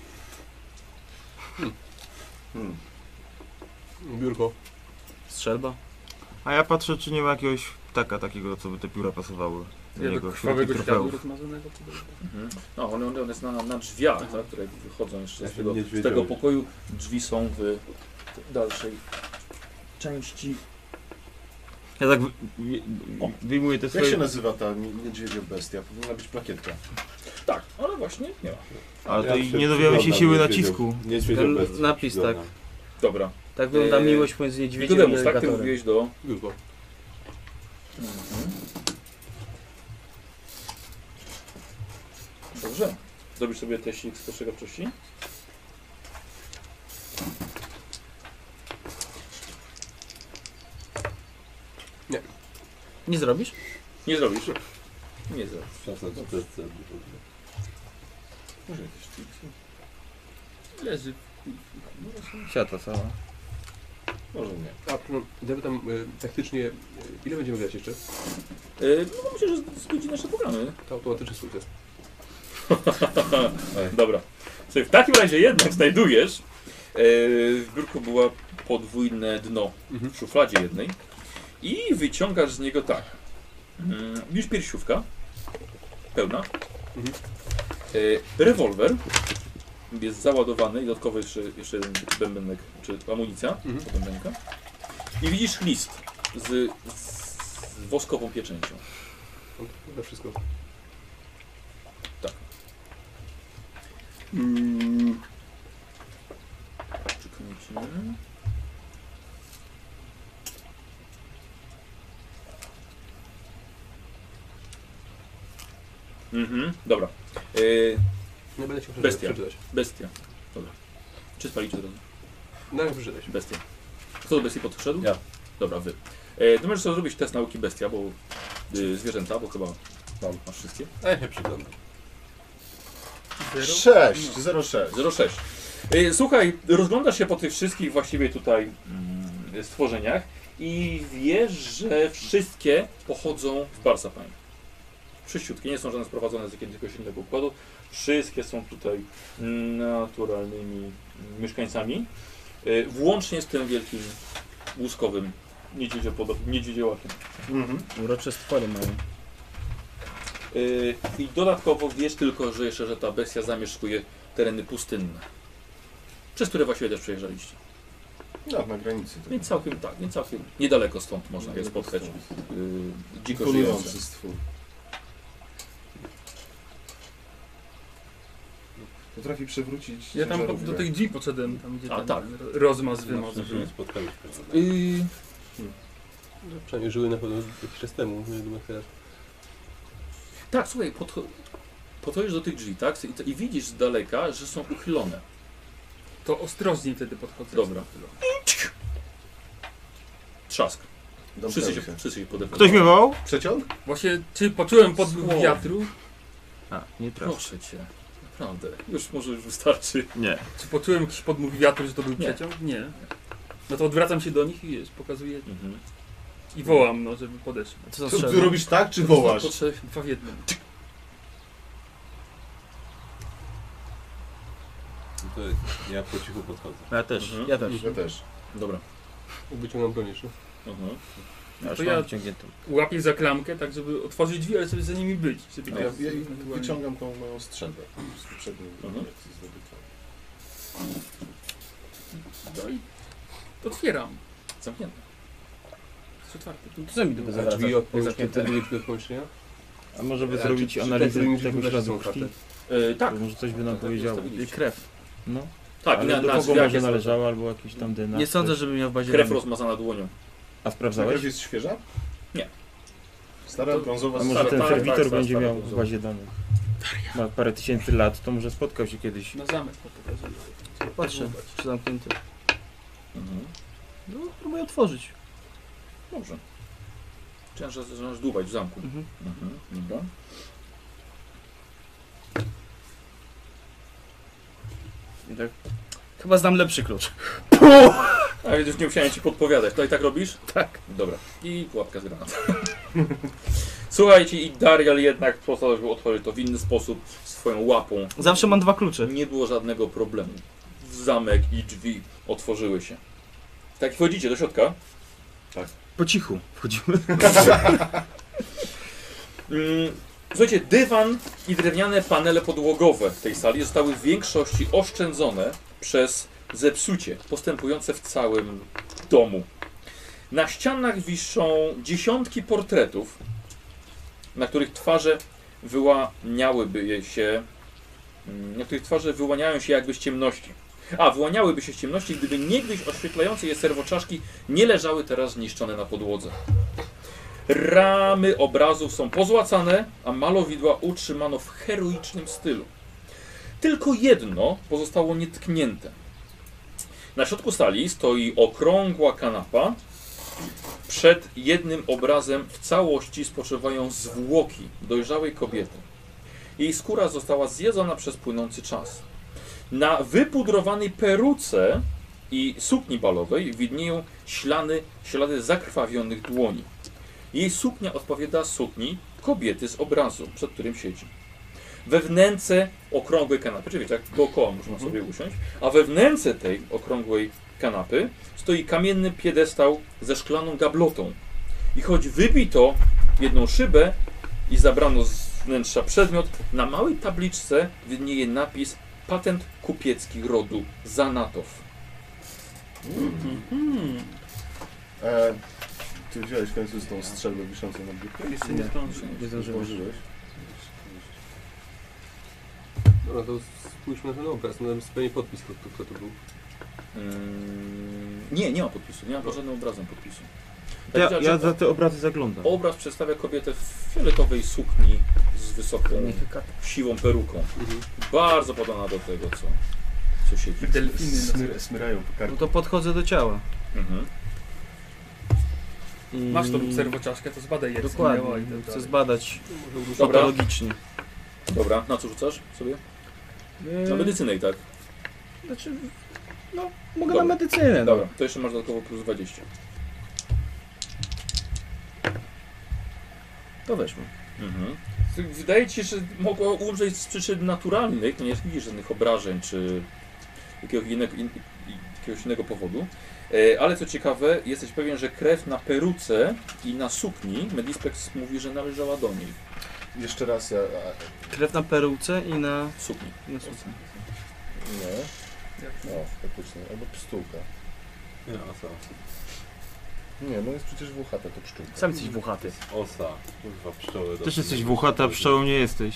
Biurko. Strzelba. A ja patrzę, czy nie ma jakiegoś ptaka takiego, co by te pióra pasowały. Do Ja do niego, krwawego wśród tych śladu trofeów. rozmazanego. No, on jest na drzwiach, tak, które wychodzą jeszcze Ja z się tego, nie z tego wiedziałem. pokoju. Drzwi są w dalszej części. Ja tak wyjmuję te Jak się swoje... nazywa ta niedźwiedzia bestia? Powinna być plakietka. Tak, ale właśnie nie ma. Ale to Ja i się nie dowiemy się przyglądam siły niedźwiedziom- nacisku. Niedźwiedziom Ten bestii napis, przyglądam. tak. Dobra. Tak wygląda Eee, miłość między niedźwiedziem a Nikodemus, tak? Ty delegatorem. mówiłeś do... Biurko. Dobrze. Zrobisz sobie teścik spostrzegawczości? Nie zrobisz? Nie zrobisz. Nie zrobisz. Czas na czyteczce. Może jakieś tipsy? Leży. Siata cała. Może nie. A no, gdyby tam taktycznie, ile będziemy grać jeszcze? No myślę, że z godziny jeszcze pogramy. To automatyczny sukces. Dobra. Słuchaj, w takim razie jednak znajdujesz. W biurku było podwójne dno w szufladzie jednej. I wyciągasz z niego tak. Już piersiówka. Pełna. Rewolwer. Jest załadowany i dodatkowo jeszcze jeden bębenek, czy amunicja do bębenka. I widzisz list z woskową pieczęcią. To wszystko. Czekajcie. Dobra. Nie będę chciał Bestia. przeczytać. Bestia. Dobra. Czy spalicie od razu? Najpierw przeczytać. Bestia. Kto do bestii podszedł? Ja. Dobra, wy. To możesz sobie zrobić test nauki bestia, bo zwierzęta, bo chyba masz wszystkie. A ja się przyglądam. 6, 0,6. 06. Słuchaj, rozglądasz się po tych wszystkich właściwie tutaj stworzeniach i wiesz, że wszystkie pochodzą z Barsapine. Wszyściutkie, nie są żadne sprowadzone z jakiegoś innego układu. Wszystkie są tutaj naturalnymi mieszkańcami. Włącznie z tym wielkim łuskowym niedźwiedziołakiem. Urocze stwory mają. I dodatkowo wiesz tylko, że jeszcze, że ta bestia zamieszkuje tereny pustynne, przez które właściwie też przejeżdżaliście. No, na granicy. To Więc całkiem tak, więc całkiem niedaleko stąd można je spotkać. Dziko żyjące. imponujący stwór. Potrafi przewrócić Ja tam ciężarówkę. do tych drzwi podszedłem, tam gdzie A, ten tak. rozmaz, Zawsze wymaz. się nie spotkaliśmy. Przynajmniej żyły na pewno jakiś czas temu, nie wiem jak teraz. Tak, słuchaj, podchodzisz do tych drzwi, tak? I widzisz z daleka, że są uchylone. To ostrożniej wtedy podchodzę. Dobra. Trzask. Domknęły się. Wszyscy się podepną. Ktoś mnie wołał? Przeciąg? Właśnie, czy poczułem podmuch Słowo. wiatru? A, nie trafię. Proszę cię. Naprawdę. Może już wystarczy. Nie. Czy poczułem jakiś podmuch wiatru, że to był Nie. przeciąg? Nie. No to odwracam się do nich i wiesz, pokazuję Mhm. i wołam, no, żeby podeszli. Co za Co, ty strzelba? robisz tak, czy wołasz? Dwa w jednym. No to ja po cichu podchodzę. Ja też. Mhm. Ja też. Ja też. Dobra. Wyciągam broń jeszcze. Mhm. Ja już To mam ja- wyciągniętą. Łapię za klamkę, tak żeby otworzyć drzwi, ale sobie za nimi być. Żeby Ja, tak ja ewentualnie- wyciągam tą moją strzelbę z poprzedniej Mhm. lekcji zdobytą. No i otwieram. Zamknięte. Jest otwarte. To co mi dupę A zawracasz? drzwi od Jak zamknięte? drugie drzwi od pomieszczenia? A może by A zrobić czy te, analizę które mi tego drzwi śladu są krwi? otwarte? Tak. Może coś by nam Tak, powiedziało. zostawiliście. Krew. No. Tak, Ale do kogo drzwiach może jest należała, albo jakiś tam DNA. Nie sądzę, żeby miał w bazie krew danych. rozmazana dłonią. A Ta sprawdzałeś? krew jest świeża? Nie. Stara, To- brązowa A może Stara- ten tak, serwitor tak, będzie stara miał w brązowa. bazie danych. Ma parę tysięcy lat, to może spotkał się kiedyś. Na zamek pokazuję. Patrzę, czy zamknięty. Mhm. No, próbuję otworzyć. Dobrze. Chciałem, że zaczynasz dłubać w zamku. Mhm. Mhm. Dobra. I tak. Chyba znam lepszy klucz. A więc już nie musiałem ci podpowiadać. To i tak robisz? Tak. Dobra. I pułapka z granat. Słuchajcie, i Darial jednak postanowił otworzyć to w inny sposób, swoją łapą. Zawsze mam dwa klucze. Nie było żadnego problemu. Zamek i drzwi otworzyły się. Tak, wchodzicie do środka. Po cichu wchodzimy. Słuchajcie, dywan i drewniane panele podłogowe w tej sali zostały w większości oszczędzone przez zepsucie postępujące w całym domu. Na ścianach wiszą dziesiątki portretów, na których twarze wyłaniałyby się, na których twarze wyłaniają się jakby z ciemności. Wyłaniałyby się z ciemności, gdyby niegdyś oświetlające je serwoczaszki nie leżały teraz zniszczone na podłodze. Ramy obrazów są pozłacane, a malowidła utrzymano w heroicznym stylu. Tylko jedno pozostało nietknięte. Na środku sali stoi okrągła kanapa. Przed jednym obrazem w całości spoczywają zwłoki dojrzałej kobiety. Jej skóra została zjedzona przez płynący czas. Na wypudrowanej peruce i sukni balowej widnieją ślady zakrwawionych dłoni. Jej suknia odpowiada sukni kobiety z obrazu, przed którym siedzi. We wnęce okrągłej kanapy, czyli tak dookoła można sobie usiąść, a we wnęce tej okrągłej kanapy stoi kamienny piedestał ze szklaną gablotą. I choć wybito jedną szybę i zabrano z wnętrza przedmiot, na małej tabliczce widnieje napis patent kupiecki rodu Zanatow. Ty wziąłeś w końcu z tą strzelbę wiszącą na biurku? Jeszcze nie zdążę. Nie zdążyłem. Zdążyłeś? No to spójrzmy na ten obraz, no pewnie podpis, kto to był. Nie ma podpisu, nie ma pod żadnym obrazem podpisu. Ja widziałem, że za te obrazy zaglądam. obraz przedstawia kobietę w fioletowej sukni z wysoką, siwą peruką. Bardzo podobna do tego, co się dzieje. Delfiny. Smyrają po No karku. to podchodzę do ciała. Mhm. I... Masz tą obserwoczaszkę, to zbadaj jak zginęła i Dokładnie, tak chcę dalej. zbadać Dobra. patologicznie. Dobra, na co rzucasz sobie? Na medycynę i tak. Znaczy, no, mogę Dobra. na medycynę. Dobra, to jeszcze masz dodatkowo plus 20. To weszło. Mhm. Wydaje ci się, że mogła umrzeć z przyczyn naturalnych, no nie widzisz żadnych obrażeń czy jakiegoś innego powodu. Ale co ciekawe, jesteś pewien, że krew na peruce i na sukni, Medispex mówi, że należała do niej. Jeszcze raz ja... Krew na peruce i na... Sukni. Nie. No, faktycznie. Albo pszczółka. Nie, osa. Nie, no jest przecież włochata to pszczółka. Sam jesteś włochaty. Osa. Kurwa, pszczoły. Też jesteś włochata, pszczołą nie jesteś.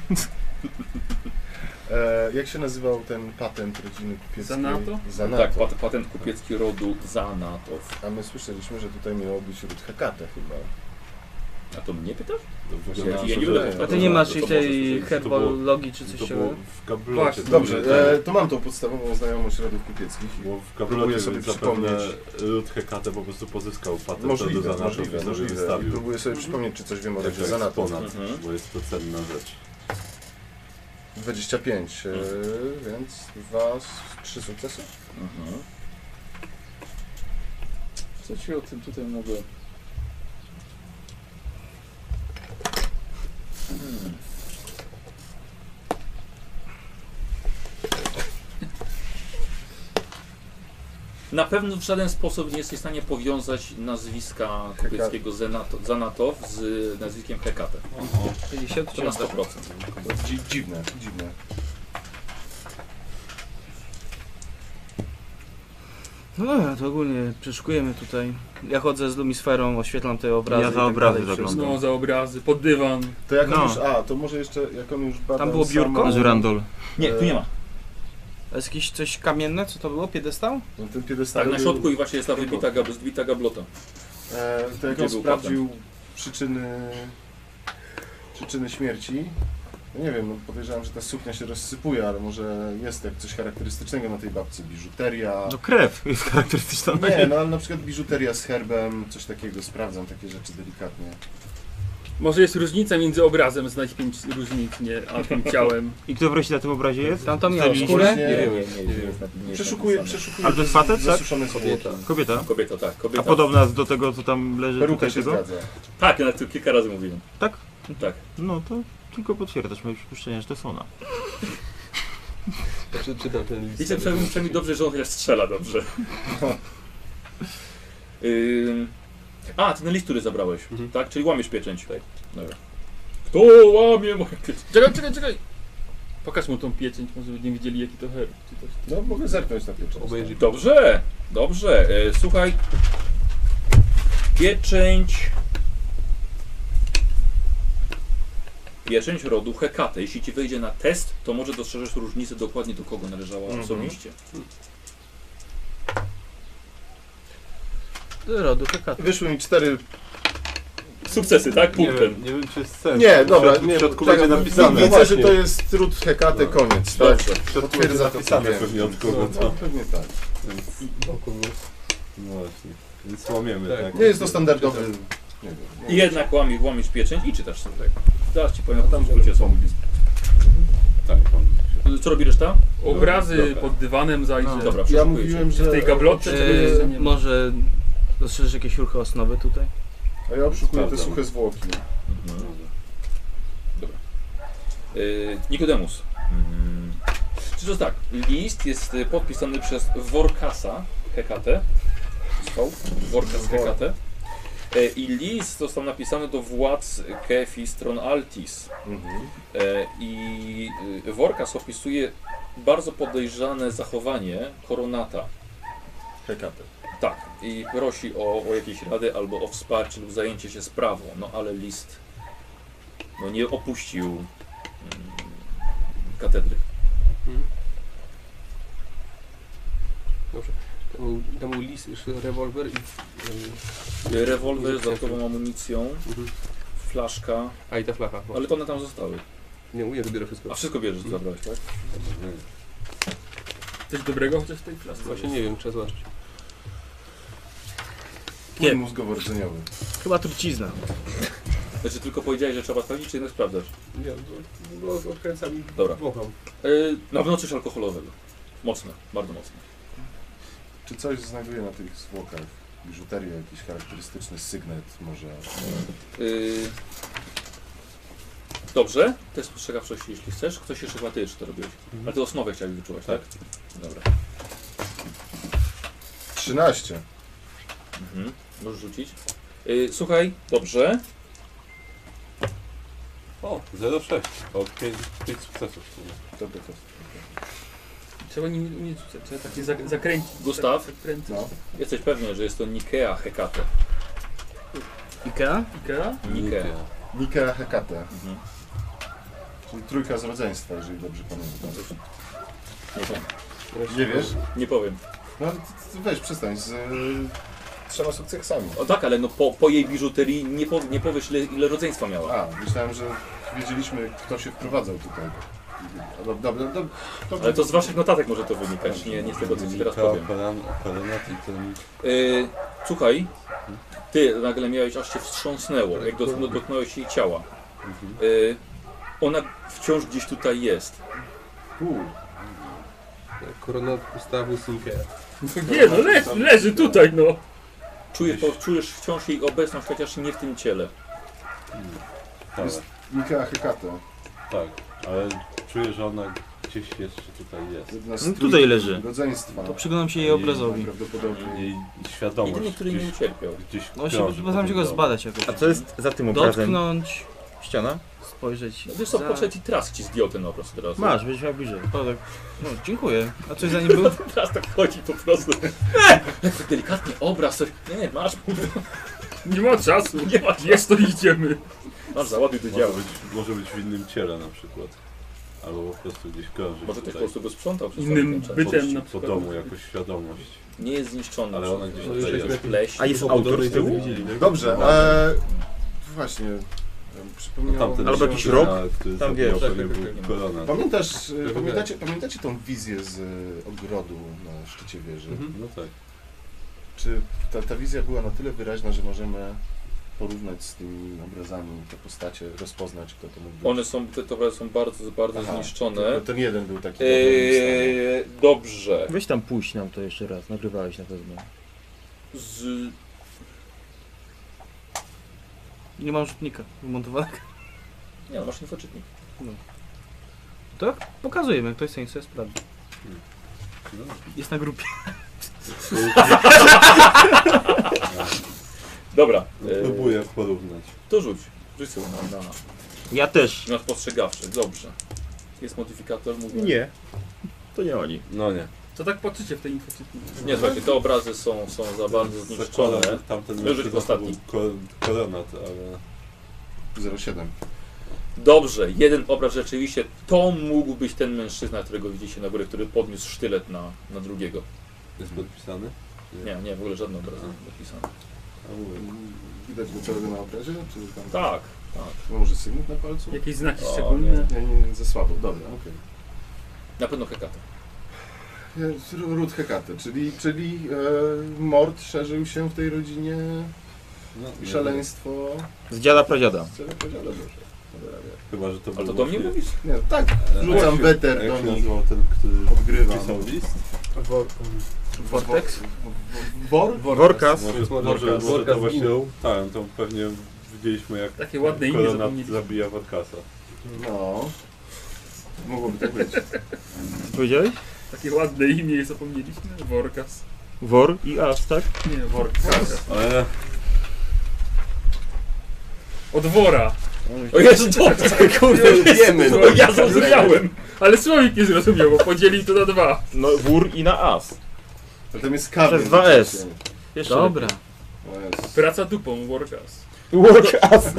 Jak się nazywał ten patent rodziny kupieckiej? Zanato? Zanato. Tak, patent kupiecki rodu Zanatow. A my słyszeliśmy, że tutaj miało być ród Hekate chyba. A to mnie pytasz? Właśnie Ja ja nie myślę, będę że- powtarzał. A ty nie masz To tej możesz herbologii czy To coś było takiego? w gablocie. Właśnie, Dobrze, tak. to mam tą podstawową znajomość rodów kupieckich. Było w Próbuję gablocie, sobie więc zapewne przypomnieć. Ród Hekate po prostu pozyskał patent do Możliwe, Zanatów, możliwe, więc sobie możliwe. I wystawił próbuję sobie przypomnieć, czy coś wiem o jako rodzie Zanato. eksponat, Mhm. bo jest to cenna rzecz. 25, więc 3 sukcesy. Mhm. Co ci o tym tutaj mogę... Na pewno w żaden sposób nie jesteś w stanie powiązać nazwiska kupieckiego Zanatow z nazwiskiem Hekate. 50 To na 100%. To dziwne, dziwne. No dobra, to ogólnie przeszukujemy tutaj. Ja chodzę z lumisferą, oświetlam te obrazy. Ja i za tak obrazy dalej, zaglądam. wszystko. No, za obrazy, pod dywan. To jak on No. już, to może jeszcze, jak on już badał Tam było biurko? samą- Żurandol. Nie, tu nie ma. A jest jakieś coś kamienne? Co to było? Piedestał? No, ten piedestał Tak, na był- środku i właśnie jest ta wybita gablota. To jak Gdzie on był sprawdził przyczyny śmierci, no nie wiem, no podejrzewam, że ta suknia się rozsypuje, ale może jest jak coś charakterystycznego na tej babce, biżuteria. No krew jest charakterystyczna. Nie, no ale na przykład biżuteria z herbem, coś takiego, sprawdzam takie rzeczy delikatnie. Może jest różnica między obrazem, znać 5 różnic, nie, a tym ciałem. I kto wreszcie na tym obrazie jest? Tam to miał Wstawiliśmy? skórę? Nie. Przeszukuję Ale to jest facet, tak? zasuszone zwłoki. Kobieta. Kobieta, tak. Kobieta. A podobna do tego, co tam leży Peruka tutaj się tego? zgadza. Tak, ja to kilka razy mówiłem. Tak? Tak. No to tylko potwierdzasz moje przypuszczenie, że to jest ona. Czytam ten list. Wiecie, przynajmniej dobrze, że on chociaż strzela dobrze. Ty ten list, który zabrałeś, tak? Czyli łamiesz pieczęć. Tak. Dobra. Kto łamie moją pieczęć? Czekaj! Pokaż mu tą pieczęć, może będziemy wiedzieli jaki to herb. Czy coś. No mogę zerknąć na pieczęć. Obejrzyj. Dobrze, dobrze. Słuchaj. Pieczęć rodu Hekate. Jeśli ci wejdzie na test, to może dostrzeżesz różnicę dokładnie do kogo należała osobiście. Do rodu Hekate. Wyszły mi 4. Sukcesy, tak? Nie Punktem. wiem, nie wiem czy jest sens. Nie, dobra, W nie, środku czekaj, będzie no, napisane. widzę, że Właśnie. to jest trud Hekate, No. koniec, tak? Dobrze. W środku będzie Potwierdza to, napisane co wiem. pewnie od kogo No, to. pewnie tak. Więc, no właśnie. Więc łamiemy, Tak. tak? Nie jest to standardowy. Nie wiem. I jednak łamiesz pieczęć i czytasz sobie. Zaraz ci powiem, tam skrócie są. Tak, on. Co robi reszta? Obrazy Dobra. pod dywanem zajrzę. No. Dobra, Ja przeszukujecie. mówiłem, że. W tej gablotce czegoś jeszcze nie ma. Może dostrzeżesz jakieś ruchy osnowy tutaj? A ja obszukuję te Sprawdzam. suche zwłoki. Mhm. Dobra. Nikodemus. Czy to jest tak? List jest podpisany przez Workasa Hekate. Workas Hekate. I list został napisany do władz Kefistron Altis. I Workas opisuje bardzo podejrzane zachowanie koronata. Hekate. Tak, i prosi o jakieś rady albo o wsparcie lub zajęcie się sprawą, no ale list nie opuścił katedry. Dobrze. Tam był list, jeszcze rewolwer i... Rewolwer z dodatkową amunicją, flaszka. A i ta flacha. Ale to one tam zostały. Nie, mówię, że biorę wszystko. A wszystko bierzesz, zabrałeś, tak? Coś dobrego chociaż w tej flaszce? Właśnie nie wiem, trzeba zobaczyć. Płyn mózgowo-rdzeniowy. Chyba trucizna. Znaczy tylko powiedziałeś, że trzeba sprawdzić, czy jednak sprawdzasz? Nie, no odkręcam i Dobra. wącham. Na pewno coś alkoholowego. Mocne, bardzo mocne. Czy coś znajduję na tych zwłokach? Biżuterię, jakiś charakterystyczny sygnet może? Dobrze, test spostrzegawczości, jeśli chcesz. Ktoś jeszcze chyba ty jeszcze to robiłeś. Ale ty osnowę chciałeś wyczuwać, tak? Dobra. 13. Możesz rzucić. Słuchaj, dobrze. O, 0,6. O 5 sukcesów w sumie. Dobry test. Trzeba nim umieć rzucać, trzeba takie zakręcić. Gustaw? Zakręty. No. Jesteś pewny, że jest to Nikea Hekate. Ikea? Ikea? Nikea. Nikea Hekate. Mhm. Czyli trójka z rodzeństwa, jeżeli dobrze pamiętam. Nie wiem. Nie wiesz? Nie powiem. No ale ty weź, przestań z 3 sukcesami. O tak, ale no po jej biżuterii nie powiesz ile rodzeństwa miała. A, myślałem, że wiedzieliśmy, kto się wprowadzał tutaj. Dobra. Ale to z waszych notatek może to wynikać, nie z tego co ci teraz powiem. Perenat i ten... Słuchaj, ty nagle miałeś, aż cię wstrząsnęło, jak dotknąłeś jej ciała. Ona wciąż gdzieś tutaj jest. Koronat Gustawu Sinclair. Nie, no leży tutaj, no. Czujesz wciąż jej obecność, chociaż nie w tym ciele. Tak, Jest Nikea Hekate. tak, ale czuję, że ona gdzieś jeszcze tutaj jest. Jedna z No, trójki tutaj leży. rodzeństwa. To przyglądam się jej obrazowi. Prawdopodobnie. Jej świadomość Jedyny, który nie gdzieś, ucierpiał. gdzieś No się krąży postaram się po go tym zbadać jakoś. A co jest za tym obrazem? Dotknąć, Ściana? spojrzeć. No wiesz co, poszedł i teraz ci zdjął ten obraz teraz. Masz, będziesz miał bliżej. O, tak. No, dziękuję. A coś za nim było? Teraz tak chodzi po prostu. Jak tak delikatnie obraz, coś. Nie, masz, Nie ma czasu. nie masz. Jest to idziemy. Masz załaduj do Może działu. może być w innym ciele na przykład. Albo po prostu gdzieś krąży. Może ktoś po tutaj. prostu go sprzątał przez Innym cały ten czas. bytem na Po przykład. domu jakoś świadomość. Nie jest zniszczony. Ale ona gdzieś No, tutaj żeśmy jest. Pleś. A jest autor z tyłu? Dobrze, właśnie. Przypomniało Tamten mi Albo się, jakiś że- rok? który Tam zabijał, wiesz. pewnie Tak, był tak, tak. koronat. Pamiętacie tą wizję z ogrodu na szczycie wieży? No tak. Czy ta wizja była na tyle wyraźna, że możemy porównać z tymi obrazami te postacie, rozpoznać, kto to mógł być? One są, te obrazy są bardzo Aha, zniszczone. tylko ten jeden był taki Dobrze. Weź tam puść nam to jeszcze raz, nagrywałeś na pewno. Nie mam rzutnika wymontowanego. Nie, no, masz infoczytnik. To pokazujemy, jak ktoś chce sobie sprawdzić. No. Jest na grupie. Dobra. Próbuję porównać. To rzuć. Rzuć sobie na Ja też. spostrzegawczy. Dobrze. Jest modyfikator, mówię. Nie. To nie oni. No nie. To tak patrzycie w tej infocytniku. Nie, słuchajcie, te obrazy są za bardzo zniszczone. Zakładam, że tamten Wyrzuć mężczyzna to ostatni. był koronat, ale... 07. Dobrze, jeden obraz rzeczywiście, to mógł być ten mężczyzna, którego widzicie na górę, który podniósł sztylet na drugiego. Jest podpisany? Nie, w ogóle żadne obrazy nie podpisane. A mówię. Widać go całego na obrazie? Czy tam... Tak. No może sygnet na palcu? Jakieś znaki O, szczególne? Nie, za słabo. Dobra, okej. Na pewno Hekata. Ród Hekate, czyli mord szerzył się w tej rodzinie No, i nie szaleństwo... Z dziada pradziada. Chyba, że to A był to do mnie właśnie- mówisz? Nie, tak, rzucam weter Jak do się nich, nazywał ten, który odgrywam. pisał list? Vortex? Workas. Może to Workas właśnie... zginął. Tak, to pewnie widzieliśmy jak Takie ładne imię koronat zapomnieliśmy. zabija Workasa. No, mogłoby tak być. Co powiedziałeś? Takie ładne imię zapomnieliśmy. Workas. Wor i as, tak? Nie, Workas. Ale Od wora. O Jezu, dobrze! Kurde, wiemy. No, ja zrozumiałem. Ale Słowik nie zrozumiał, bo podzielił to na dwa. No wór i na as. Zatem jest kawę. Przez 2S. Jeszcze Dobra. Praca dupą, Workas. Workas.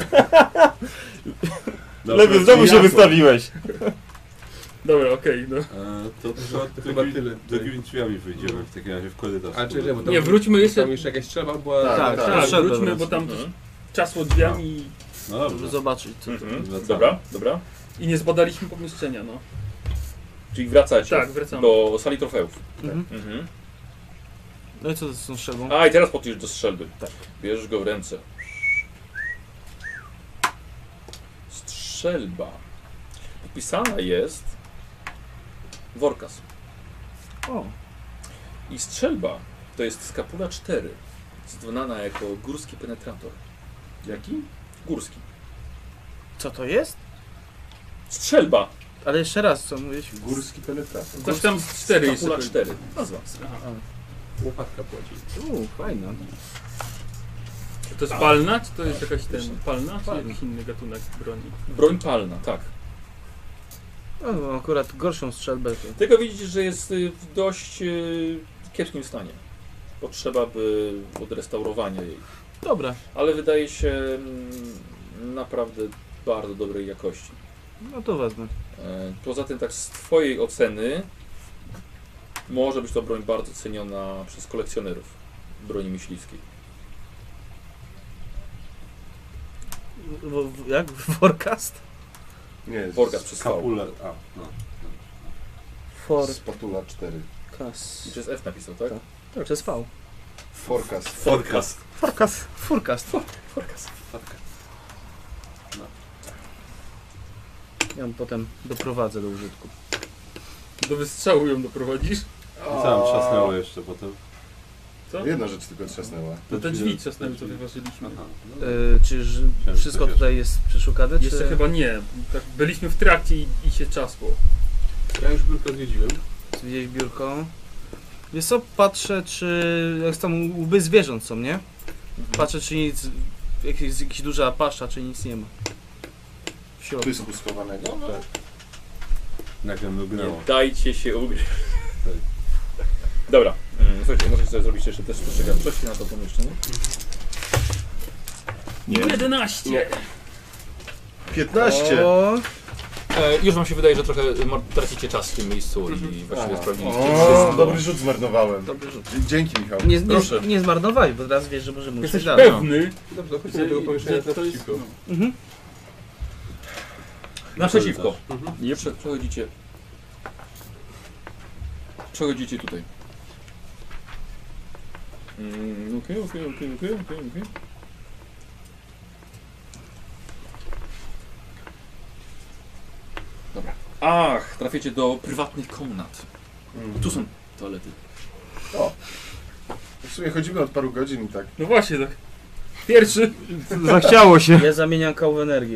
Lewy, znowu się wystawiłeś. Dobra, okej, no. to chyba tyle. drugimi drzwiami wyjdziemy w takim razie w korytarz. A czy bo tam, Nie, wróćmy jeszcze. tam jeszcze jakaś strzelba była. Tak, Tak, Tak, strzelbę wróćmy, wracam. bo tam czasło drzwiami i No żeby dobrze. zobaczyć co to. Mhm. Dobra, dobra. I nie zbadaliśmy pomieszczenia, no. Czyli wracacie Tak, wracamy. do sali trofeów. Mhm. Mhm. No i co z tą strzelbą? A i teraz podchodzisz do strzelby. Tak. Bierzesz go w ręce. Strzelba. Wpisana jest Workas. O, I strzelba to jest skapula 4. Znana jako górski penetrator. Jaki? Górski. co to jest? Strzelba. Ale jeszcze raz, co mówisz? Górski penetrator. Coś tam z 4 jest. Skapula 4. Nazwa. Łopatka płaci. Fajna. Czy to jest palna, czy to jest jakaś palna, czy jakiś inny gatunek broni? Broń palna, tak. No, akurat gorszą strzelbę to... Tylko widzicie, że jest w dość kiepskim stanie. Potrzeba by odrestaurowania jej. Dobra, Ale wydaje się naprawdę bardzo dobrej jakości. no to wezmę. Poza tym, tak z twojej oceny, może być to broń bardzo ceniona przez kolekcjonerów broni myśliwskiej. Jak? Forecast? Nie, Workas przez V. Kapule. A, no. Spatula 4. Forecast. I przez F napisał, tak? Tak, przez V. Forecast. Forecast. Forecast. Forecast. Workas. Ja ją potem doprowadzę do użytku. Do wystrzału ją doprowadzisz? I tam trzasnęło jeszcze potem. Co? Jedna rzecz tylko trzasnęła. No te drzwi trzasnęły, co wyważyliśmy. Aha. Czy wszystko tutaj jest przeszukane? Jeszcze czy... chyba nie. Tak byliśmy w trakcie i się czasło. Ja już biurko zwiedziłem. Widziałeś biurko? Wiesz co, patrzę czy... Jak tam łby zwierząt są, nie? Patrzę czy nic... Jakaś duża pasza, czy nic nie ma. W środku. Pysku schowanego. Tak. Nagle Nie mrugnęło. dajcie się ugryźć. Dobra, słuchajcie, możecie sobie zrobić jeszcze test spostrzegawczości na to pomieszczenie. Nie. 11! Nie. 15! O, Już wam się wydaje, że trochę tracicie czas w tym miejscu i właściwie sprawdziliście O, wszystko. dobry rzut zmarnowałem. dobry rzut. Dzięki, Michał. Proszę. Nie zmarnowałeś, bo teraz wiesz, że możemy Jesteś uczyć dalej. pewny, Dobrze, chodźmy do tego pomieszczenia że to jest... naprzeciwko. Mhm. Naprzeciwko. Mhm. Przechodzicie tutaj. Okej. Dobra. Ach, traficie do prywatnych komnat. Tu są toalety. W sumie chodzimy od paru godzin i tak. No właśnie, tak. Pierwszy. Zachciało się. Ja zamieniam kał w energię.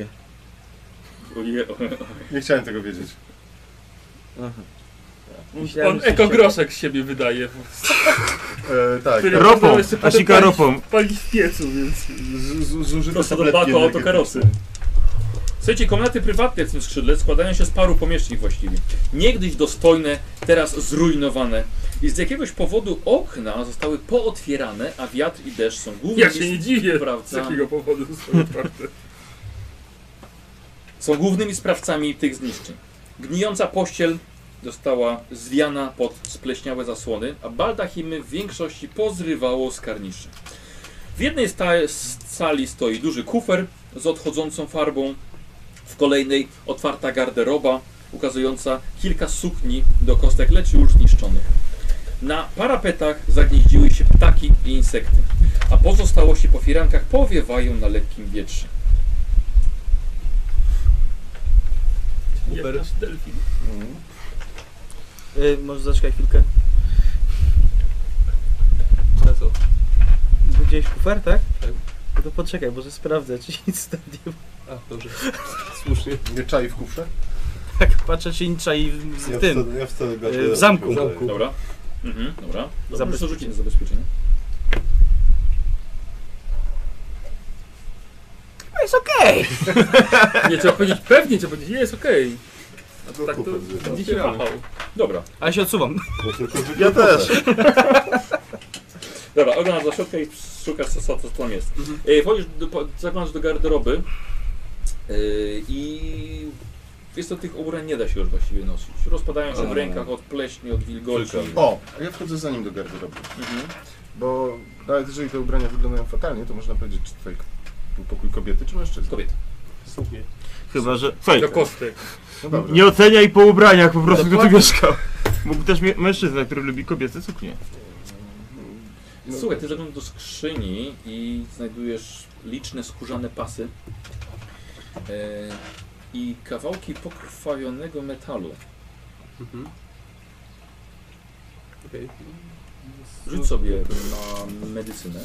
Nie chciałem tego wiedzieć. Aha. On Myślałem, że ekogroszek z siebie wydaje. Tak. Który Ropą, można jeszcze potem Asika ropą. Palić w piecu, więc... Zużyte Prosto do tabletki baku autokarosy. energetyczne. Słuchajcie, komnaty prywatne w tym skrzydle składają się z paru pomieszczeń właściwie. Niegdyś dostojne, teraz zrujnowane. I z jakiegoś powodu okna zostały pootwierane, a wiatr i deszcz są głównymi Ja się nie dziwię, z sprawcami. jakiego powodu są otwarte. Są głównymi sprawcami tych zniszczeń. Gnijąca pościel została zwiana pod spleśniałe zasłony, a baldachimy w większości pozrywało z karniszy. W jednej z sali stoi duży kufer z odchodzącą farbą, w kolejnej otwarta garderoba ukazująca kilka sukni do kostek, lecz już zniszczonych. Na parapetach zagnieździły się ptaki i insekty, a pozostałości po firankach powiewają na lekkim wietrze. Jak nasz delfin. Może zaczekaj chwilkę. Na co? Widziałeś kufer, tak? Tak. No to poczekaj, może sprawdzę, czy nic tam nie ma. A, dobrze. Słusznie. Nie czai w kufrze? Tak, patrzę, czy nic czai w tym. Ja wtedy w zamku. Dobra. Dobra. Zabezpieczenie. Co rzucić na zabezpieczenie? No jest okej. Nie, trzeba powiedzieć pewnie, trzeba powiedzieć, jest okej. A to tak to kufer zjadł. będzie się wahał. Dobra. Ale się odsuwam. Ja też. Dobra, oglądasz do środka i szukasz co tam jest. Wchodzisz, zaglądasz do garderoby i jest to tych ubrań nie da się już właściwie nosić. Rozpadają się w rękach od pleśni, od wilgoci. O, a ja wchodzę za nim do garderoby. Mhm. Bo nawet jeżeli te ubrania wyglądają fatalnie, to można powiedzieć, że twoje Pokój kobiety czy mężczyzny? Kobiety. Słuchnie. Chyba, że... Słuchaj, Do kostek. No dobra. nie oceniaj po ubraniach, po prostu kto tu Dokładnie. mieszkał. Mógł też mężczyzna, który lubi kobiece suknie. No, Słuchaj, ty zaglądasz do skrzyni i znajdujesz liczne skórzane pasy i kawałki pokrwawionego metalu. Mhm. Okej. Rzuć sobie na medycynę.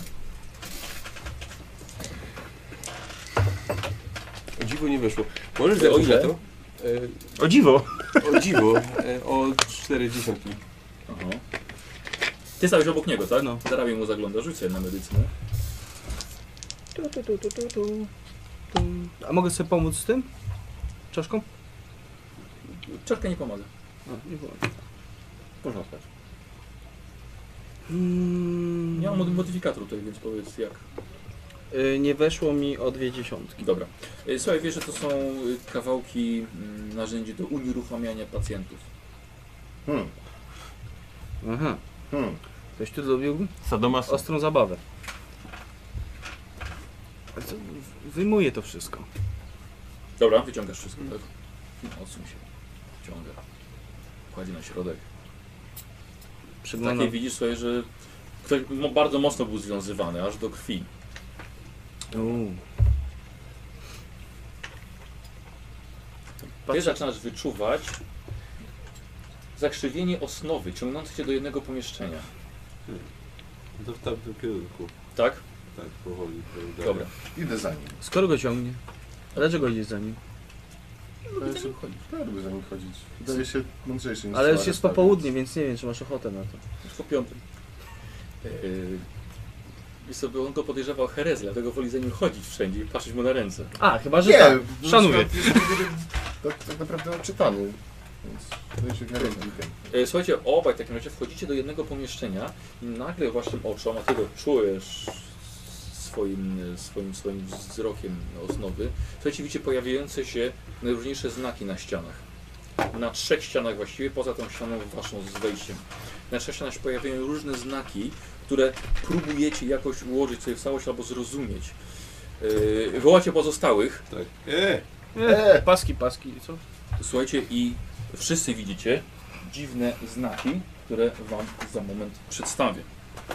O dziwo nie weszło. Możesz O zerknąć na ile? to? O dziwo! O dziwo, o 40. Aha. Ty stałeś obok niego, tak? No. Zarabię mu zagląda. Rzuć sobie na medycynę. A mogę sobie pomóc z tym? Czaszką? Czaszka nie pomaga. Nie było. Można spać. Mm, Nie mam modyfikator tutaj, więc powiedz jak. nie weszło mi o 0,2. Dobra. Słuchaj, wiesz, że to są kawałki narzędzi do unieruchamiania pacjentów. Aha. Ktoś tu zrobił Sadomaso. ostrą zabawę. Ale co, wyjmuję to wszystko. Dobra, wyciągasz wszystko, tak? Odsuń się. Wciąga. Kładzie na środek. Przyglądam. Takie widzisz sobie, że ktoś bardzo mocno był związywany, aż do krwi. Ty zaczynasz wyczuwać zakrzywienie osnowy ciągnące cię do jednego pomieszczenia. To w tamtym kierunku. Tak? Tak, powoli. powoli. Dobra. Idę za nim. Skoro go ciągnie? A dlaczego idziesz za nim? Ja lubię za nim chodzić. Wydaje się mądrzejszy niż Ale cała już jest reszta, popołudnie, więc nie wiem, czy masz ochotę na to. Już po piątym. I sobie on go podejrzewał o herezję, dlatego woli za nim chodzić wszędzie i patrzeć mu na ręce. A, chyba, że Nie, tak. no, Szanuję. Tak naprawdę czytany. Więc wydaje się w miarę geekiem. Słuchajcie, obaj w takim razie wchodzicie do jednego pomieszczenia i nagle waszym oczom, a ty to czujesz swoim wzrokiem osnowy, słuchajcie, widzicie pojawiające się najróżniejsze znaki na ścianach. Na 3 ścianach właściwie, poza tą ścianą waszą z wejściem. Na 3 ścianach się pojawiają różne znaki, które próbujecie jakoś ułożyć sobie w całość albo zrozumieć. Wołacie pozostałych, Tak. Paski, co? słuchajcie, i wszyscy widzicie dziwne znaki, które wam za moment przedstawię.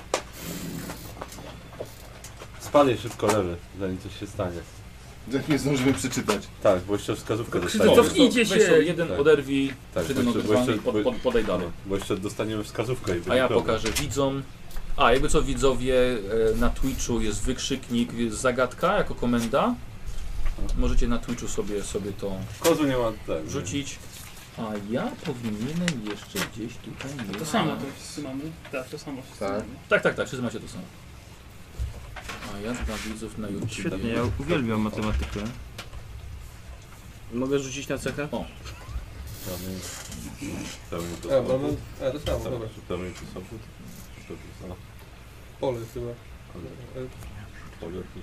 Spalę szybko lewy, zanim coś się stanie. Jak nie zdążymy przeczytać. Tak, bo jeszcze wskazówkę Krzysztof, dostaniemy. Cofnijcie weź się. sobie jeden Tak. oderwij, Tak, jeden bo jeszcze- odrywany i bo jeszcze- podaj dalej. Bo jeszcze dostaniemy wskazówkę i A ja będzie problem. pokażę widzom. A, jakby co widzowie, na Twitchu jest wykrzyknik, jest zagadka jako komenda. Możecie na Twitchu sobie to Kozu nie ma ten. wrzucić. A ja powinienem jeszcze gdzieś tutaj mieć. To samo to wszyscy mamy. Tak, to samo wszyscy Tak. mamy. Tak, wszyscy macie to samo. A ja dla widzów na YouTube. Świetnie, ja uwielbiam matematykę. Mogę rzucić na cechę? Pełny to A, samochód. mamy... A, to samo, dobra. Pełny to samochód. To samo. Pole chyba. Pole plus.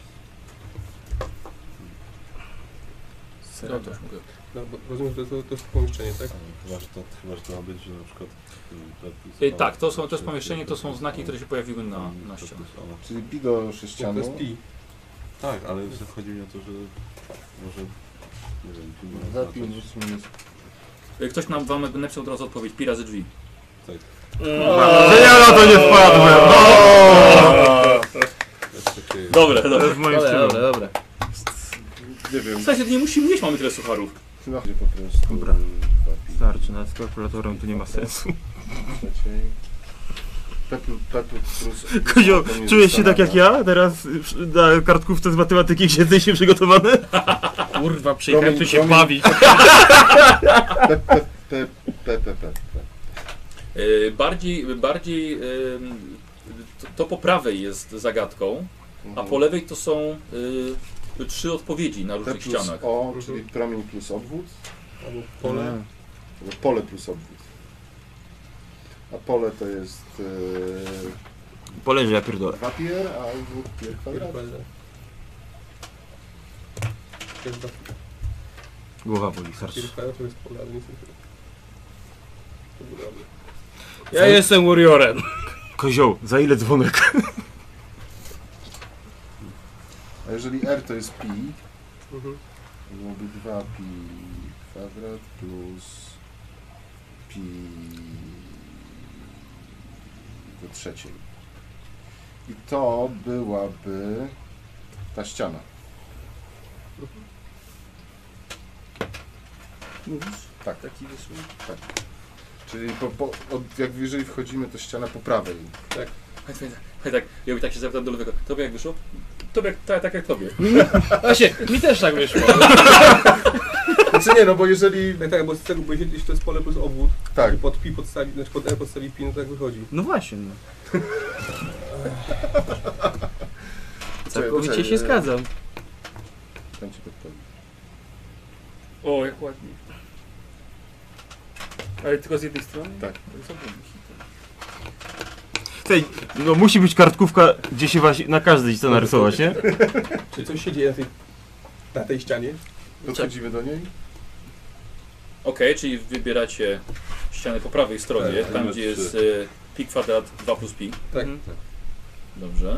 No to już mogę. No, bo rozumiem, że to jest pomieszczenie, tak? Chyba, że to ma być, że na przykład... Tak, to jest pomieszczenie, to są znaki, które się pojawiły na ścianach. Czyli pi do To sześcianu. jest pi. Tak, ale chodzi mi o to, że może... Nie wiem, pi ma Za pi znaczyć. minus. Ktoś wam napisał od razu odpowiedź, pi razy drzwi. Że ja na to nie wpadłem! Jest takie... Dobre. To jest w moim stylu. Dobra. Nie wiem. Słuchajcie, nie musimy mieć, mamy tyle sucharów. No, gdzie po prostu. Dobra. 2 pi. Starczy, nawet z kalkulatorem to nie ma sensu. Trzeciej. P plus... Kozioł, to mnie czujesz się tak jak zastanawia. ja? Teraz na kartkówce z matematyki siedzę się przygotowany? Kurwa, przyjechałem tu się Promień- bawić. P. Bardziej to po prawej jest zagadką, a po lewej to są 3 odpowiedzi na P różnych plus ścianach. O, czyli promień plus obwód. Albo pole. Albo pole plus obwód. A pole to jest Poleży, ja pierdolę. 2 pier, a obwód pier kwadrat. Głowa boli, starczy. Pier kwadrat to jest pole, ale niestety. To było dobre. Ja jestem warriorem. Kozioł, za ile dzwonek? A jeżeli r to jest pi, Mhm. to byłoby 2pi kwadrat plus pi do trzeciej. I to byłaby ta ściana. Mówisz? Tak. Taki wyszły. Czyli jeżeli wchodzimy, to ściana po prawej. Tak, ja tak się zapytam do lewego. Tobie jak wyszło? Tobie tak jak tobie. Właśnie, mi też tak wyszło. Znaczy nie, no bo jeżeli... Tak, bo z tego, bo jeśli to jest pole plus obwód, Tak, pod pi podstawi, znaczy pod r podstawi pi, no to tak wychodzi. No właśnie, no. Poczekaj, Całkowicie się zgadzam. Tam ci podpowiem. O, jak ładnie. Ale tylko z jednej strony? Tak. To jest obok. Tej, no musi być kartkówka, gdzie się właśnie na każdej chce narysować, nie? Czy coś się dzieje na tej ścianie? Podchodzimy do niej. Okej, czyli wybieracie ścianę po prawej stronie, Tak, tam numer gdzie jest 3. pi kwadrat 2 plus pi. Tak. Mhm. Dobrze.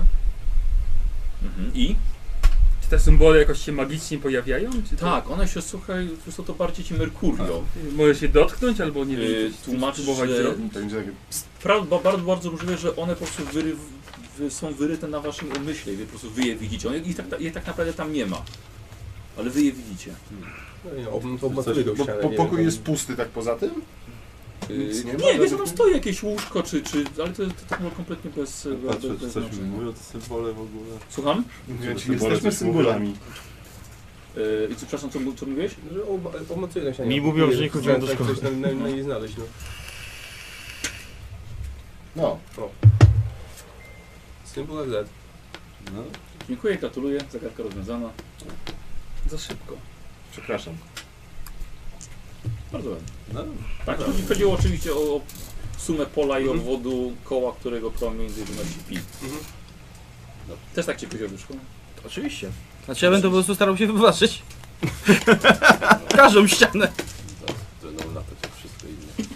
I? Czy te symbole jakoś się magicznie pojawiają? Czy to Tak, one się, słuchaj, są to bardziej ci Merkurio. może się dotknąć albo nie wiem, coś Tłumaczysz, spróbować że zrobić? To będzie takie... bardzo, bardzo możliwe, że one po prostu są wyryte na waszym umyśle i wy po prostu wy je widzicie. Je tak naprawdę tam nie ma. Ale wy je widzicie. No nie, to obmacuję go w Bo ścianę. po, nie pokój wiem, jest pusty tak poza tym? Nic nie ma? Nie, wiesz, tam stoi jakieś łóżko, ale to tak było kompletnie bez Patrzę, czy coś mi znaczenia. mówią te symbole w ogóle. Słucham? Mówię ci, Symbole jesteśmy coś symbolami. I co, przepraszam, co mówiłeś? Że obmacuję na ścianie. Mi mówią, że nie chodziłem do Tak, szkoły. coś na nie znaleźć, no. No, Symbol Z. No, Dziękuję, gratuluję, zagadka rozwiązana. Za szybko. przepraszam. Bardzo ładnie. no. Tak, chodziło oczywiście o sumę pola i obwodu koła, którego promień wynosi pi. Też tak ci kozioł wyszło? Oczywiście. Znaczy ja będę po prostu starał się wybaczyć. Każdą ścianę. Będą latać jak wszystko inne.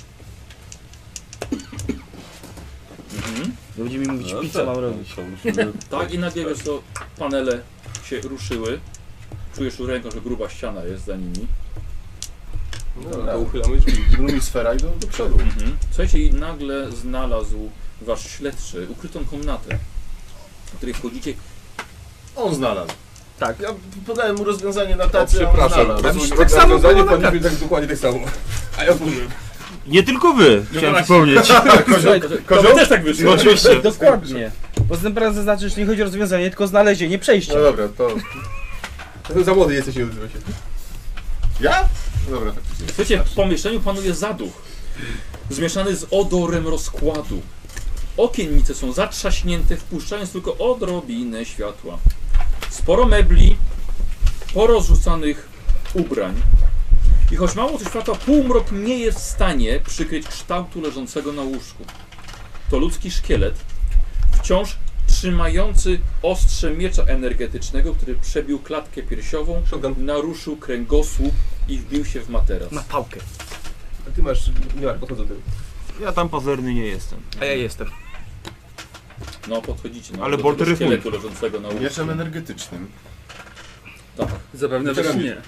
Będzie mi mówić, No, co tak, mam no, robić. to musimy... Tak, i nagle wiesz, to panele się ruszyły. Czujesz ręką, że gruba ściana jest za nimi. No, to uchylamy drzwi. Lumisfera i do przodu. Słuchajcie, i nagle znalazł wasz śledczy ukrytą komnatę, w której wchodzicie. On znalazł. Tak. Ja podałem mu rozwiązanie na tacy, przepraszam. a on znalazł. Tak samo było na powinniśmy tak dokładnie tak samo. A ja powiem. Nie tylko wy, chciałem właśnie. przypomnieć. Słuchaj, Kozioł też tak wyszło. No oczywiście. dokładnie. Poza tym prawie zaznaczyć, że nie chodzi o rozwiązanie, tylko znalezienie, przejście. No dobra, to... To za młody jesteś, nie odzywa się. Ja? Dobra, faktycznie. Słuchajcie, w pomieszczeniu panuje zaduch, zmieszany z odorem rozkładu. Okiennice są zatrzaśnięte, wpuszczając tylko odrobinę światła. Sporo mebli, porozrzucanych ubrań. I choć mało co światła, półmrok nie jest w stanie przykryć kształtu leżącego na łóżku. To ludzki szkielet, wciąż trzymający ostrze miecza energetycznego, który przebił klatkę piersiową, Shotgun. naruszył kręgosłup i wbił się w materac. Na pałkę. A ty masz, nie masz, podchodzę do tego. Ja tam pazerny nie jestem. A ja jestem. No, podchodzicie no, Ale do Bolter tego jest szkieletu leżącego na łóżku. Mieczem energetycznym. Tak. Zapewne, że nie.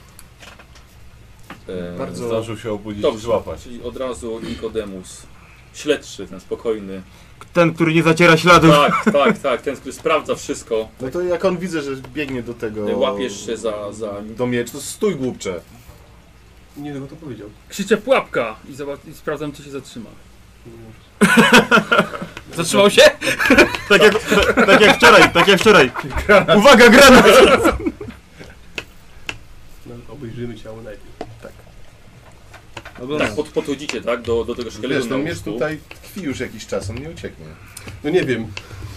Bardzo- Zdążył się obudzić i Dobrze, złapać. czyli od razu Nikodemus, śledczy, ten spokojny. Ten, który nie zaciera śladów. Tak, ten, który sprawdza wszystko. No to jak on widzę, że biegnie do tego... Łapiesz się za... Do miecz, to stój głupcze. Nie wiem, to powiedział. Krzyczę pułapka i sprawdzam, czy się zatrzyma. Zatrzymał się? Tak jak wczoraj. Uwaga, granat! No, obejrzymy ciało najpierw. Tak, podchodzicie, tak, do tego szkieletu Wiesz, na ten miecz łóżku. tutaj tkwi już jakiś czas, on nie ucieknie. No nie wiem.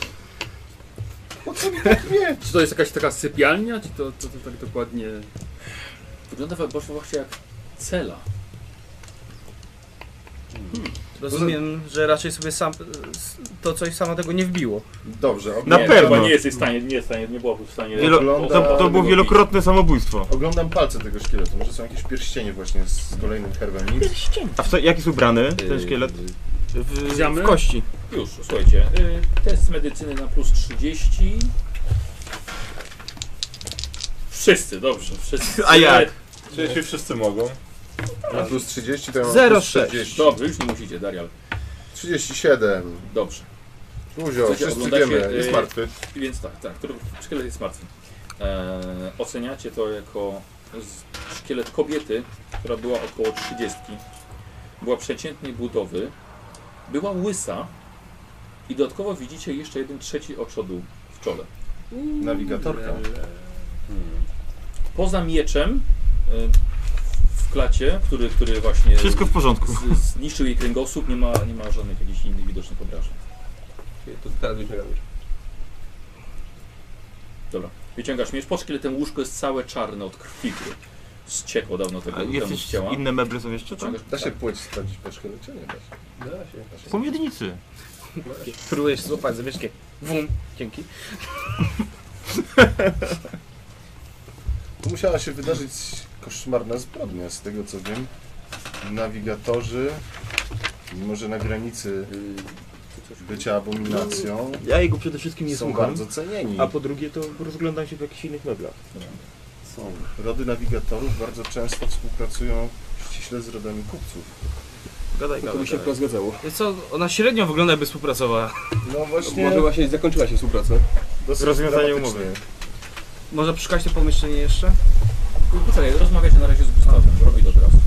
Czy to jest jakaś taka sypialnia, czy to tak dokładnie... Wygląda właśnie jak cela. Rozumiem, że raczej sobie sam to coś samo tego nie wbiło. Dobrze, Na Nie, pewno. chyba nie jesteś w stanie, nie byłaby w stanie... To było wielokrotne samobójstwo. oglądam palce tego szkieletu, może są jakieś pierścienie właśnie z kolejnym herbem. Nic. A jaki jest ubrany ten szkielet? Wziamy? W kości. Już, słuchajcie, test medycyny na plus 30. Wszyscy, dobrze, wszyscy. A jak? Czy jeśli wszyscy mogą? Na plus 30 to ja mam 0,6. plus 40. Dobrze, już nie musicie, Darial. 37. Dobrze. Luzio, Słuchajcie, wszyscy oglądacie, wiemy, jest martwy. Więc tak, szkielet jest martwy. Oceniacie to jako szkielet kobiety, która była około 30. Była przeciętnej budowy, była łysa i dodatkowo widzicie jeszcze 1/3 oczodu w czole. Nawigatorka. Poza mieczem w klacie, który właśnie Wszystko w porządku. zniszczył jej kręgosłup, nie ma żadnych jakichś innych widocznych obrażeń. To teraz wyciągam już. Dobra, wyciągasz miecz, pod szkieletem łóżko jest całe czarne od krwi, które ściekło dawno A tego jest temu z jeszcze ciała. inne meble są jeszcze tam? Wyciągasz- Da się płeć sprawdzić po szkielecie? Nie da się. Da się. Są w miednicy. Próbujesz złapać zawieszkę. Wum, dzięki. Tu musiała się wydarzyć koszmarna zbrodnia, z tego co wiem. Nawigatorzy, mimo że na granicy bycia abominacją, Ja jego przede wszystkim nie są słucham. bardzo cenieni. A po drugie to rozglądam się w jakichś innych meblach. Są. Rody nawigatorów bardzo często współpracują ściśle z rodami kupców. Gadaj, To gadaj. by się chyba zgadzało. Wiesz co, ona średnio wygląda, jakby współpracowała. No właśnie, Może właśnie zakończyła się współpraca. dosyć rozwiązanie dramatyczny. umowy. Może przeszukać to pomieszczenie jeszcze? Poczekaj, rozmawiacie na razie z Gustawem, robi to teraz.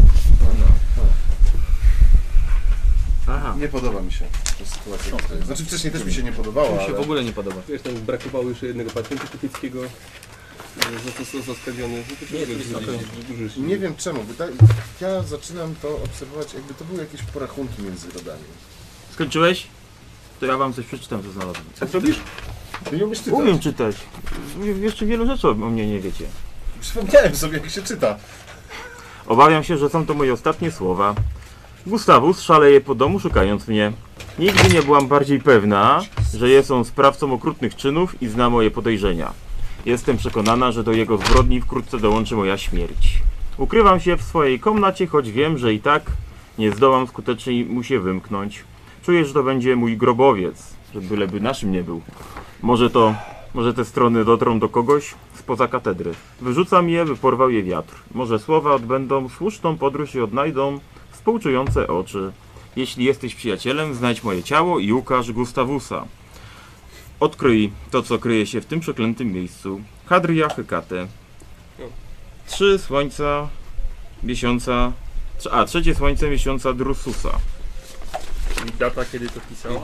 Aha. Nie podoba mi się ta sytuacja. tutaj. Znaczy wcześniej też mi się nie podobała, Mi się w ale ogóle nie podoba. Wiesz, tam brakowało jeszcze jednego patentu kupieckiego. Zaskradziony. Nie, to jest okej. nie wiem czemu. Ja zaczynam to obserwować, jakby to były jakieś porachunki między rodami. Skończyłeś? To ja wam coś przeczytam, co znalazłem. Co robisz? Ty nie umiesz czytać. Umiem czytać. Jeszcze wielu rzeczy o mnie nie wiecie. Przypomniałem sobie, jak się czyta. Obawiam się, że są to moje ostatnie słowa. Gustawus szaleje po domu, szukając mnie. Nigdy nie byłam bardziej pewna, że jest on sprawcą okrutnych czynów i zna moje podejrzenia. Jestem przekonana, że do jego zbrodni wkrótce dołączy moja śmierć. Ukrywam się w swojej komnacie, choć wiem, że i tak nie zdołam skutecznie mu się wymknąć. Czuję, że to będzie mój grobowiec, że byleby naszym nie był. Może te strony dotrą do kogoś spoza katedry. Wyrzucam je, by porwał je wiatr. Może słowa odbędą słuszną podróż i odnajdą współczujące oczy. Jeśli jesteś przyjacielem, znajdź moje ciało i ukaż Gustawusa. Odkryj to, co kryje się w tym przeklętym miejscu. Hadria Hekate. 3 słońca miesiąca... trzecie słońce miesiąca Drususa. I data, kiedy to pisała.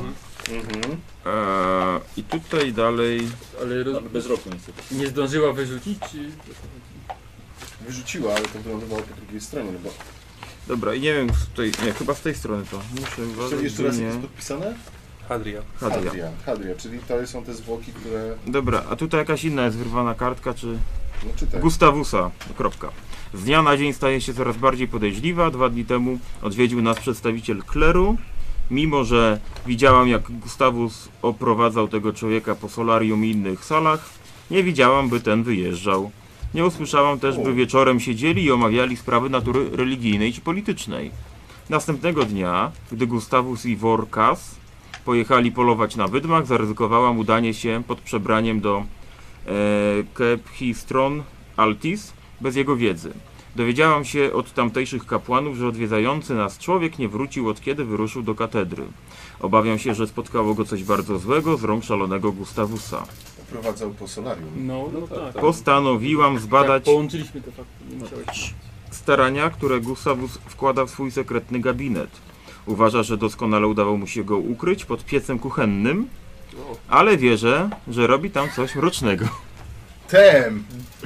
I tutaj dalej... Ale Bez roku niestety. nie zdążyła wyrzucić, czy... Wyrzuciła, ale to wylądowało po drugiej stronie, no bo... Dobra, i nie wiem, tutaj... Nie, chyba z tej strony to. Muszę Czyli uważać, jeszcze że raz nie. jest podpisane? Hadria. Hadria. Hadria, czyli to są te zwłoki, które... Dobra, a tutaj jakaś inna jest wyrwana kartka, czy... No czytaj. Gustawusa. Kropka. Z dnia na dzień staje się coraz bardziej podejrzliwa. 2 dni temu odwiedził nas przedstawiciel kleru. Mimo że widziałam, jak Gustawus oprowadzał tego człowieka po solarium i innych salach, nie widziałam, by ten wyjeżdżał. Nie usłyszałam też, by wieczorem siedzieli i omawiali sprawy natury religijnej czy politycznej. Następnego dnia, gdy Gustawus i Workas pojechali polować na wydmach, zaryzykowałam udanie się pod przebraniem do Kephistron Altis bez jego wiedzy. Dowiedziałam się od tamtejszych kapłanów, że odwiedzający nas człowiek nie wrócił, od kiedy wyruszył do katedry. Obawiam się, że spotkało go coś bardzo złego z rąk szalonego Gustawusa. Prowadzał po solarium. No tak. Postanowiłam zbadać Tak, połączyliśmy te fakty, nie musiałeś... starania, które Gustawus wkłada w swój sekretny gabinet. Uważa, że doskonale udało mu się go ukryć pod piecem kuchennym, ale wierzę, że robi tam coś mrocznego. Tem!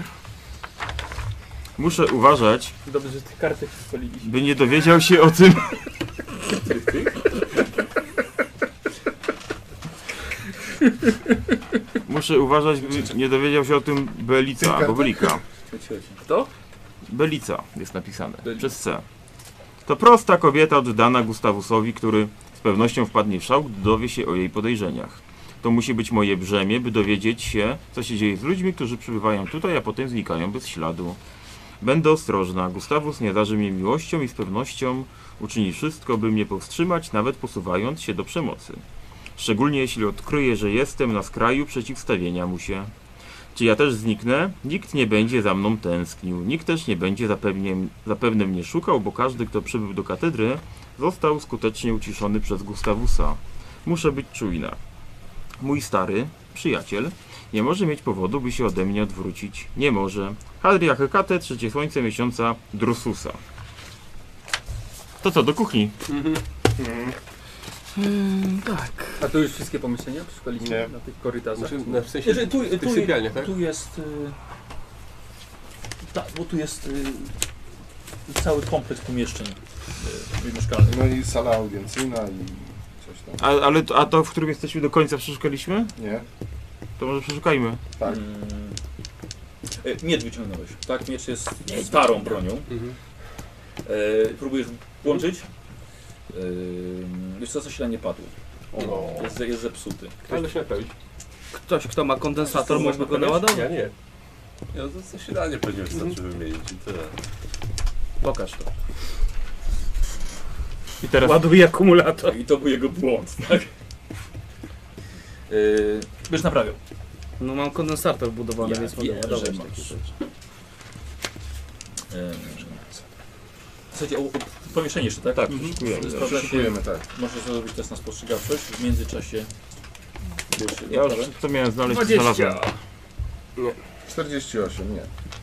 Muszę uważać, Dobrze, że tych kartek spaliliśmy. by nie dowiedział się o tym. Muszę uważać, by nie dowiedział się o tym Belica, albo Belika. Kto? Belica jest napisane, przez C. To prosta kobieta oddana Gustawusowi, który z pewnością wpadnie w szał, gdy dowie się o jej podejrzeniach. To musi być moje brzemię, by dowiedzieć się, co się dzieje z ludźmi, którzy przybywają tutaj, a potem znikają bez śladu. Będę ostrożna. Gustawus nie darzy mnie miłością i z pewnością uczyni wszystko, by mnie powstrzymać, nawet posuwając się do przemocy. Szczególnie jeśli odkryje, że jestem na skraju przeciwstawienia mu się. Czy ja też zniknę? Nikt nie będzie za mną tęsknił. Nikt też nie będzie zapewne mnie szukał, bo każdy, kto przybył do katedry, został skutecznie uciszony przez Gustawusa. Muszę być czujna. Mój stary przyjaciel nie może mieć powodu, by się ode mnie odwrócić. Nie może. Hadria Hekate, trzecie słońce miesiąca Drususa. To co, do kuchni? Tak. A to już wszystkie pomieszczenia przeszukaliśmy Nie. na tych korytarzach? Znaczy, w sensie Znaczy, w tych sypialniach, tak? Tu jest... tak, bo tu jest cały kompleks pomieszczeń mieszkalnych. No i sala audiencjna i coś tam. A to, w którym jesteśmy do końca przeszukaliśmy? Nie? To może przeszukajmy. Tak. Miecz wyciągnąłeś, tak? Miecz jest starą bronią. Mhm. Próbujesz włączyć. Jeszcze zasilanie padło. Jest zepsuty. Ale się naprawić. Ktoś, kto ma kondensator, Co, mógłby go można naładować? Ja nie. Ja to zasilanie pewnie wystarczy wymienić i tyle. Pokaż to. I teraz Ładuje akumulator. I to był jego błąd, tak? Będziesz naprawiał. No mam kondensator wbudowany, Ja więc mogę wiem, ładować że takie masz. rzeczy. Słuchajcie, pomieszczenie jeszcze, tak? tak, przeszukujemy. Sprawdza się, Szykujemy, tak. możesz zrobić test na spostrzegawczość. W międzyczasie Ja już co miałem znaleźć, 20. znalazłem. 48, nie.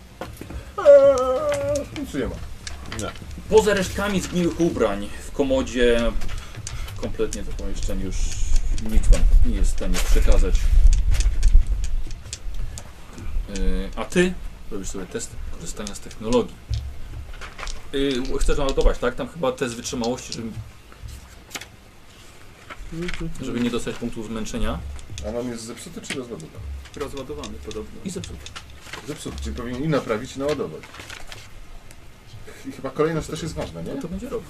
Nic nie ma. Poza resztkami zgniłych ubrań w komodzie kompletnie to pomieszczenie już nic wam nie jest w stanie przekazać. A ty robisz sobie test korzystania z technologii. Chcesz naładować, tak? Tam chyba test wytrzymałości, żeby nie dostać punktu zmęczenia. A on jest zepsuty czy rozładowany? Rozładowany podobno. I zepsuty. Zepsuty, czyli powinien i naprawić, i naładować. I chyba kolejność też jest ważna, nie? No to będzie robił.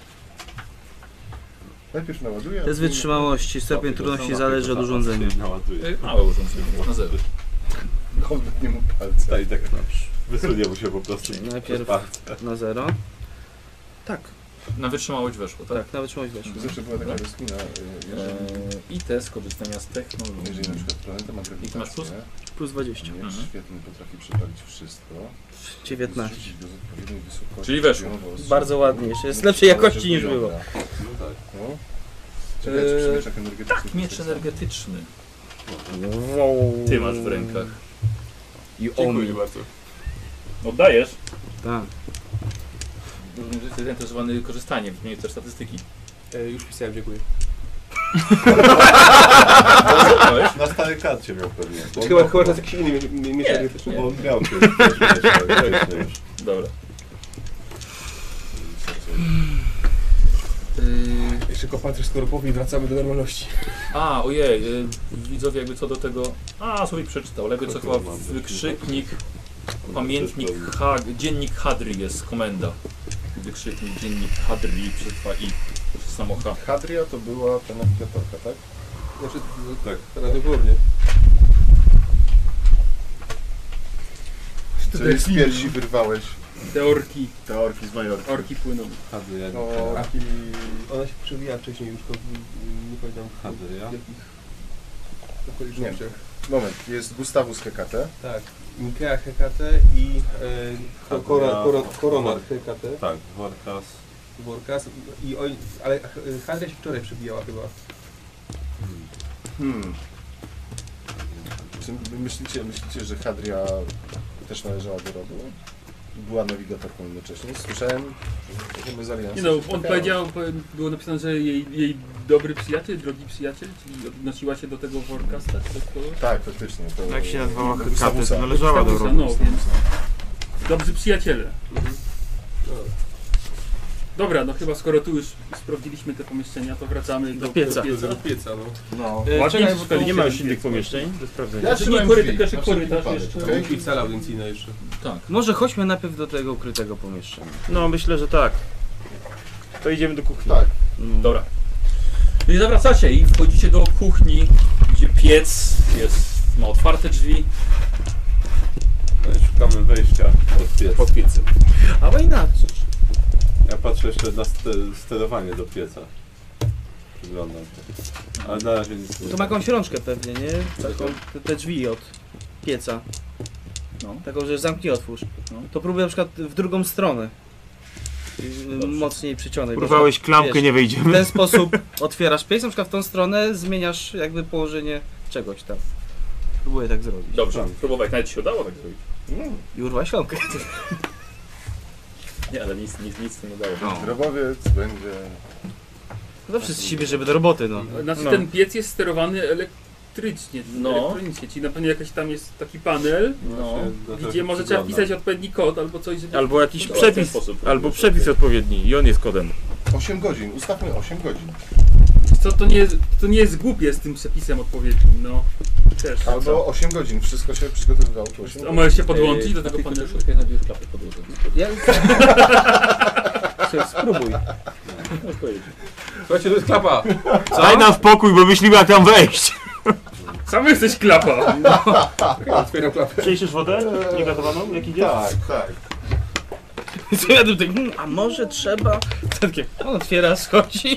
Najpierw naładuję, a Test później- wytrzymałości, stopień trudności zależy od urządzenia. Naładuje. Małe urządzenie, na zewnątrz. Odetnie mu palce. Tak, tak wysunie mu się po prostu. Najpierw na 0. Tak, Na wytrzymałość weszło, tak? tak, nawet wytrzymałość weszło. Zawsze była taka rozkmina, I test korzystania z technologii. jeżeli na przykład planeta ma I ty masz plus? grawitację, Plus 20. miecz Mhm. świetny potrafi przepalić wszystko, 19. zrzucić go z odpowiedniej wysokości, Czyli weszło. pionowo ostrzelić, Bardzo ładnie, jeszcze jest no, lepszej ale jakości że niż wygląda. było. No tak. No. Ciekawe, czy przy mieczach energetycznych Tak, miecz jest tak samo. energetyczny. Wow. Ty masz w rękach. I Dziękuję bardzo. Oddajesz? Tak. Jesteś zainteresowany korzystaniem, zmienić też statystyki. Już pisałem, dziękuję. Na starej karcie miał pewnie. Bo on Chyba miał- to jest jakiś inny miecz Nie. energetyczny. Bo on miał wcześniej już. Dobra. Jeszcze kopatry skorupowi i wracamy do normalności. Ojej, widzowie jakby co do tego... sobie przeczytał, ale jakby co chyba wykrzyknik, pamiętnik, dziennik Hadri jest komenda. Wykrzyknik, dziennik Hadri przez 2i, przez samo H. Hadria to była ta nawigatorka, tak? Znaczy, Tak. prawdopodobnie. Czyli z piersi wyrwałeś Te orki. te orki z Majorki. Orki płyną. Hadria. Orki... Ona się przewija wcześniej już, to nie pamiętam Hadria. w jakich okolicznościach. Moment, jest Gustawus Hekate. Tak, Mikea Hekate i Korona Hekate, Tak, Workas. Workas, ale Hadria się wczoraj przebijała chyba. Czy myślicie, że Hadria też należała do rodu? Była nawigatorką jednocześnie. Słyszałem, że my z Aliansu Nie no, coś on takiego. powiedział, było napisane, że jej dobry przyjaciel, drogi przyjaciel, czyli odnosiła się do tego Workasta, czy do kogoś? Tak, faktycznie. To Jak się nazywała do Hekate, Gustavusa. to należała do Gustavusa, rodu. no, więc dobrzy przyjaciele. Dobra, no chyba skoro tu już sprawdziliśmy te pomieszczenia, to wracamy do pieca. Do pieca, no. No. Ładnie Czekaj, wszystko bo nie ma już idzie. innych pomieszczeń do sprawdzenia. Ja Znaczy, trzymałem nie korytarz, drzwi, tylko na wszelki korytarz wypadek, jeszcze. okej? I sala audencyjna jeszcze. Tak. Może chodźmy najpierw do tego ukrytego pomieszczenia. No myślę, że tak. To idziemy do kuchni. Tak. Dobra. Czyli zawracacie i wchodzicie do kuchni, gdzie piec ma otwarte drzwi. No i szukamy wejścia od pieca. A inaczej. Ja patrzę jeszcze na sterowanie do pieca. Przyglądam się. Ale na razie nic nie To ma jakąś rączkę pewnie, nie? Taką, te drzwi od... pieca, No. taką, że zamknij, otwórz, No. to próbuję na przykład w drugą stronę. Mocniej przyciągnąć. Próbowałeś klamkę, wiesz, nie w wejdziemy. ten sposób otwierasz piec, na przykład w tą stronę zmieniasz jakby położenie czegoś tam. Próbuję tak zrobić. Dobrze, próbować, nawet ci się udało tak zrobić. I urwałeś klamkę. Nie, ale nic to nie dało. Grobowiec będzie... No wszyscy się bierzemy do roboty, no. Znaczy No. ten piec jest sterowany elektrycznie, No. elektronicznie, czyli na pewno jakiś tam jest taki panel, No. gdzie może trzeba wpisać odpowiedni kod albo coś, żeby... Albo jakiś No, w ten przepis, sposób albo próbujesz. przepis odpowiedni i on jest kodem. 8 godzin, ustawmy 8 godzin. Co, to nie jest głupie z tym przepisem odpowiednim, no. Też. Albo 8 godzin, wszystko się przygotowywało tu 8 A godzin. możesz się podłączyć do tego Ty panelu? szukaj na klapę podłogę. Ja... Spróbuj. Możesz powiedzieć. Słuchajcie, to jest klapa. Daj nam spokój, bo myślimy jak tam wejść. Sam jesteś klapa! Otwieram klapę. Przejrzysz wodę? Niegotowaną? Jak idzie? Tak, tak. Co ja tutaj, a może trzeba? Takie, on otwiera, schodzi.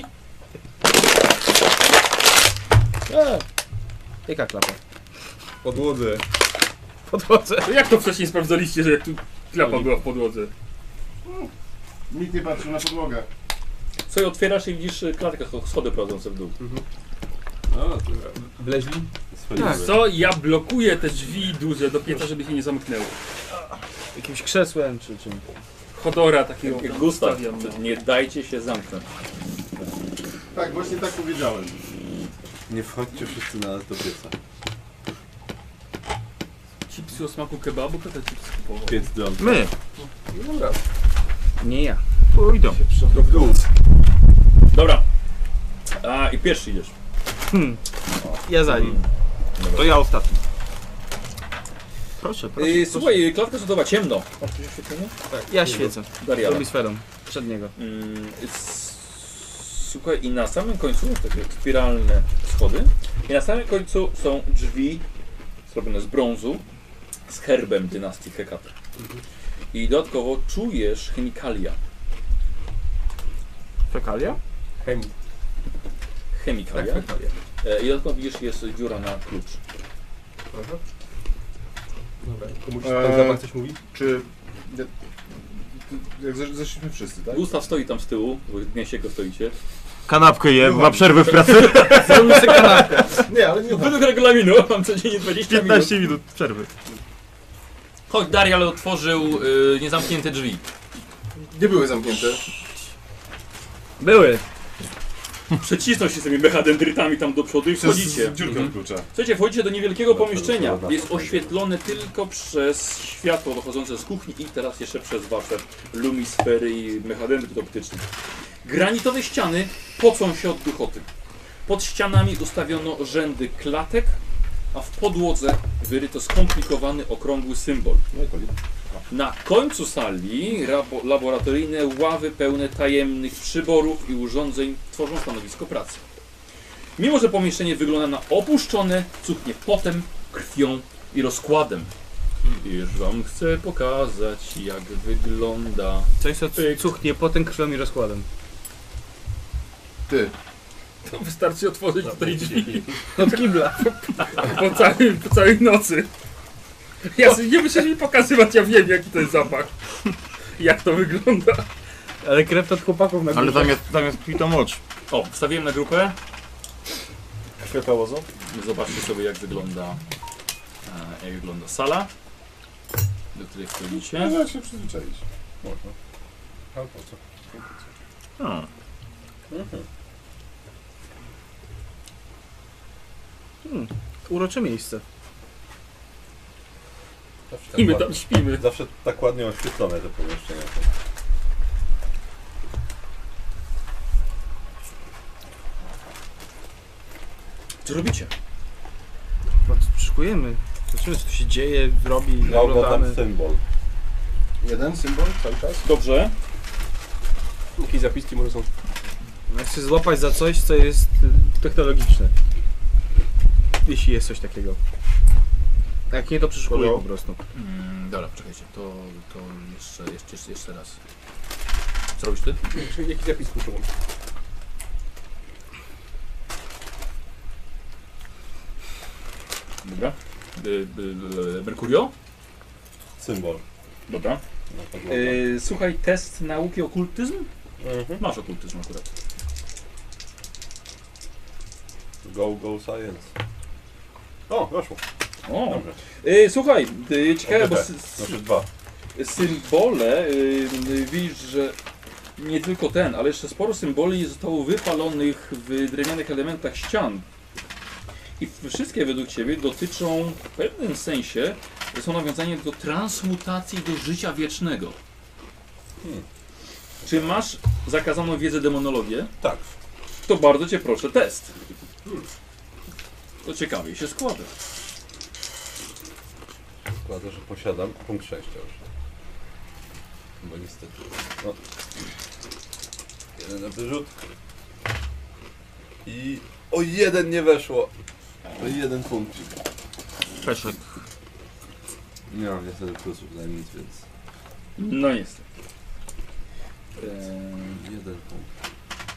Jaka klapa? Podłodze. Podchodzę. To jak to wcześniej sprawdzaliście, że jak tu klapa była w podłodze? Nikt nie patrzył na podłogę. Co otwierasz i widzisz klatkę, schody prowadzące w dół. No, to Wleźli? tak. Co? Ja blokuję te drzwi duże do pieca, żeby się nie zamknęły. Jakimś krzesłem czy czym. Chodora takiego Jak Gustaw, stawiam, no. nie dajcie się zamknąć. Tak, właśnie tak powiedziałem. Nie wchodźcie wszyscy na nas do pieca. Chipsy o smaku kebabu, kto te chipsy kupował? Piec dron. My. No dobra. Nie ja. Pójdą. To w dół. Dobra. A i pierwszy idziesz. Ja za nim. To ja ostatni. Proszę, proszę. Słuchaj, klatka schodowa ciemno. Masz coś oświetlenie? Ja świecę. Dariala. Robi sferą. Przed niego. Słuchaj, i na samym końcu takie spiralne schody. I na samym końcu są drzwi zrobione z brązu z herbem dynastii Hekate. I dodatkowo czujesz chemikalia. Fekalia? Chemii. Chemikalia. Tak, fekalia. I dodatkowo widzisz, jest dziura na klucz. Aha. Dobra, komuś ten zapach coś mówi? Czy... Jak zeszliśmy wszyscy, tak? Gustaw stoi tam z tyłu, bo gnieście go stoicie. Kanapkę je, ma przerwę w pracy. Zrobimy sobie kanapkę. Nie, ale nie Według regulaminu mam codziennie 20 minut. 15 minut przerwy. Chodź, Darial otworzył niezamknięte drzwi. Nie były zamknięte. Były. Przecisnął się z tymi mechadendrytami tam do przodu i wchodzicie. dziurkę od klucza. Słuchajcie, wchodzicie do niewielkiego pomieszczenia. Jest oświetlone tylko przez światło dochodzące z kuchni i teraz jeszcze przez wasze lumisfery i mechadendryt optyczny. Granitowe ściany pocą się od duchoty. Pod ścianami ustawiono rzędy klatek, a w podłodze wyryto skomplikowany, okrągły symbol. Na końcu sali laboratoryjne ławy pełne tajemnych przyborów i urządzeń tworzą stanowisko pracy. Mimo że pomieszczenie wygląda na opuszczone, cuchnie potem, krwią i rozkładem. Już wam chcę pokazać, jak wygląda. Coś co cuchnie potem krwią i rozkładem. Ty. To wystarczy otworzyć tutaj drzwi Od kibla. po całej nocy. Nie musisz mi pokazywać, ja wiem jaki to jest zapach. Jak to wygląda. Ale krew od chłopaków na Ale górze. zamiast krwi to mocz. O, wstawiłem na grupę. Światłowozu? Zobaczcie sobie, jak wygląda sala, do której wchodzicie. Można się przyzwyczaić. Można. A po co? A. Urocze miejsce. Zawsze I my tak tam śpimy. Zawsze tak ładnie oświetlone te pomieszczenia. Co robicie? Szykujemy. Zobaczymy, co tu się dzieje, robi, Dał go tam oglądamy. symbol. Jeden symbol cały czas? Dobrze. Jakieś zapiski może są. Ja chcę złapać za coś, co jest technologiczne. Jeśli jest coś takiego. A jak nie, to przeszukuję po prostu. Dobra, poczekajcie, to jeszcze raz. Co robisz ty? Jakiś zapis muszą. Dobra. Mercurio. Symbol. Dobra. Na podłodze. Słuchaj, test nauki okultyzm? Mhm. Masz okultyzm akurat. Go science. O, weszło. O. Dobrze. Słuchaj, ciekawe, bo Znaczy 2. symbole, widzisz, że nie tylko ten, ale jeszcze sporo symboli zostało wypalonych w drewnianych elementach ścian. I wszystkie według Ciebie dotyczą w pewnym sensie, są nawiązaniem do transmutacji do życia wiecznego. Czy masz zakazaną wiedzę demonologię? Tak. To bardzo Cię proszę, test. To ciekawie się składa. Składa, że posiadam punkt szczęścia już. Bo niestety. No. Jeden na wyrzut. I o 1 nie weszło. To 1 punkcik. Peszek. Nie mam niestety plusów na nic, więc No niestety. 1 punkt.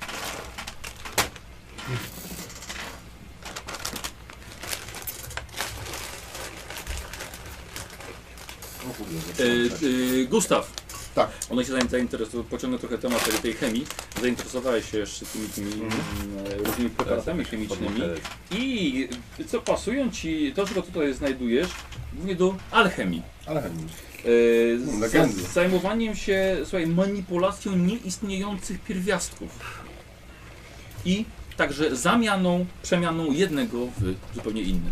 O kurde, Gustaw. Tak. One się zainteresowały, pociągnę trochę temat tej chemii. Zainteresowałeś się jeszcze tymi różnymi preparatami chemicznymi. I co pasują Ci, to czego tutaj znajdujesz, głównie do alchemii. Ale chemii. Z zajmowaniem się, słuchaj, manipulacją nieistniejących pierwiastków. I także przemianą jednego w zupełnie inny.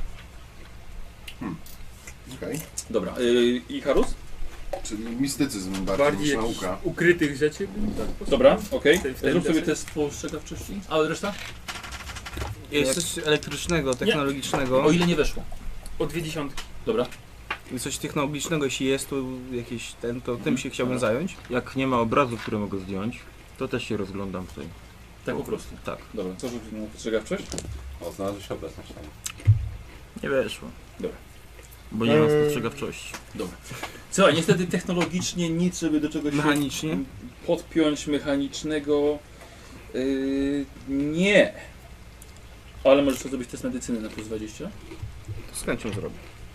Okej. Dobra, Icharus? Czyli mistycyzm bardziej Bardziej niż jakichś nauka. ukrytych rzeczy. bym tak postawił. Dobra, okej. W tej Zrób sobie desce. test spostrzegawczości. A reszta? Jest coś elektrycznego, technologicznego. O ile nie weszło. O 20. Dobra. Coś technologicznego, jeśli jest tu jakiś ten, to tym się chciałbym zająć. Jak nie ma obrazu, który mogę zdjąć, to też się rozglądam tutaj. Tak po prostu. Tak. Dobra, co rzucić na spostrzegawczość? O, znalazł się obecność tam. Nie weszło. Dobra. Bo nie mam spostrzegawczości. Słuchaj, niestety technologicznie nic, żeby do czegoś się Mechanicznie. podpiąć mechanicznego. Nie. Ale możesz sobie zrobić test medycyny na plus 20. Z chęcią zrobię.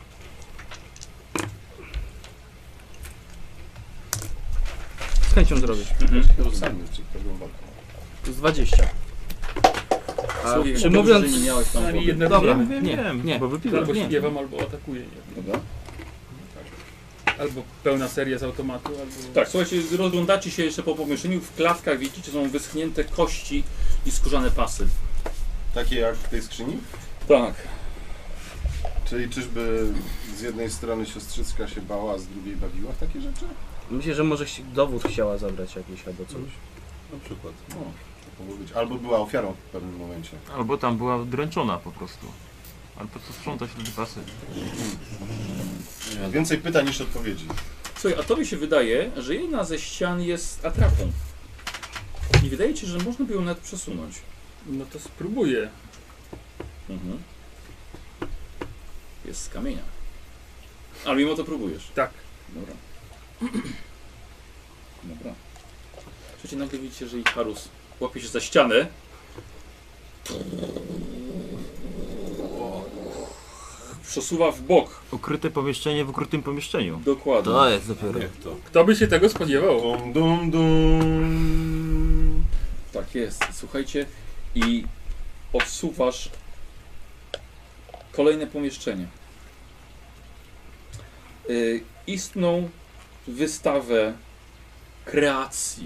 Z chęcią zrobię. Rzucamy przed każdą walką. Plus 20. A Słuchaj, czy dobrze, mówiąc... że nie miałeś tam Ani wody. jedna Dobra, druga. nie. Bo wypiłem. Albo nie. śpiewam, albo atakuję. Nie? Dobra. Albo pełna seria z automatu, albo... Tak, słuchajcie, rozglądacie się jeszcze po pomieszczeniu. W klatkach widzicie, są wyschnięte kości i skórzane pasy. Takie jak w tej skrzyni? Tak. Czyli czyżby z jednej strony siostrzycka się bała, a z drugiej bawiła w takie rzeczy? Myślę, że może dowód chciała zabrać jakiś albo coś. Na przykład. Mogło być. Albo była ofiarą w pewnym momencie. Albo tam była dręczona po prostu. Albo co sprzątać te pasy. Więcej pytań niż odpowiedzi. Słuchaj, a tobie się wydaje, że jedna ze ścian jest atrapą. I wydaje ci się, że można by ją nawet przesunąć. No to spróbuję. Mhm. Jest z kamienia. Ale mimo to próbujesz. Tak. Dobra. Dobra. Słuchajcie, nagle widzicie, że Icharus łapie się za ścianę. Przesuwa w bok. Ukryte pomieszczenie w ukrytym pomieszczeniu. Dokładnie. To jest dopiero. Jak to? Kto by się tego spodziewał? Dum, dum, dum. Tak jest. Słuchajcie, i odsuwasz kolejne pomieszczenie. Istną wystawę kreacji.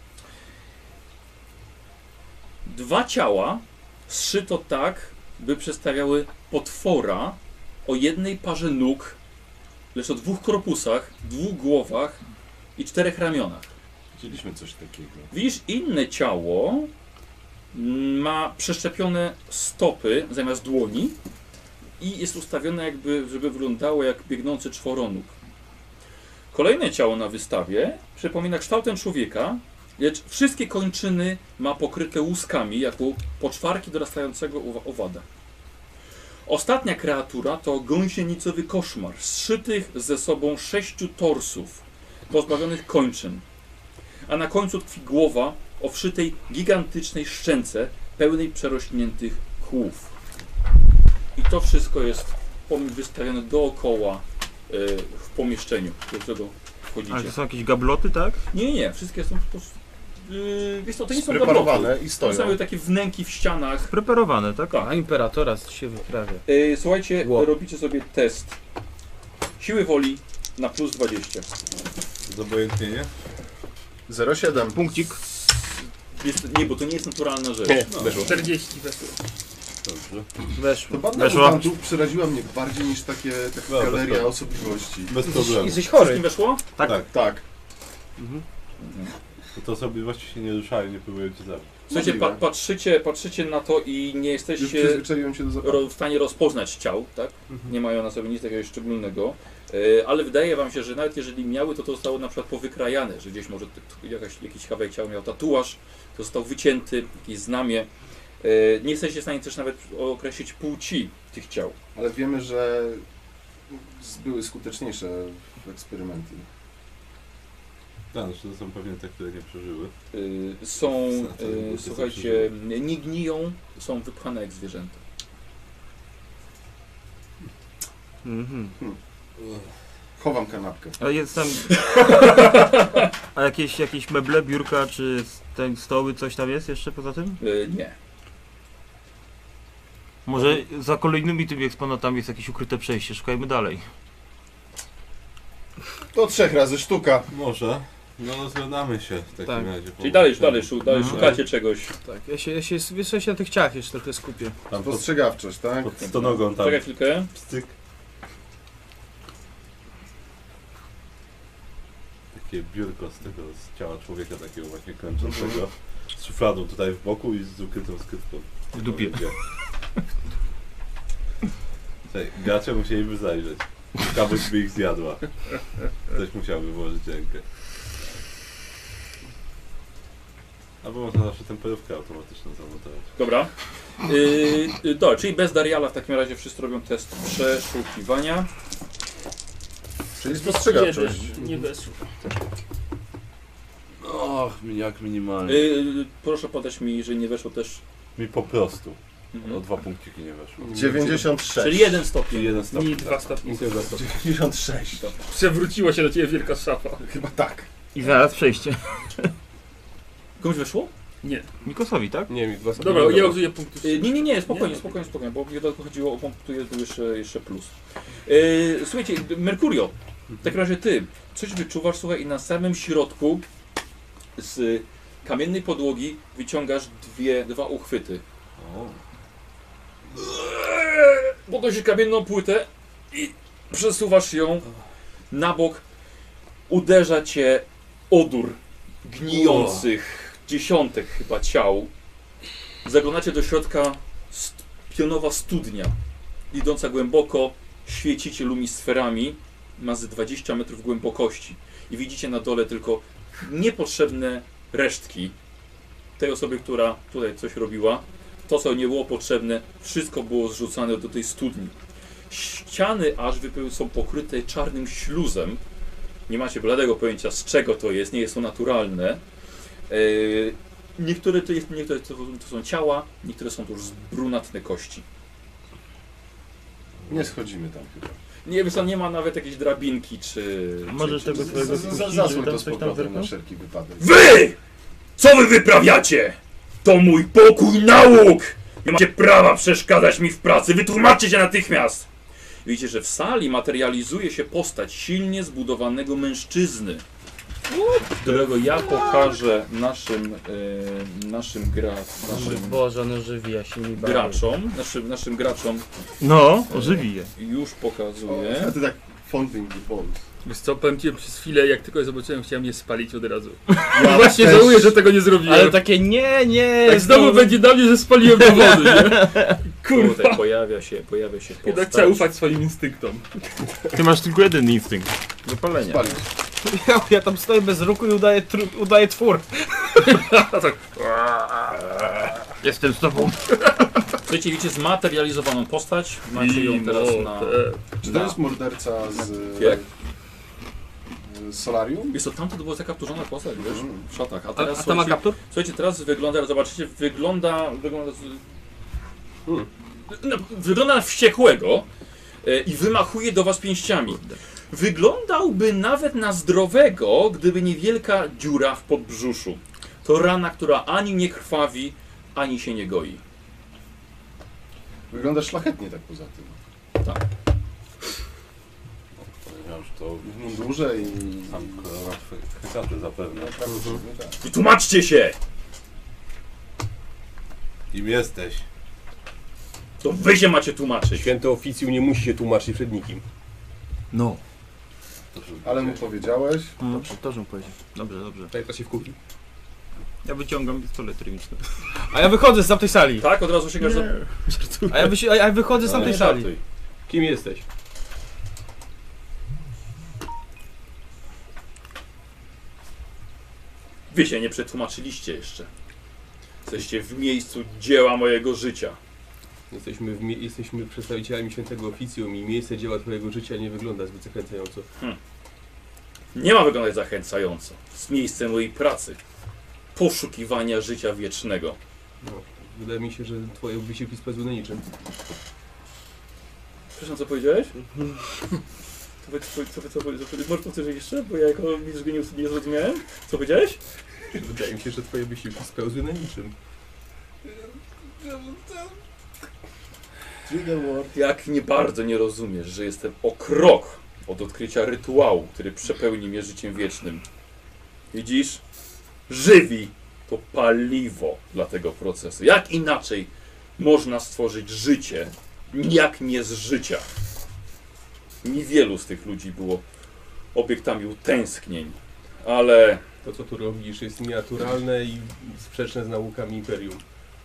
2 ciała zszyto tak, by przedstawiały potwora o jednej parze nóg, lecz o 2 korpusach, 2 głowach i 4 ramionach. Widzieliśmy coś takiego. Widzisz, inne ciało ma przeszczepione stopy zamiast dłoni i jest ustawione jakby, żeby wyglądało jak biegnący czworonóg. Kolejne ciało na wystawie przypomina kształtem człowieka, lecz wszystkie kończyny ma pokryte łuskami, jak u poczwarki dorastającego owada. Ostatnia kreatura to gąsienicowy koszmar, zszytych ze sobą 6 torsów, pozbawionych kończyn. A na końcu tkwi głowa o wszytej gigantycznej szczęce, pełnej przerośniętych kłów. I to wszystko jest wystawione dookoła w pomieszczeniu, do którego wchodzicie. Ale to są jakieś gabloty, tak? Nie, wszystkie są po prostu... wiesz co, to nie są Spreparowane gabloty. i To stoją. są takie wnęki w ścianach. Preparowane, tak? Tak. A imperatora się wyprawia. Słuchajcie, Ło. robicie sobie test siły woli na plus 20. Zobojętnienie? 0,7. Punkcik. Nie, bo to nie jest naturalna rzecz. Nie, No. weszło. 40 weszło. Dobrze. Weszło. To banda Weszło. mutantów przeraziła mnie bardziej niż taka No, galeria bez osobliwości. Bez problemu. Jesteś Wszystkim chory. weszło? Tak. To osobliwości się nie ruszają, nie próbują cię zabić. Słuchajcie, Możliwe. patrzycie na to i nie Już jesteście przyzwyczaiłem się do zapachu. w stanie rozpoznać ciał, tak? Nie mają na sobie nic takiego szczególnego. Ale wydaje wam się, że nawet jeżeli miały, to zostało na przykład powykrajane, że gdzieś może jakiś kawałek ciała miał tatuaż, to został wycięty, jakieś znamie. Nie jesteście w stanie też nawet określić płci tych ciał. Ale wiemy, że były skuteczniejsze eksperymenty. Tak, znaczy to są pewnie te, które nie przeżyły. Są, Co słuchajcie, nie gniją, są wypchane jak zwierzęta. Mhm. Chowam kanapkę. A jest tam... A jakieś meble, biurka, czy stoły, coś tam jest jeszcze poza tym? Nie. Może za kolejnymi tymi eksponatami jest jakieś ukryte przejście, szukajmy dalej. To 3 razy sztuka. Może. No rozglądamy się w takim Tak. razie. Czyli dalej Mhm. szukacie czegoś. Tak, ja się na tych ciach jeszcze trochę skupię. Tam pod, Spostrzegawczość, tak? pod stonogą tam. Czekaj chwilkę. Pstyk. Takie biurko z tego, z ciała człowieka takiego właśnie klęczącego. Z szufladą tutaj w boku i z ukrytą skrytką. W dupie. Słuchaj, gracze musieliby zajrzeć. Ciekawość by ich zjadła. Ktoś musiałby włożyć rękę. Albo można zawsze temperówkę automatyczną zamontować. Dobra. Dobra, czyli bez Dariala w takim razie wszyscy robią test przeszukiwania. Czyli spostrzegawczość. Nie weszło. Och, jak minimalnie. Proszę podać mi, że nie weszło też. Mi po prostu. Mhm. O 2 punkciki nie weszło. 96. Czyli 1 stopień. 1 stopień. Nie 2 stopnie. 96. Przewróciła się do ciebie wielka szafa. Chyba tak. I zaraz przejście. Komuś weszło? Nie. Nikosowi, tak? Nie, mi 2 stopnie. Dobra, ja użyję punktu. Nie, spokojnie, bo mi chodziło o punkt, tu jest jeszcze plus. Słuchajcie, Merkurio, w takim razie ty coś wyczuwasz, słuchaj, i na samym środku z kamiennej podłogi wyciągasz dwa uchwyty. O. Podnosisz kamienną płytę i przesuwasz ją na bok. Uderza cię odór gnijących dziesiątek chyba ciał. Zaglądacie do środka pionowa studnia, idąca głęboko, świecicie lumisferami, ma z 20 metrów głębokości i widzicie na dole tylko niepotrzebne resztki tej osoby, która tutaj coś robiła. To, co nie było potrzebne, wszystko było zrzucane do tej studni. Ściany aż są pokryte czarnym śluzem. Nie macie bladego pojęcia, z czego to jest, nie jest to naturalne. Niektóre to są ciała, niektóre są to już brunatne kości. Nie schodzimy tam chyba. Nie wiem, nie ma nawet jakiejś drabinki, czy... Możesz tego swojego Zasłoń żeby to tam z coś tam powrotem na zerknął? wszelki wypadek. Wy! Co wy wyprawiacie? To mój pokój nauk! Nie macie prawa przeszkadzać mi w pracy, wytłumaczcie się natychmiast! Widzicie, że w sali materializuje się postać silnie zbudowanego mężczyzny, którego ja pokażę naszym Boże, no żywi, ja się nie bawię. graczom. Naszym graczom No, ożywi je. już pokazuję. A ty tak folding the balls. Wiesz co, powiem ci, przez chwilę, jak tylko je zobaczyłem, chciałem je spalić od razu. Ja Właśnie też. żałuję, że tego nie zrobiłem. Ale takie nie, Tak znowu będzie dla mnie, że spaliłem do wody, nie? Kurwa. Tutaj pojawia się Jednak postać. trzeba ufać swoim instynktom. Ty masz tylko jeden instynkt. Zapalenia. Spalić. Ja tam stoję bez ruchu i udaję twór. Jestem z tobą. Słuchajcie, widzicie zmaterializowaną postać. Macie ją teraz na... Czy to jest morderca z Jak? z Solarium? Jest to tamto, to była zakapturzona postać, wiesz? W szatach. A A teraz, tam ma słuchajcie, kaptur? słuchajcie, teraz wygląda, zobaczycie, wygląda na wściekłego. i wymachuje do was pięściami. Wyglądałby nawet na zdrowego, gdyby niewielka dziura w podbrzuszu. To rana, która ani nie krwawi, ani się nie goi. Wygląda szlachetnie tak poza tym. Powiedziałem, że to W mundurze i... sam kolor fregaty zapewne. Tak. Wytłumaczcie się! Kim jesteś? To wy się macie tłumaczyć. Święty oficjum nie musi się tłumaczyć przed nikim. No. Ale mu powiedziałeś. Dobrze, to żebym powiedział. Dobrze, dobrze. Tak, to się w kuchni. Ja wyciągam pistolet rymiczny. A ja wychodzę z tamtej sali. Tak, od razu sięgasz za... A ja wychodzę z tamtej Nie sali. żartuj. Kim jesteś? Wy się nie przetłumaczyliście jeszcze. Jesteście w miejscu dzieła mojego życia. Jesteśmy przedstawicielami świętego oficjum i miejsce dzieła twojego życia nie wygląda zbyt zachęcająco. Nie ma wyglądać zachęcająco. Z miejscem mojej pracy. Poszukiwania życia wiecznego. No, wydaje mi się, że twoje wysiłki spełzły niczym. Przepraszam, co powiedziałeś? Możesz powtórzyć jeszcze? Bo ja jako widzisz, że nie zrozumiałem. Co powiedziałeś? Wydaje mi się, że twoje wysiłki spełzły na niczym. Jak nie bardzo nie rozumiesz, że jestem o krok od odkrycia rytuału, który przepełni mnie życiem wiecznym. Widzisz? Żywi to paliwo dla tego procesu. Jak inaczej można stworzyć życie, jak nie z życia? Niewielu z tych ludzi było obiektami utęsknień, ale To, co tu robisz, jest nienaturalne i sprzeczne z naukami Imperium.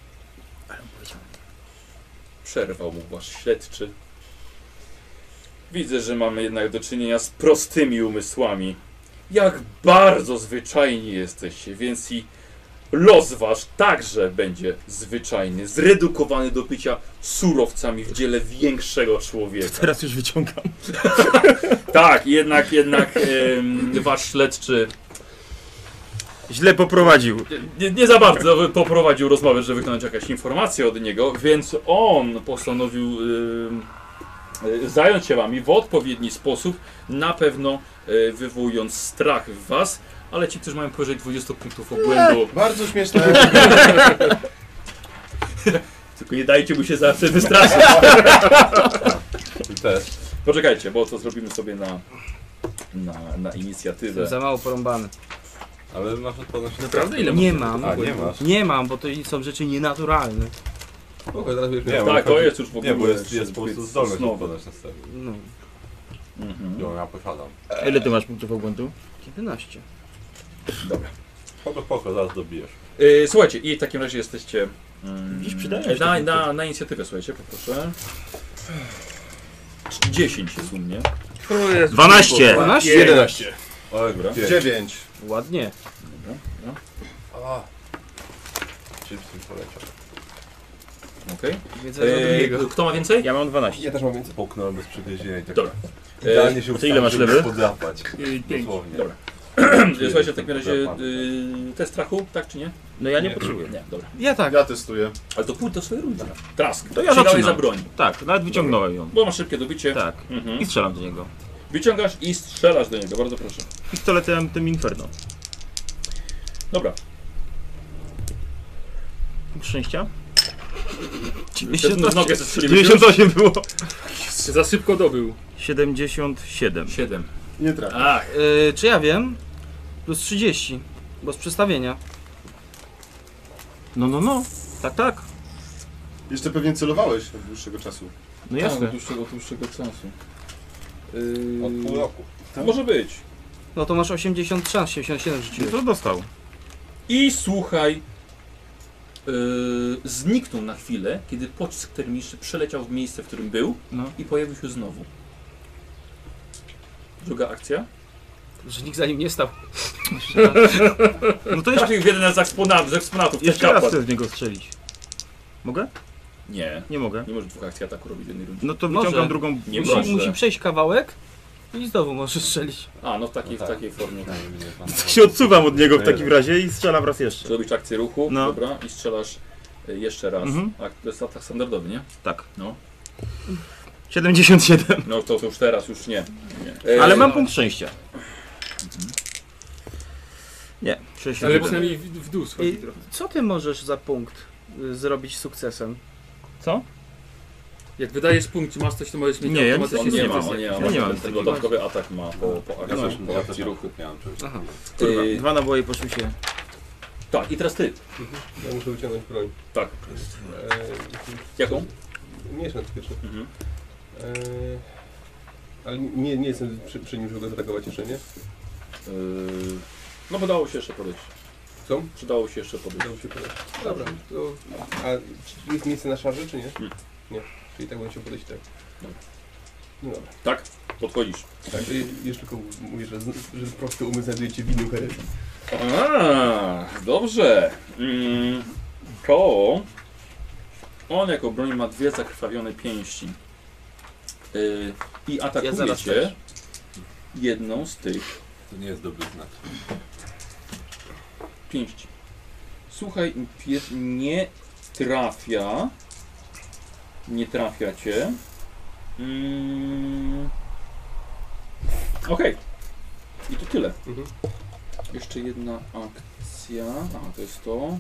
przerwał mu wasz śledczy. Widzę, że mamy jednak do czynienia z prostymi umysłami. Jak bardzo zwyczajni jesteście, więc i los wasz także będzie zwyczajny, zredukowany do bycia surowcami w dziele większego człowieka. Teraz już wyciągam. Tak, jednak wasz śledczy Źle poprowadził. nie za bardzo poprowadził rozmowę, żeby wykonać jakaś informacja od niego, więc on postanowił zająć się wami w odpowiedni sposób, na pewno wywołując strach w was, ale ci, którzy mają powyżej 20 punktów obłędu, Bardzo śmieszne. tylko nie dajcie mu się zawsze wystraszyć. Ty też. Poczekajcie, bo to zrobimy sobie na inicjatywę. Za mało porąbany. Ale masz odporność na Naprawdę? Ile Nie masz? mam. A, nie masz. Nie mam, bo to są rzeczy nienaturalne. Spoko, teraz wiesz, Nie, miał- bo Tak, to chodzi- jest już w ogóle. Nie, bo jest po prostu zdolność snowy. odporność na ster. No, Którą ja posiadam. Ile ty masz punktów obłędu? 11. Dobra. Spoko, zaraz dobijesz. Słuchajcie, i w takim razie jesteście Dziś przydają się na inicjatywę, słuchajcie, poproszę. 10 jest u mnie. 12! 12? 11. Ale Dobra. 9. Ładnie. Chipsy poleciał. Okej. Wiedzę, że drugiego. Kto ma więcej? Ja mam 12. Ja też mam więcej. Puknąłem bez przygryzienia i tak Dobra. idealnie się to ile masz żeby lewy? podrapać. 5. Dosłownie. Dobra. Słuchajcie, w takim razie test strachu, tak czy nie? No ja nie potrzebuję. Nie, dobra. Ja tak. Ja testuję. Ale to pójdź do swojej rundy. Trask. To ja Sięgałeś zaczynam. za broń, Tak, nawet wyciągnąłem ją. bo masz szybkie dobycie. Tak. Mhm. I strzelam do niego. Wyciągasz i strzelasz do niego, bardzo proszę. Pistoletem tym Inferno. Dobra. Punkt szczęścia? W nogę zestrzeliłeś. 98 było. Za szybko dobył. 77. 7. Nie trafię. Ach, Czy ja wiem? Plus 30. Bo z przestawienia. No. Tak, tak. Jeszcze pewnie celowałeś od dłuższego czasu. No jasne. dłuższego czasu. Od pół roku. Może być. No to masz 80 szans, 77 No rzuciłeś. to dostał. I słuchaj, zniknął na chwilę, kiedy pocisk termiczny przeleciał w miejsce, w którym był No. i pojawił się znowu. Druga akcja. Że nikt za nim nie stał. No to jeszcze, Trafił w jeden z eksponatów. jeszcze raz chcę z niego strzelić. Mogę? Nie, Nie mogę. nie możesz dwóch akcji ataku robić w jednej rundzie. No to Może. wyciągam drugą. Nie Musi, może. musi przejść kawałek i znowu może strzelić. A, no w takiej, No tak. w takiej formie. Się odsuwam od niego w takim razie i strzelam raz jeszcze. Robisz akcję ruchu, No. dobra, i strzelasz jeszcze raz. Mhm. A to jest atak standardowy, nie? Tak. No. 77. No to już teraz, już nie. Ale mam punkt szczęścia. Nie, 60. Ale przynajmniej w dół schodzi I trochę. co ty możesz za punkt zrobić sukcesem? Co? Jak wydajesz punkt, czy masz coś, to możesz mieć Nie, ja nic automatycznie On nie ma, sukces. on nie ma. Ja Właśnie nie mam ten takiego. dodatkowy atak ma po Ja też, akcji ruchu. miałem coś. Aha. Kurwa, Yy, 2 naboje poszły się. Tak, i teraz ty. Ja muszę wyciągnąć broń. Tak. Eee, Jaką? Mniejsze na bezpieczne. Mhm. Ale nie jestem przy nim, żeby go zaatakować jeszcze, nie? No wydało się jeszcze podejść. Co? Przydało się jeszcze podejść. Udało się podejść. Dobra, to... A czy jest miejsce na szarże, czy nie? Nie. Czyli tak będę się podejść tak. No dobra. Tak? Podchodzisz. Tak, to jeszcze tylko mówię, że prosty umysł znajduje cię w innym herezji. Dobrze. To on jako broń ma 2 zakrwawione pięści. I atakuje zaraz cię też. jedną z tych To nie jest dobry znak. pięści. Słuchaj, pies nie trafia. Nie trafia cię. Okej. I to tyle. Mhm. Jeszcze jedna akcja. Aha, to jest to.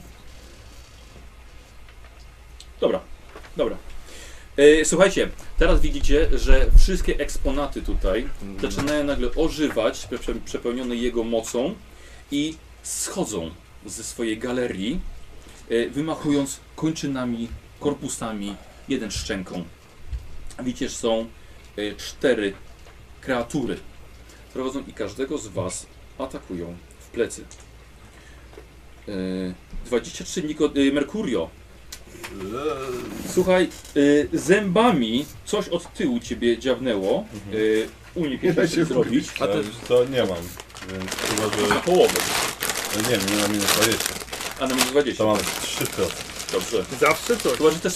Dobra, dobra. Słuchajcie, teraz widzicie, że wszystkie eksponaty tutaj zaczynają nagle ożywać, przepełnione jego mocą i schodzą ze swojej galerii, wymachując kończynami, korpusami, jeden szczęką. Widzicie, że są 4 kreatury. Prowadzą i każdego z was atakują w plecy. 23 Mercurio. Słuchaj, zębami coś od tyłu ciebie dziabnęło. Unik Nie da jeszcze się zrobić. A to nie mam, więc chyba, Na że... połowę. Nie wiem, nie mam minus 20. A na minus 20. To mam 3%. Dobrze. Zawsze coś. Chyba, że też...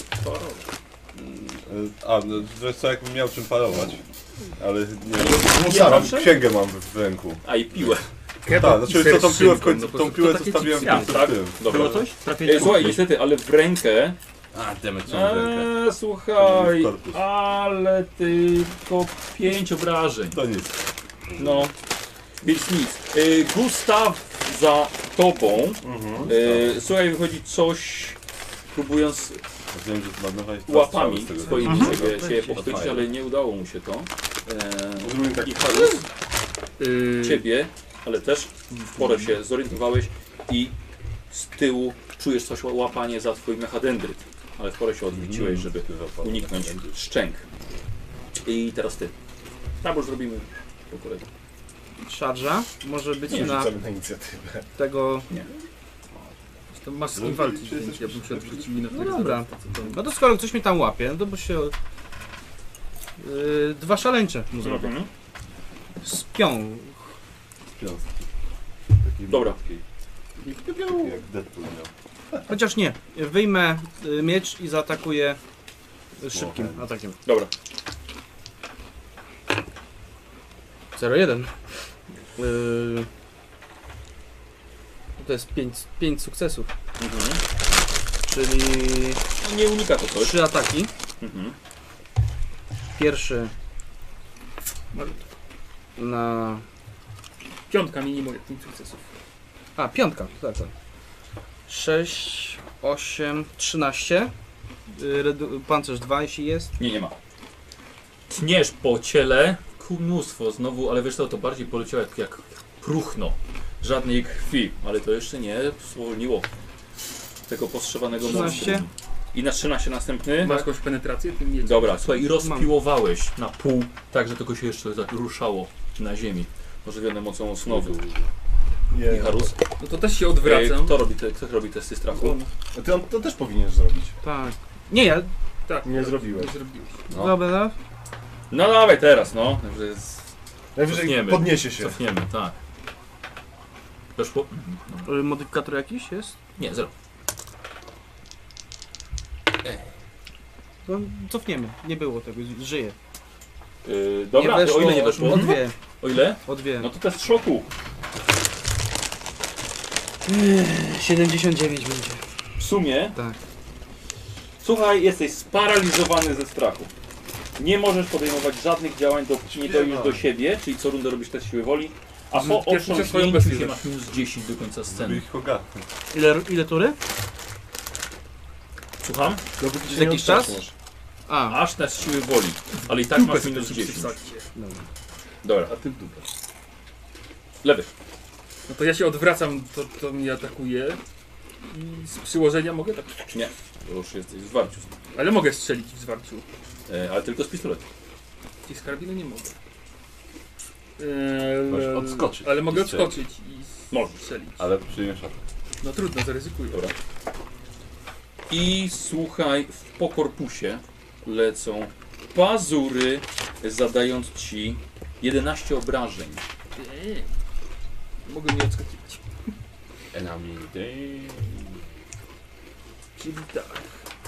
No, wiesz co, jakbym miał czym parować. Ale nie Ja mam, zawsze? księgę mam w ręku. A i piłę. Tak, znaczy co tą piłę w końcu, no, tą piłę to takie zostawiłem w cipsy. końcu Tak? w tym. Dobra. Było coś? Trafienie Słuchaj, niestety, ale w rękę... A, demy co w rękę. Słuchaj, W korpus. ale tylko 5 obrażeń. To nic. No, więc nic. Gustaw za tobą. Słuchaj, wychodzi coś, próbując Wiem, że zmarnowałeś łapami z tego. swoimi się pochwycić, ale nie udało mu się to. Zrobimy tak. I Harus, ciebie, ale też w porę się zorientowałeś i z tyłu czujesz coś łapanie za twój mechadendryt, ale w porę się odwróciłeś, żeby uniknąć szczęk. I teraz ty. Tak, już zrobimy po kolei. Szarża może być Nie, na Rzucamy na inicjatywę. tego... To masz z kim walczyć, więc ja bym się odwrócił i na No tego dobra. zaraz. No to skoro ktoś mnie tam łapie, no to by się... 2 szaleńcze mu zrobię. Mhm. Spią. Taki Dobra. malutki, jak Deadpool miał. Chociaż nie. Wyjmę miecz i zaatakuję szybkim atakiem. Dobra. 0-1. To jest 5 sukcesów, Mhm. czyli Nie unika to coś. 3 ataki. Mhm. Pierwszy na... Piątka minimum 5 sukcesów. A, 5, tak. 6, 8, 13. Pancerz 2, jeśli jest. Nie ma. Tniesz po ciele, mnóstwo znowu, ale wiesz co, to bardziej poleciało jak próchno. Żadnej krwi, ale to jeszcze nie zwolniło tego postrzewanego 13. monstra. I na 13 następny. Masz jakąś penetrację tym mieczem? Dobra, słuchaj, i rozpiłowałeś na pół, tak że tylko się jeszcze tak ruszało na ziemi. Ożywione mocą osnowy. I Harus. No to też się odwracam. Kto robi testy strachu? A ty to też powinieneś zrobić. Tak. Nie, ja... Tak, Nie zrobiłeś. nie zrobiłeś. No. Dobra, No dawaj teraz, no. Także Najwyżej Cofniemy. podniesie się. cofniemy, tak. Weszło? Modyfikator jakiś jest? Nie, 0. No, cofniemy. Nie było tego, żyje. Dobra, nie weszło, o ile nie weszło? O 2. O ile? O 2. No to test szoku. 79 będzie. W sumie, Tak. słuchaj, jesteś sparaliżowany ze strachu. Nie możesz podejmować żadnych działań, dopóki nie dojdziesz do siebie, czyli co rundę robisz test siły woli, a po Pierwszy czas swoją otrząśnięciu bestię się masz minus 10 do końca Żeby sceny. ich ogarnąć. Ile tury? Słucham? Dopóki Jest się nie jakiś czas? otrząsniesz. A, Aż na siły woli, ale i tak Dupę masz sobie minus 10. wsadźcie. Dobra, A ty w dupę. lewy. No to ja się odwracam, to mnie atakuje. I z przyłożenia mogę tak. Nie, to już jesteś w zwarciu. Ale mogę strzelić w zwarciu. Ale tylko z pistoletu. I z karabinu nie mogę. Możesz odskoczyć Ale mogę i strzelić. odskoczyć i Możesz. strzelić. Ale przyjmiesz atak. No trudno, zaryzykuję. Dobra. I słuchaj, po korpusie lecą pazury, zadając ci 11 obrażeń. Mogę nie odskoczyć. Enemy day. Czyli tak.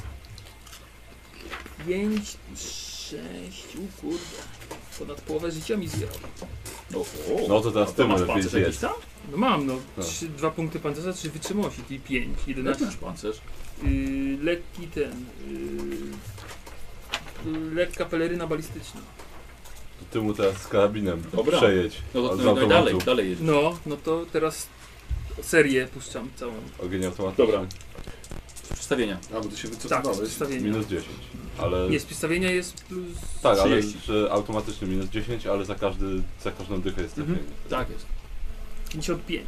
5, 6, kurde. Ponad połowę życia mi zjadł. No to teraz ty masz możesz pancerz wiedzieć. jakiś tam? No mam, no. No. 2 punkty pancerza, 3 wytrzymałości, czyli 5, Jaki 11. masz pancerz? Lekki ten. Lekka peleryna balistyczna. To ty mu teraz z karabinem Dobra. przejedź. No to z no, automatu. dalej jedziesz. No to teraz serię puszczam całą. Ogień automatyczny. Dobra. Przestawienia. A, bo ty się Tak, z wycofywałeś. przedstawienia. Minus 10. Ale... Nie, z przedstawienia jest plus. Tak, ale 30. że automatycznie minus 10, ale za każdą dychę jest trafienie. Tak jest. 55.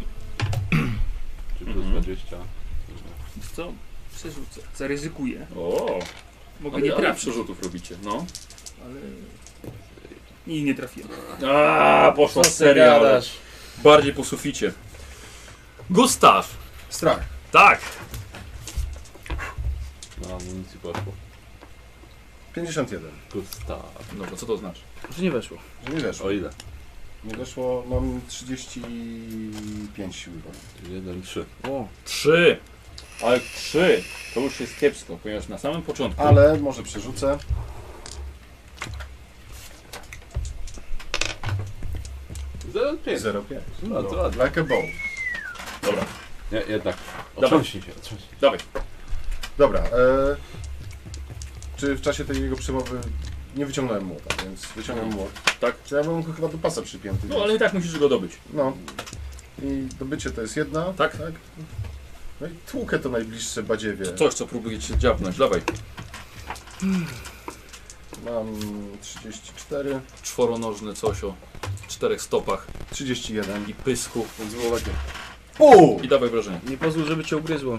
Czyli plus Mhm. 20. Wiesz co? Przerzucę. Zaryzykuję. O, Mogę nie ale trafić, przerzutów robicie, no. ale. I nie trafiłem. Poszła co ty seria, ale gadasz? bardziej po suficie. Gustaw! Strach. Tak! No, amunicji poszło. 51. Gustaw. Dobra, co to znaczy? Że nie weszło. Że nie weszło. O ile? Nie weszło, mam 35 siły woli. 1, 3. O, 3! Ale 3 to już jest kiepsko, ponieważ na samym początku... Ale może przerzucę. Zero 5. 0,5. No, to ładnie. Like a ball. Dobra, Nie, jednak. Otrząśnij się, otrząśnij. dawaj. Dobra, czy w czasie tej jego przemowy nie wyciągnąłem młota, więc wyciągam młot. Tak. Czy ja mam go chyba do pasa przypięty. No ale i tak musisz go dobyć. No. I dobycie to jest jedna. Tak. No i tłukę to najbliższe badziewie. To coś, co próbuje cię dziabnąć, dawaj. Mam 34, Czworonożny coś o 4 stopach 31. i pysku. Więc było takie. Pół! I dawaj wrażenie. nie pozwól, żeby cię ugryzło.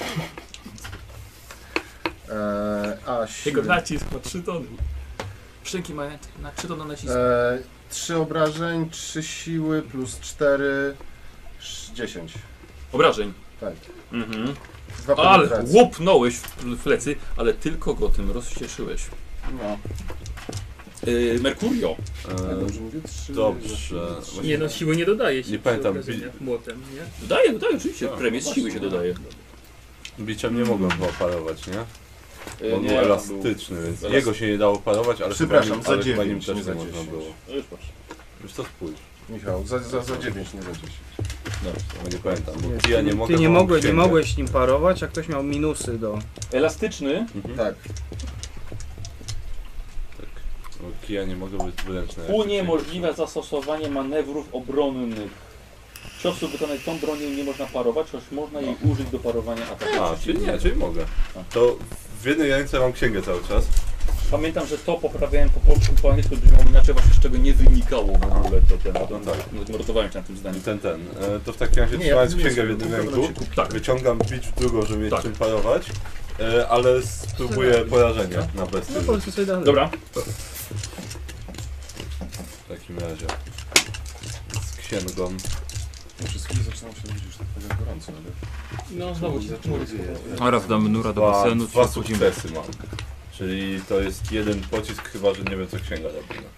A Jego siły. nacisk ma 3 tony. Szczęki ma na 3 tony nacisku. 3 obrażeń, 3 siły plus 4, 10. Obrażeń. Tak. Mhm. 2 Ale penetracje. łupnąłeś w plecy, ale tylko go tym rozcieszyłeś. No. Mercurio. Ale dobrze mówię? 3, Dobrze. Nie no, siły nie dodaje się. Nie przy pamiętam, obrażeniach młotem, nie? Dodaje, oczywiście. Tak, Premię z siły się dodaje. Biciem nie mogłem chyba parować, nie? Bo on był Nie, elastyczny, więc elastyczny. jego się nie dało parować, ale Przepraszam, chyba za nim, ale chyba nim 9, też nie nie za można 10. było. Już patrz. Wiesz co, spójrz. Michał, za 9, nie za 10. Bo nie pamiętam, bo Wiesz, ja nie mogę, ty nie bo mam mogłeś, nie księgę. mogłeś nim parować, a ktoś miał minusy do... Elastyczny. Mhm. Tak. Bo kija nie mogę być wyręczny. Uniemożliwia zastosowanie manewrów obronnych. Ciosów wykonanych tą bronią nie można parować, choć można jej użyć do parowania ataku. A, czyli nie, czyli mogę. Tak. To w jednej ręce mam księgę cały czas. Pamiętam, że to poprawiałem po polsku, po angielsku brzmiało inaczej, właśnie z czego nie wynikało w ogóle to tak. notowałem się na tym I zdaniu. To w takim razie Nie, trzymając ja nie księgę w jestem, jednym tylko ręku, będę się Tak. wyciągam bicz w drugą, żeby mieć Tak. czym parować, ale spróbuję porażenie na bestię. No powiedz sobie dalej. Dobra. W takim razie z księgą. Przez chwilę zaczynam się robić już tak gorąco, ale... No znowu ci zaczęło Oraz damy nura do Dwa basenu, dwa czy wchodzimy. sukcesy mam. Czyli to jest jeden pocisk, chyba że nie wiem co księga robi. No.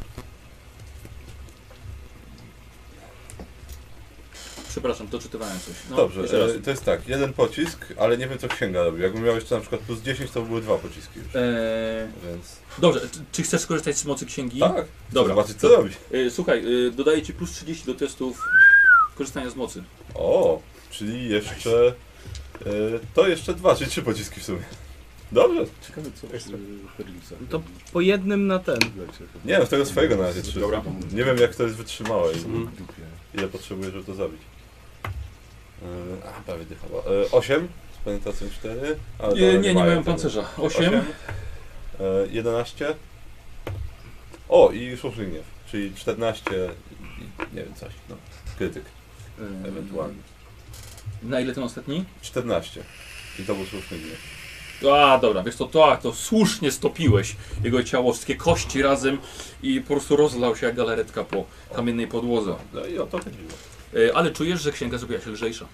Przepraszam, doczytywałem coś. No, Dobrze, jeszcze raz. to jest tak, jeden pocisk, ale nie wiem co księga robi. Jakbym miał jeszcze na przykład plus 10, to były 2 pociski już. Więc... Dobrze, czy chcesz skorzystać z mocy księgi? Tak, Dobra. zobaczyć co robi. Słuchaj, dodaję ci plus 30 do testów korzystania z mocy. O, czyli jeszcze... to jeszcze 2 czy 3 pociski w sumie. Dobrze. Ciekawe co Perlica. To po jednym na ten. Nie, no z tego swojego na razie 3. Dobra. Nie wiem jak to jest wytrzymałe i W dupie. ile potrzebuję, żeby to zabić. Prawie dychała. 8 z penetracją 4. Ale Nie mają tego. pancerza. 8. 11. O, i słuszny gniew, czyli 14 i nie wiem coś, no, krytyk ewentualnie. Na ile ten ostatni? 14 i to był słuszny gniew. A, dobra, wiesz co, to słusznie stopiłeś jego ciało, wszystkie kości razem i po prostu rozlał się jak galaretka po kamiennej podłodze. No i o to chodziło. Ale czujesz, że księga zrobiła się lżejsza.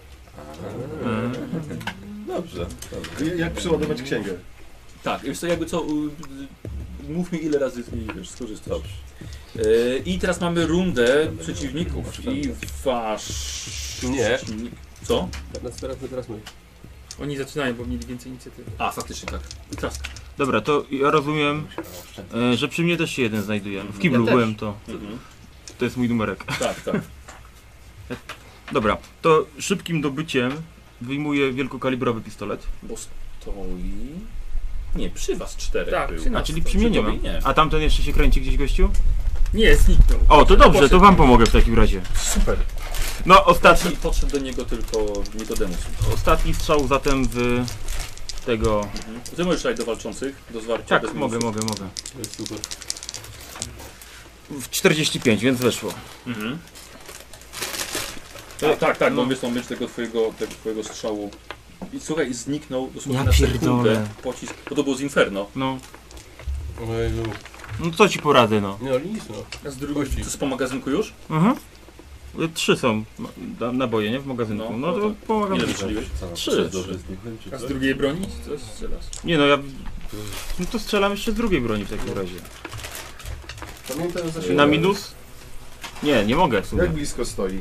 Dobrze. Jak przeładować księgę? Tak, wiesz co, jakby co, mów mi ile razy z niej, wiesz, skorzystasz. Dobrze. I teraz mamy rundę przeciwników i wasz... Nie. Co? Teraz my. Oni zaczynają, bo mieli więcej inicjatywy. A, faktycznie tak. Trask. Dobra, to ja rozumiem, że przy mnie też się jeden znajduje. W kiblu Ja też. byłem, to jest mój numerek. Tak, tak. Dobra, to szybkim dobyciem wyjmuję wielkokalibrowy pistolet. Bo stoi... Nie, przy was 4 Tak, był. przy nas. A czyli przy mnie nie ma. tobie nie. A tamten jeszcze się kręci gdzieś, gościu? Nie, zniknął. O, to dobrze, to wam pomogę w takim razie. Super. No, ostatni, Podszedł do niego tylko Nikodemus. ostatni strzał zatem w tego... Ty możesz dać do walczących, do zwarcia Tak, bez mogę. minusów. To jest super. W 45, więc weszło. Mhm. Tak, bo wiesz, myśl tego twojego strzału. I słuchaj, zniknął dosłownie Ja na sekundę pierdolę. pocisk, bo to było z Inferno. No, Ojej, no co ci poradzę, no. nie, ale nic no. A z drugiej Kości. To jest po magazynku już? Mhm. 3 są naboje, nie? W magazynku. No, No no to tak. pomagam. Ile ci. wystrzeliłeś? Co, Trzy. dobrze zniknąć, czy A z coś? drugiej broni? Czy coś strzelasz? Nie no, ja... No to strzelam jeszcze z drugiej broni w takim razie. Pamiętaj o zasięgu. Na minus? Nie mogę w sumie. Jak blisko stoi?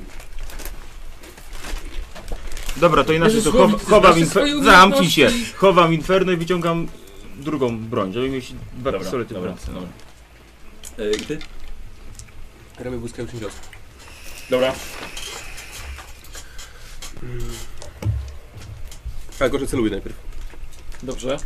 Dobra, to inaczej to Jezus, ty chowam znasz swoje Zamknij się! umiejętności. Chowam inferno i wyciągam drugą broń, żeby mieć dwa pistolety w ręce. No. I ty? Robię błyskawiczny cios. Dobra. Ale gorzej celuję najpierw. Dobrze.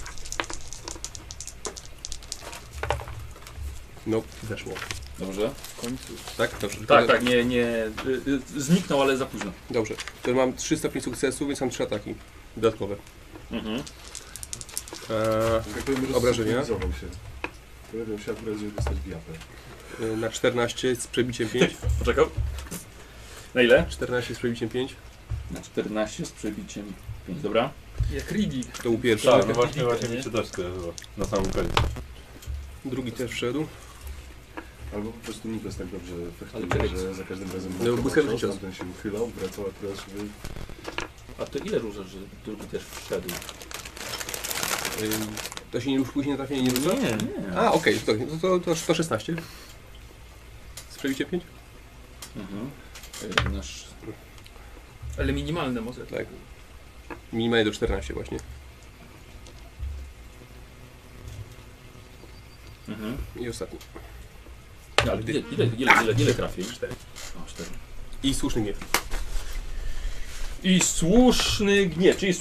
No, weszło. Dobrze. W końcu. Tak? Dobrze. Tak, nie. Zniknął, ale za późno. Dobrze. To mam 3 stopnie sukcesu, więc mam 3 ataki dodatkowe. Mhm. Jak powiem, Obrażenia? zoptymalizował się. Pojawił się akurat, żeby dostać w japę. Na 14 z przebiciem 5. Poczekał. Na ile? 14 z przebiciem 5. Na 14 z przebiciem 5. Dobra. Jak Riddick. To był pierwszy. Tak, no właśnie mi się też skojarzyło. Na samym końcu. Drugi też wszedł. Albo po prostu Nikos tak dobrze Ale fechtuje, czekaj. że za każdym razem No, błyskawiczny cios. ten się uchylał, wracał akurat, żeby... A to ile róża, że drugi też wszedł? To się nie już później na trafienie nie rzuca? Nie. A, okej, to 16. Z przebiciem 5? Mhm. Nasz... Ale minimalne może. Tak. Minimalnie do 14 właśnie. Mhm. I ostatni. Ale ile trafił? 4. O, 4. I słuszny gniew. I słuszny gniew, czyli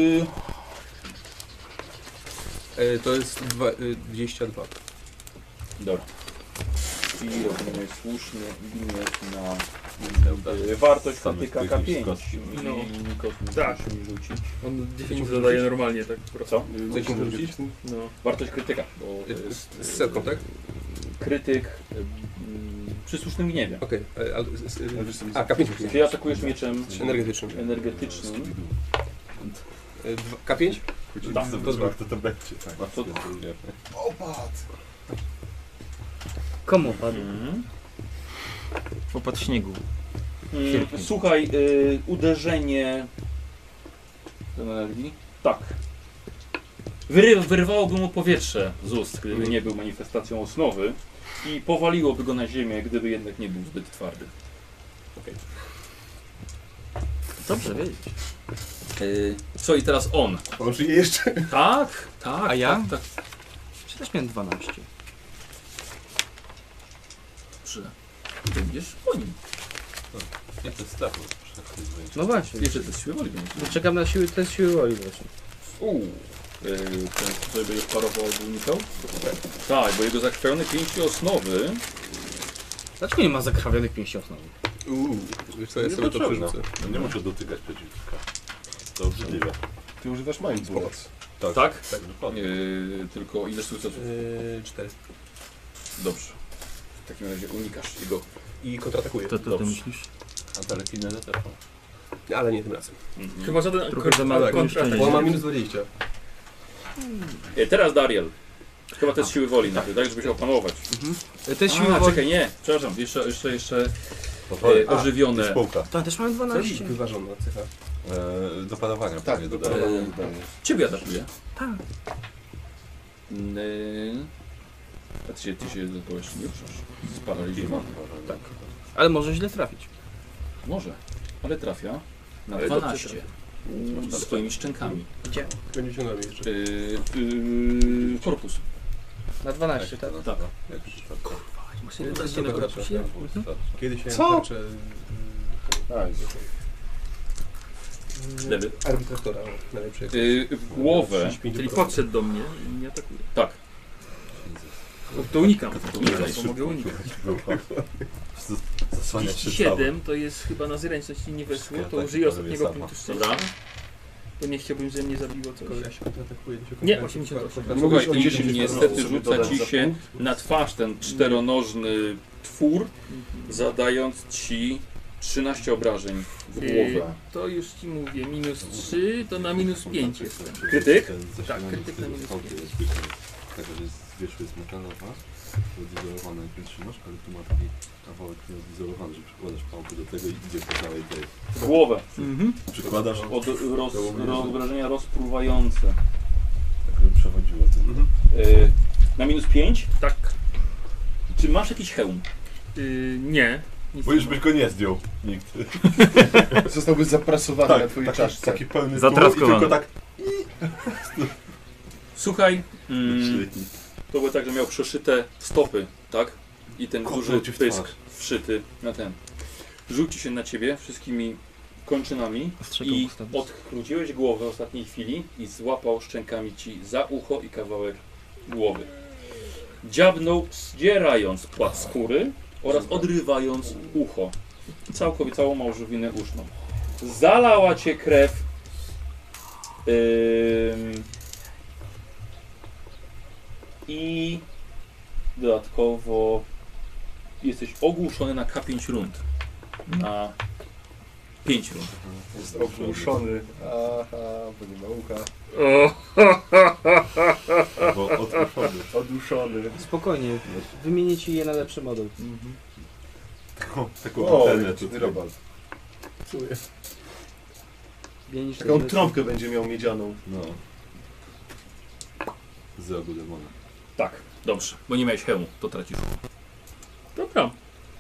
To jest 22. Dobra. I robimy słuszny gniew na wartość krytyka K5. No. Nikos Tak. musi mi rzucić. On 10 zadaje normalnie, tak po prostu. Co? Coś mi rzucić? No. Wartość krytyka, bo to jest Z setką, tak? krytyk przy słusznym gniewie. Okej. Ale wiesz co, A, K5. Ty atakujesz mieczem Energetycznym. energetycznym. K5? Tak. To zbyt, to będzie. Tak. To- Opad! Komu padł? Opad śniegu. Słuchaj, uderzenie ten energii. Tak. Wyrwałoby mu powietrze z ust, gdyby nie był manifestacją osnowy i powaliłoby go na ziemię, gdyby jednak nie był zbyt twardy. Dobrze wiedzieć. Co i teraz on? On żyje jeszcze? Tak, tak. A ja? Tak, tak. Czy też miałem 12? Dobrze. Będziesz po nim. Nie, to jest strachu. No właśnie. Jeszcze to jest siły woli będzie. Czekam na siły, test siły woli właśnie. Ten który będziesz parował albo unikał? Tak, bo jego zakrwawiony pięści osnowy. Dlaczego nie ma zakrwawionych pięści osnowych? Wiesz co, ja sobie to Niepotrzebne. przerzucę. No nie muszę dotykać przeciwnika. To obrzydliwe. Ty używasz Mind Bullets. Tak, Tak? tak dokładnie. Tylko ile sukcesów? 4. Dobrze. W takim razie unikasz jego. I kontratakuję. To ty Dobrze. myślisz? A telekinezę też mam. Ale nie tym razem. Chyba żaden Trochę za małe pomieszczenie. Bo on ma minus 20. Teraz Dariel. Chyba test siły woli najpierw, tak? Żeby się opanować. To jest siły woli. Czekaj, nie. Przepraszam, jeszcze ożywione. I spółka. To też mamy 12. Wyważona cecha. Do parowania Tak, pewnie do dodaję. parowania dodaję. Ciebie atakuje. Tak. A ty się do kogoś nie ruszasz. Sparaliżowany. Tak. Ale może źle trafić. Może, ale trafia na Ale 12. dobrze Z twoimi szczękami. Gdzie? Będzie się nami jeszcze. Korpus. Na 12, tak? Tak. To jest inny Dobra, korpus. Kiedyś ja Co? tarczę Lewy. arbitratora najlepszego. W głowę. Czyli podszedł do mnie i mnie atakuje. Tak. To unikam. To unikaj. To mogę unikać. Zasłaniać się 37 to jest chyba na zręczność i nie weszło, to użyję ostatniego punktu szczęścia. Dobra. Bo nie chciałbym, żeby mnie zabiło coś. Skoro ja się kontratakuję, to się Nie, kontratakuję. 88. Słuchaj, o 10 niestety sobie rzuca dodać ci za się punkt? na twarz ten czteronożny twór, zadając ci 13 obrażeń w głowę. To już ci mówię, minus 3 to na minus 5 jestem. Krytyk? Tak, krytyk na minus 5. Także jest zwierzch jest metalowa, odizolowana jak trzymasz, ale tu ma taki kawałek nieodizolowany, że przykładasz pałkę do tego i idzie po całej tej. W głowę. Przykładasz Od obrażenia rozpruwające. tak, żeby przechodziło tym. Na minus 5? Tak. Czy masz jakiś hełm? Nie. Nic Bo nie już ma. byś go nie zdjął nikt. Zostałby zaprasowany na twojej czaszce. taki pełny Zatraskowany. i tylko tak Słuchaj, to było tak, że miał przeszyte stopy, tak? I ten Kopnął duży ci w pysk twarz. wszyty na ten. Rzuci się na ciebie wszystkimi kończynami i odchróciłeś głowę w ostatniej chwili i złapał szczękami ci za ucho i kawałek głowy. Dziabnął, zdzierając płat skóry oraz odrywając ucho. Całą małżowinę uszną. Zalała cię krew. I dodatkowo jesteś ogłuszony na K5 rund. Na 5 rund. Jest ogłuszony. Aha, bo nie ma ucha. bo odpuszczony. Oduszony. Spokojnie, wymienię ci je na lepszy model. Taką O, antenę jaki tutaj. robal. Zmienisz Taką to- trąbkę będzie miał miedzianą. No. Z rogu demona. Tak, dobrze, bo nie miałeś hełmu, to tracisz. Dobra.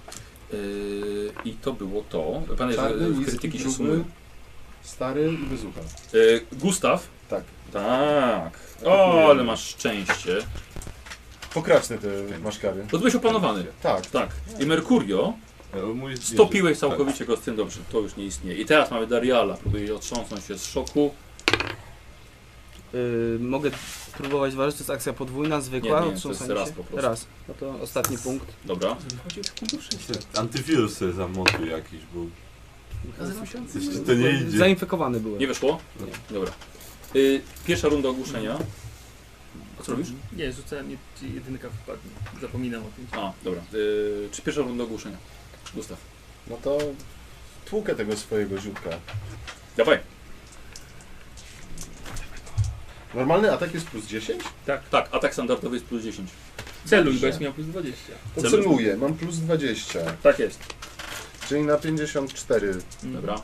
I to było to. Pamiętaj, Czarny, że niski, krytyki się gruby, sumują. stary i bez ucha. Gustaw? Tak. Tak. O, ale masz szczęście. Pokraczne te maszkary. Bo byłeś opanowany. Tak. Tak. I Mercurio Mój stopiłeś całkowicie go z tym, dobrze, to już nie istnieje. I teraz mamy Dariala, próbuje otrząsnąć się z szoku. Mogę próbować walczyć, to jest akcja podwójna, zwykła, Nie, to jest otrząsanie raz się. po prostu. Raz. No to ostatni punkt. Dobra. Antywirus sobie zamontuj jakiś, bo coś ci to nie idzie. Zainfekowany byłem. Nie weszło? Dobra. Pierwsza runda ogłuszenia. A co robisz? Nie, rzucałem, nie, ci jedynka wpadnie. Zapominam o tym. A, dobra. Czy pierwsza runda ogłuszenia? Gustaw. No to tłukę tego swojego ziutka. Dawaj. Normalny atak jest plus 10? Tak, atak standardowy jest plus 10. Celuj, bo jest miał plus 20. To celuję, mam plus 20. Tak jest. Czyli na 54. Dobra.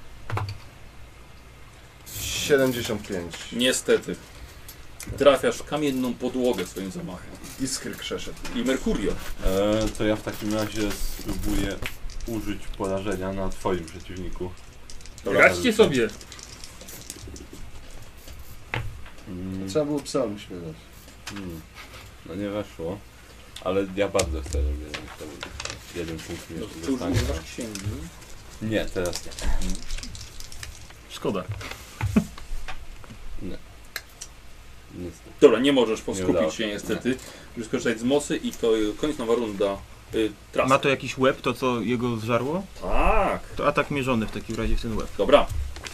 75. Niestety. Trafiasz w kamienną podłogę swoim zamachem. Iskry krzeszedł. I Mercurio. To ja w takim razie spróbuję użyć porażenia na twoim przeciwniku. Radźcie sobie. Trzeba było psalm śpiewać. No nie weszło. Ale ja bardzo chcę, żeby to był jeden punkt mnie jeszcze Czy już zostanie. używasz księgi? Nie, teraz nie. Szkoda. Niestety. Dobra, nie możesz Nie udało poskupić się się. niestety. Już skorzystać z mocy i to koniec nowa runda. Trask. Ma to jakiś łeb, to co jego zżarło? Tak. To atak mierzony w takim razie w ten łeb. Dobra.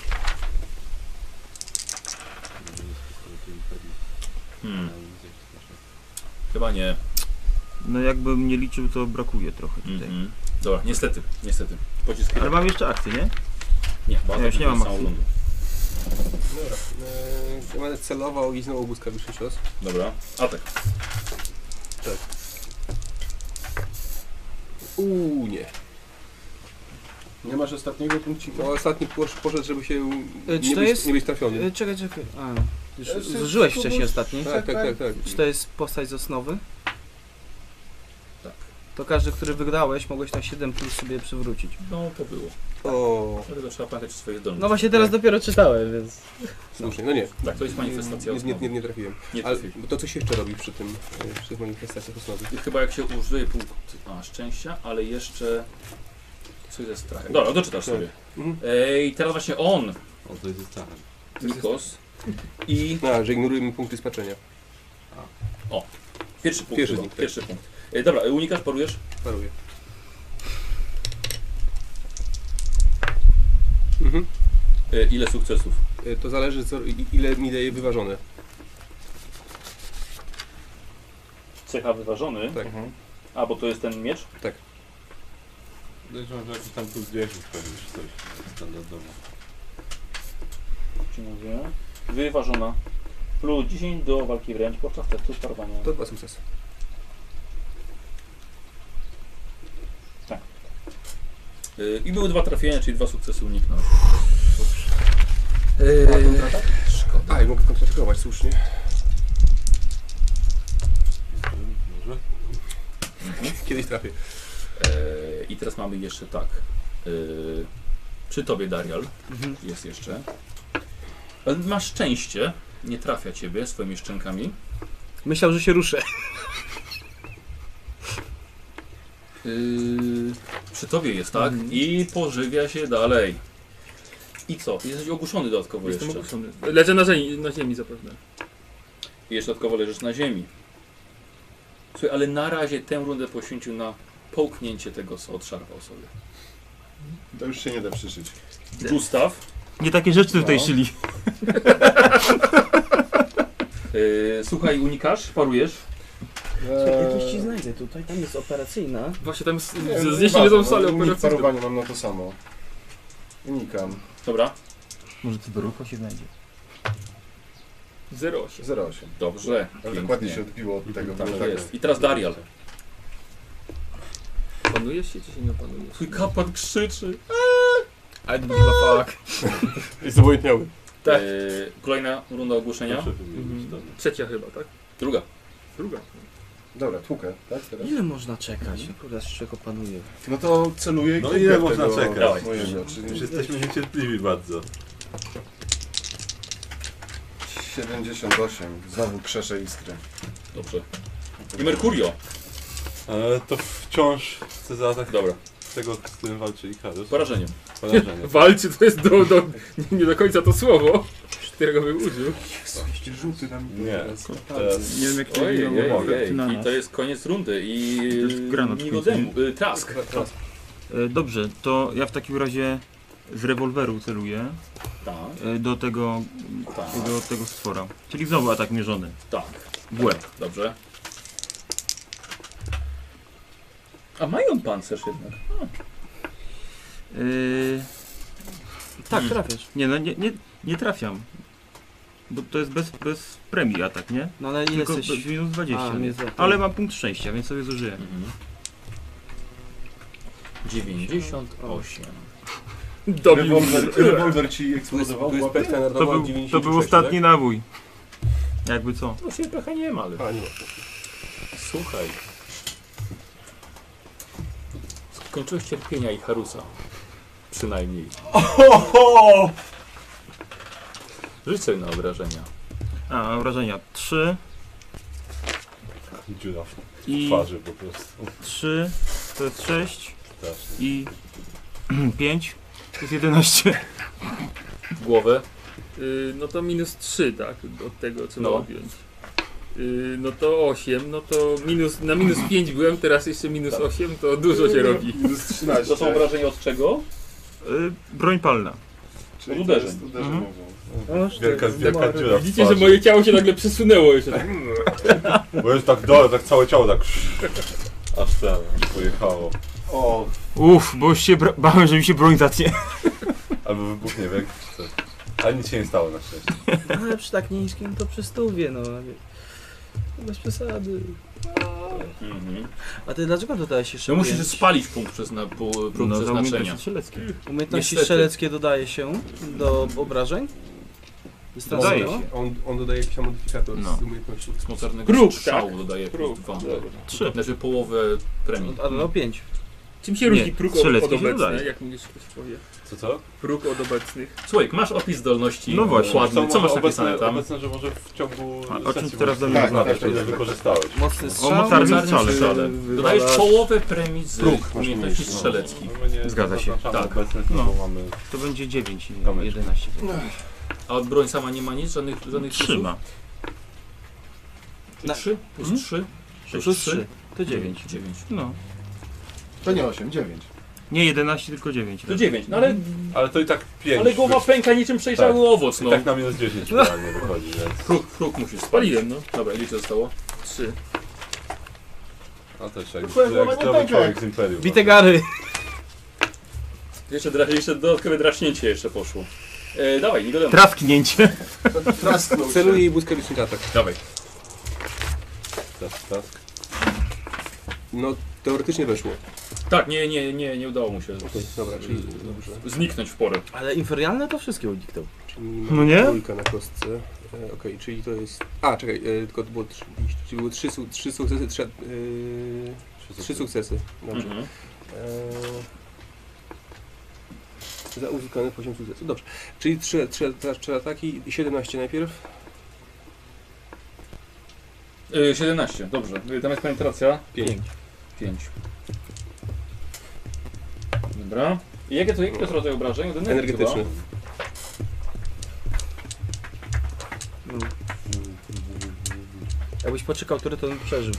Chyba nie. No jakbym nie liczył, to brakuje trochę tutaj. Mhm. Dobra, niestety. Pocisk. Ale mam jeszcze akcję, nie? Nie, bo Ja już nie mam całą akcji. rundę. Dobra. Ja będę celował i znowu błyskawiczny cios. Dobra, atak. Nie. Nie masz ostatniego punkcika? No ostatni poszedł, żeby się Czy nie, to być, jest- nie być trafiony. Czekaj. Już zużyłeś wcześniej ostatni. Tak. Czy to jest postać z osnowy? Tak. To każdy, który wygrałeś, mogłeś na 7 plus sobie przywrócić. No to było. O, Dlatego trzeba pamiętać o swoich zdolnościach. No właśnie teraz dopiero czytałem, więc... słusznie, no nie. Tak, to jest manifestacja osnowy. Nie trafiłem. Nie Ale trafiłeś. to coś jeszcze robi przy tych manifestacjach osnowy. I chyba jak się użyje punkt szczęścia, ale jeszcze coś ze strachem. Dobra, doczytasz Tak. sobie. Mhm. I teraz właśnie on, O, to jest strachem. Nikos i Że ignorujemy punkty spaczenia. pierwszy punkt. Pierwszy chyba, z nich, tak. pierwszy punkt. Dobra, unikasz, parujesz? Paruję. Mhm. Ile sukcesów? To zależy ile mi daje wyważone. Cecha wyważony. Tak. A, bo to jest ten miecz? Podejrzewam, że jakiś tam plus 10 pewnie, czy coś standardowo. Ci mówię. Wyważona. Plus 10 do walki wręcz podczas testu parowania. To 2 sukcesy. I były 2 trafienia, czyli 2 sukcesy uniknąłeś. Szkoda. A, i mogę kontraatakować, słusznie. Może? Kiedyś trafię. I teraz mamy jeszcze tak. Przy tobie, Darial, jest jeszcze. Ale masz szczęście, nie trafia ciebie swoimi szczękami. Myślał, że się ruszę. Przy tobie jest, tak? I pożywia się dalej. I co? Jesteś ogłuszony dodatkowo Jestem jeszcze. ogłuszony. Leżę na ziemi zapewne. I jeszcze dodatkowo leżysz na ziemi. Słuchaj, ale na razie tę rundę poświęcił na połknięcie tego, co odszarpał sobie. To już się nie da przyszyć. Gustaw, Nie takie rzeczy tutaj No. szyli. słuchaj, unikasz, parujesz. Jakiś ci znajdę tutaj, tam jest operacyjna. Właśnie tam jest, Nie, znieśli tą salę unik operacyjną. parowania mam na to samo. Unikam. Dobra, Może cyberrucho się znajdzie. 0,8. 0,8. dobrze. Ale dokładnie się odbiło od tego. Tak było jest. I teraz Darial. Opanujesz się czy się nie opanujesz? Twój kapłan krzyczy. I don't give a fuck. Jest obojętniały. Tak. Kolejna runda ogłoszenia. Proszę wymienić to. Trzecia chyba, tak? Druga. Druga. Dobra, tłukę, tak teraz? Ile można czekać? Kurde, aż człowiek opanuje. No to celuję i No tłukę ile w można tego czekać? Dawaj. mojego, Już czyli jesteśmy niecierpliwi bardzo. 78. Znowu krzesze iskry. Dobrze. I Mercurio. To wciąż chcę zaatakować Dobra. tego, z którym walczy Ikarus. Porażeniem. Porażenie. Walczy to jest nie do końca to słowo, którego bym użył. Rzuty nam Nie. Teraz Nie wiem jak to Ojej, na i nas. to jest koniec rundy i jest granat w Nikodemu, Trask. Dobrze, to ja w takim razie z rewolweru celuję Tak, do tego stwora. Czyli znowu atak mierzony. tak. W łeb. Dobrze. A mają pancerz jednak. Tak, trafiasz. Nie, no nie trafiam. Bo to jest bez premii atak, nie? No ale ile Tylko jesteś? minus 20. A, nie? nie za- Ale mam punkt szczęścia, więc sobie zużyję. 98. Dobił Rewolwer ci Tu jest eksplodował w petka łapie? To narodowa był, 96, to był ostatni nabój. Jakby co? No się trochę nie ma, ale... Tak? A, nie ma. Słuchaj. Skończyłeś cierpienia i Harusa. Przynajmniej. Rzuć sobie na obrażenia. A, wrażenia 3 dziura w i twarzy po prostu. 3, to jest 6 Strasznie. i 5, to jest 11. Głowę. No to minus 3, tak, od tego trzeba No. odjąć. No to 8, no to na minus 5 byłem, teraz jeszcze minus 8, to dużo się robi. Minus 13. To są obrażenia od czego? Broń palna. Czyli Od uderzeń. to jest uderzeń Mhm. mówią. Wielka dziura w Widzicie, że twarzy. moje ciało się nagle przesunęło jeszcze. Tak. Bo jest tak dole, tak całe ciało tak aż ten pojechało. O, Uff, bo już się bałem, że mi się broń zatnie. Albo wybuchnie w jakiś coś. Ale nic się nie stało na szczęście. Ale przy tak niskim to przy 100, no. Bez przesady. Mhm. A ty dlaczego dodałeś jeszcze No musisz ujęć? spalić punkt próg No, za przeznaczenia. umiejętności strzeleckie. Umiejętności Niestety. strzeleckie dodaje się do obrażeń? Dodaje Dystansowo? się. On dodaje jakiś tam modyfikator No. z umiejętności. Z mocarnego Próg, strzału tak. dodaje Próg, plus 2. dobra. 3. Znaczy połowę premii. A no 5. Czym się różni Nie, próg strzelecki od się obecnych, dodaje. jak mi ktoś powie? Co? Próg od obecnych. Słuchaj, masz opis zdolności No właśnie. dokładny. Co masz może napisane tam? Obecne, że może w ciągu A o czym sesji teraz do mnie możesz rozmawiać? znaleźć, ile wykorzystałeś. Mocny strzał. mocarnym Mocarnym strzale. Dodajesz połowę premii z Próg masz umiejętności mniejszy, no. strzeleckich. No, my nie Zgadza się. zaznaczamy Tak. obecnych, No. bo mamy... To będzie 9 i Kamycz. 11. A od broń sama nie ma nic? Żadnych Trzyma. Czyli 3 plus 3? Plus 3. To 9. 9. No. to nie 8, 9. Nie 11, tylko 9. To 9, no ale, Ale to i tak 5. ale głowa pęka niczym przejrzały owoc, I no. tak na minus 10 realnie wychodzi, więc... Próg musisz spalić. Spaliłem, no. Dobra, ile ci zostało? 3. No też jak, Twoja głowa jak nie zdrowy pęka. człowiek z Imperium. Bite gary. Jeszcze dodatkowe draśnięcie jeszcze poszło. Dawaj, Nikodem. Trasknięcie. Trasknął się. Celuje i błyskawiczny atak. Dawaj. Tak. No, teoretycznie weszło. Tak, nie udało mu się Okej, dobra, czyli dobrze. zniknąć w porę. Ale inferialne to wszystkie uniknął. Czyli No nie? trójka na kostce. Okej, czyli to jest... A, czekaj, tylko to było 3, czyli były 3 sukcesy, 3 sukcesy. Dobrze. Mhm. Za uzyskane poziom sukcesu. Dobrze. Czyli 3 ataki i 17 najpierw. 17, dobrze. Tam jest penetracja. 5. 5. Dobra. I jaki to jest rodzaj obrażeń? Energetyczny. Jakbyś poczekał, który to bym przeżył.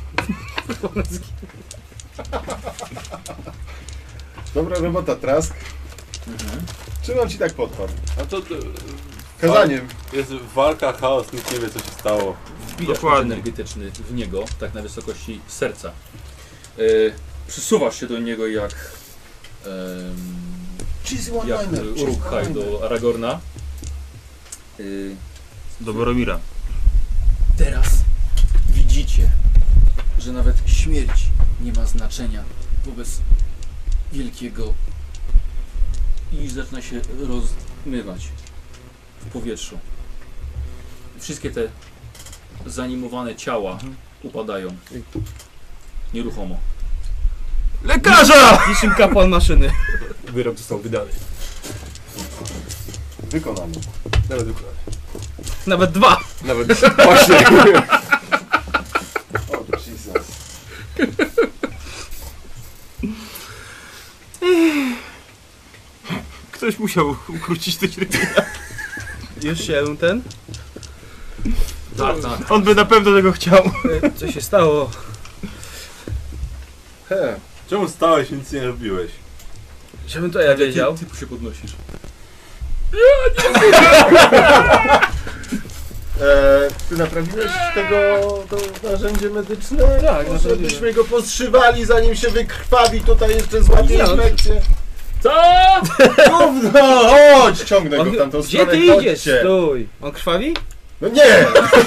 Dobra robota, Trask. Mhm. Czym on ci tak podpadł? A to... Kazaniem. Jest walka, chaos, nikt nie wie co się stało. Wbijasz miecz Dokładnie. energetyczny w niego, tak na wysokości serca. Przysuwasz się do niego jak Cheesy jak one-liner. Uruk-hai do Aragorna. Do Boromira. Teraz widzicie, że nawet śmierć nie ma znaczenia wobec wielkiego i zaczyna się rozmywać w powietrzu. Wszystkie te zanimowane ciała upadają nieruchomo. Lekarza! Niczym kapłan maszyny. Wyrok został wydany. Wykonany. Nawet wykonany. Nawet 2. Nawet właśnie. O, Jesus. Ktoś musiał ukrócić te cierpienia. Już się ten. Tak, tak. On by na pewno tego chciał. Co się stało? He. Czemu stałeś i nic nie robiłeś? Żebym to ja wiedział. Ty się podnosisz. Ty naprawiłeś to narzędzie medyczne? Tak, Może naprawiłem. byśmy go pozszywali, zanim się wykrwawi, tutaj jeszcze złapie Nie, no. infekcję. Co? Gówno! Chodź! Ciągnę go w tamtą Gdzie stronę, ty idziesz? chodźcie. Stój. On krwawi? No nie!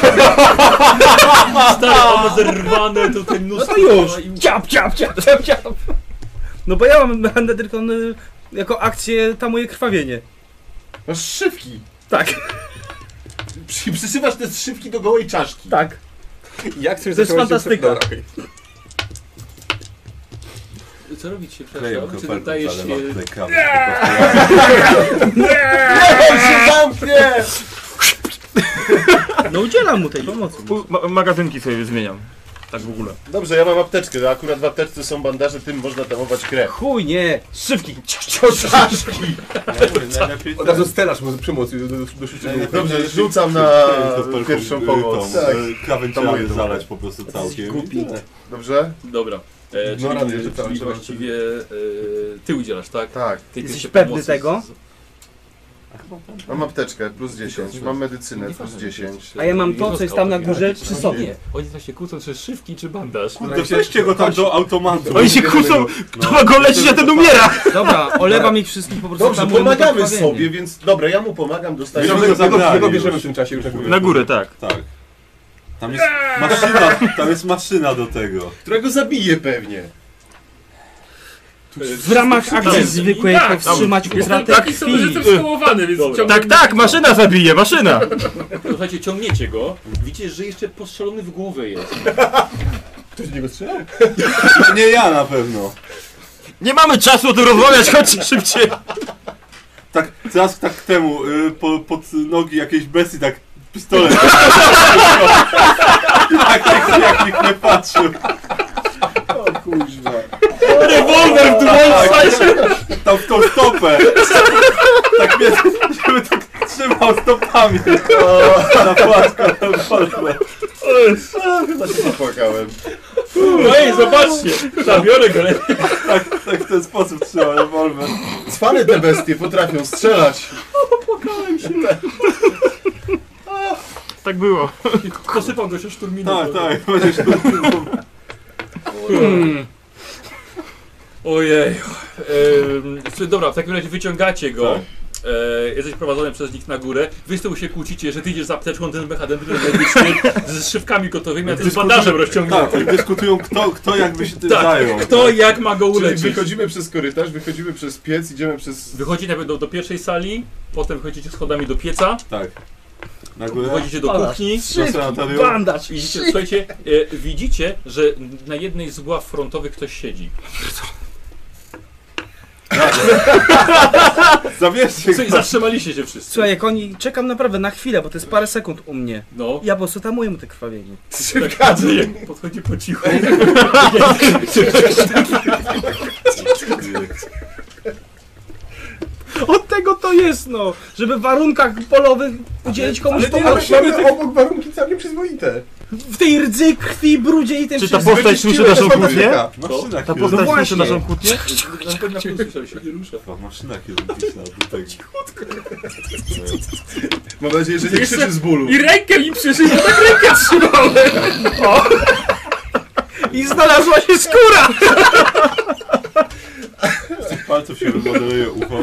Stary, on ma zerwane tutaj No mnóstwo. to już! Ciap, ciap, ciap, ciap, ciap. No bo ja będę tylko jako akcję ta moje krwawienie. Masz szywki. Tak, Przysywasz te szywki do gołej czaszki. tak. Jak chcesz To jest zakończyć- fantastyka. Dobra, okej. Co robicie? Kleję Przepraszam, czy kopertę, dodajesz ale się... mam tutaj kram. On się zamknie! No udzielam mu tej pomocy. Magazynki sobie zmieniam. Tak w ogóle. Dobrze, ja mam apteczkę, a akurat w apteczce są bandaże, tym można tamować krew. Chuj, nie! Szybki! Najlepiej Od razu stelaż może przymoc do szybkiego. Dobrze, rzucam na pierwszą pomoc. Tak. Krawędziami zalać po prostu całkiem. Głupi. Dobrze? Dobra. No rany, Czyli, że całe czyli trzeba właściwie ty udzielasz, tak? Tak. Tej Jesteś pierwszej pewny pomocy tego? Mam apteczkę, plus 10. Mam medycynę, plus 10. A ja mam to, co jest tam na górze przy sobie. Oni się kłócą, czy szywki, czy bandaż. Kurde, weźcie go tam do automatu. Oni się kłócą, kto ma go lecieć, a ten umiera! Dobra, olewam ich wszystkich po prostu. Dobrze, tamuję mu to pomagamy krwawienie. sobie, więc dobra, ja mu pomagam, dostaję. My go bierzemy w tym czasie już na górę. Na górę, tak. Tak. Tam jest maszyna do tego. Którego zabiję pewnie. W ramach akcji zwykłej Tak, powstrzymać utratę Taki są, że jestem krwi. skołowany, więc Dobra. ciągle... Tak, maszyna zabije, maszyna! Słuchajcie, ciągniecie go, widzicie, że jeszcze postrzelony w głowę jest. Ktoś z niego strzelał? Nie ja na pewno. Nie mamy czasu o tym rozmawiać, chodźcie szybciej! Tak, teraz tak temu, pod nogi jakiejś bestii, tak pistolet. jak nikt nie patrzył. O kuźwa. Rewolwer w dłoń, Tam w tą stopę. Tak mnie, żeby tak trzymał stopami. Na płasko rewolwer. Chyba się zapłakałem. No ej, zobaczcie! Zabiorę go lepiej. Tak w ten sposób trzymał rewolwer. Cwane te bestie potrafią strzelać. Tak było. Posypał go się szturminą. Tak, będziesz tu. Ojej. Dobra, w takim razie wyciągacie go. Tak. Jesteś prowadzony przez nich na górę. Wy z tyłu się kłócicie, że ty idziesz za apteczką, ten mechadendryn medyczny z szywkami gotowymi, a ty z bandażem rozciągnięty. Tak, dyskutują kto jakby się tym Tak, zajął. kto jak ma go Czyli uleczyć. wychodzimy przez korytarz, wychodzimy przez piec, idziemy przez... Wychodzicie najpierw do pierwszej sali, potem wychodzicie schodami do pieca, Tak. Na górę. wychodzicie do kuchni. Do sanatorium. Bandaż! Widzicie, słuchajcie, widzicie, że na jednej z ław frontowych ktoś siedzi. Zabierzcie Słuchaj, go. zatrzymaliście się wszyscy. Słuchaj, jak oni... Czekam naprawdę na chwilę, bo to jest parę sekund u mnie. No. Ja po prostu tamuję mu te krwawienie. Tak, podchodzi po cichu. Od tego to jest, no! Żeby w warunkach polowych udzielić komuś Ale pomocy. mamy obok warunki całkiem przyzwoite. W tej rdzy, krwi, brudzie i tym Czy ta wszystkim. postać słyszy naszą kłótnię? Maszyna Ta postać No słyszy właśnie. naszą kłótnię? Na pewno słyszał się nie rusza. Maszyna chirurgiczna do tego. Mam nadzieję, że nie krzyczy z bólu. I rękę mi przeżył, tak rękę trzymałem! I znalazła się skóra! Z tych palców się wymodeluje ucho.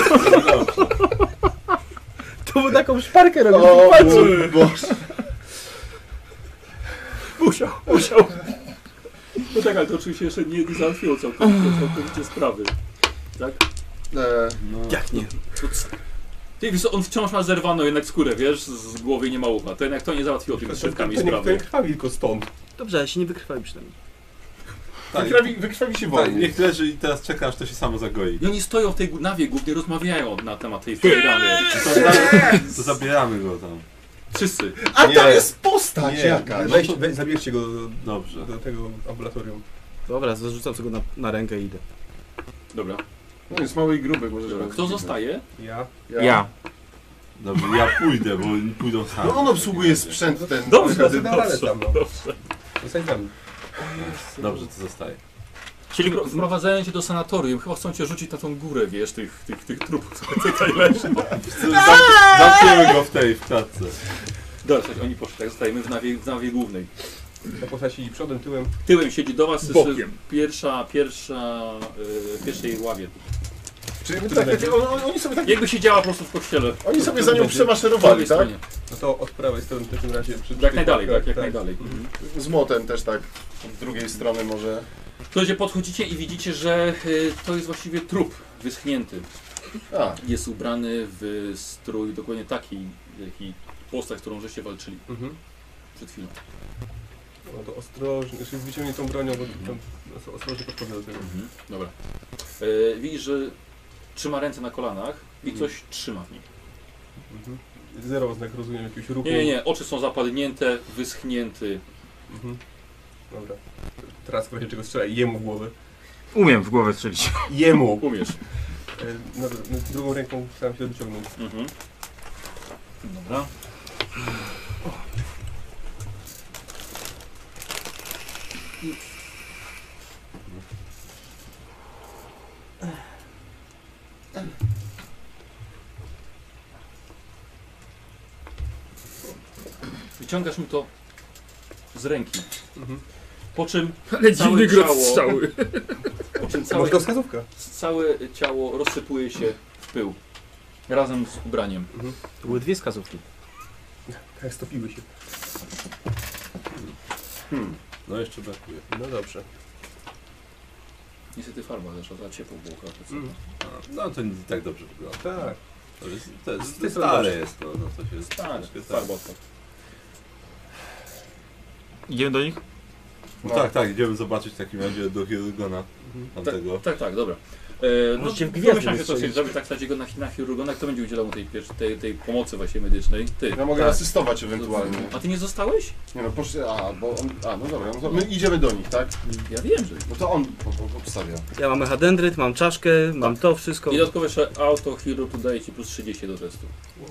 To by taką szparkę robił O w palcu. Boże. Musiał. No tak, ale to oczywiście jeszcze nie załatwiło całkowicie sprawy. Tak? Jak nie? Ty, wiesz, on wciąż ma zerwaną jednak skórę, wiesz, z głowy i nie ma ucha. To jednak to nie załatwiło tymi szybkami To nie sprawy. krwawi tylko stąd. Dobrze, ale się nie wykrwawi przynajmniej. Wykrwawi się Tak, wolniej. niech leży i teraz czeka, aż to się samo zagoi. I oni stoją w tej nawie głównie, rozmawiają na temat tej rany. To zabieramy go tam. Wszyscy. A Nie. to jest postać Nie, jakaś. zabierzcie go Dobrze. do tego ambulatorium. Dobra, zarzucam sobie go na rękę i idę. Dobra. No jest mały i gruby, może Dobra. Kto zostaje? Ja. Ja. Dobrze, ja pójdę, bo oni pójdą sami. No on obsługuje sprzęt ten. Dobrze, magazyn. Da radę tam, no. Dobrze. Zostań tam. Dobrze, to zostaje. Czyli Wprowadzają cię do sanatorium. Chyba chcą cię rzucić na tą górę, wiesz, tych trupów, które tutaj leży. Zamkniemy go w klatce. Dobra, słuchaj, oni poszli, tak zostajemy w nawie głównej. Ta postać siedzi przodem, tyłem. Tyłem siedzi do was Bokiem. pierwszej ławie. Czyli my tak, oni sobie tak, Jakby siedziała po prostu w kościele. oni sobie za nią Po przemaszerowali, prawej tak? stronie. No to od prawej strony w takim razie. Jak najdalej, tak, jak najdalej. Z młotem też tak. Z drugiej strony może. Słuchajcie, podchodzicie i widzicie, że to jest właściwie trup wyschnięty. A, Jest ubrany w strój dokładnie taki, jaki postać, którą żeście walczyli Mhm. przed chwilą. No to ostrożnie, jeśli wyciągnie tą bronią, bo tam ostrożnie podchodzę do tego. Dobra. Widzisz, że trzyma ręce na kolanach i coś trzyma w nich. Mhm. Zero znak, rozumiem, jakiegoś ruchu. Nie, oczy są zapadnięte, wyschnięty. Mhm. Dobra. Teraz w razie czego strzelaj jemu w głowę. Umiem w głowę strzelić. Jemu! Umiesz. Drugą ręką staram się dociągnąć. Mhm. Dobra. Wyciągasz mu to z ręki. Mhm. Po czym Ale Całe dziwny grot ciało. strzały. całe, to wskazówka. całe ciało rozsypuje się w pył. Razem z ubraniem. To były dwie wskazówki. Tak, stopiły się. No jeszcze brakuje. No dobrze. Niestety farba zeszła za ciepło było trochę. No to nie tak dobrze wygląda. Tak. To jest Z tej stare strony jest, no to się Tak, troszkę farba tak. Idziemy do nich? No tak, idziemy zobaczyć w takim razie do Hirugona tamtego. Tak, dobra. Możecie w no, gwiazdy domyślam się, co się wystrzelić. zrobi, tak stać go na chirurgona. Kto będzie udzielał mu tej pomocy właśnie medycznej? Ty. Ja mogę Tak. asystować ewentualnie. A ty nie zostałeś? Nie no, bo on, no dobra, no to my idziemy do nich, tak? Ja wiem, że... No to on obstawia. Ja mam mechadendryt, mam czaszkę, mam to wszystko. I dodatkowo jeszcze autochirurg daje ci plus 30 do testu.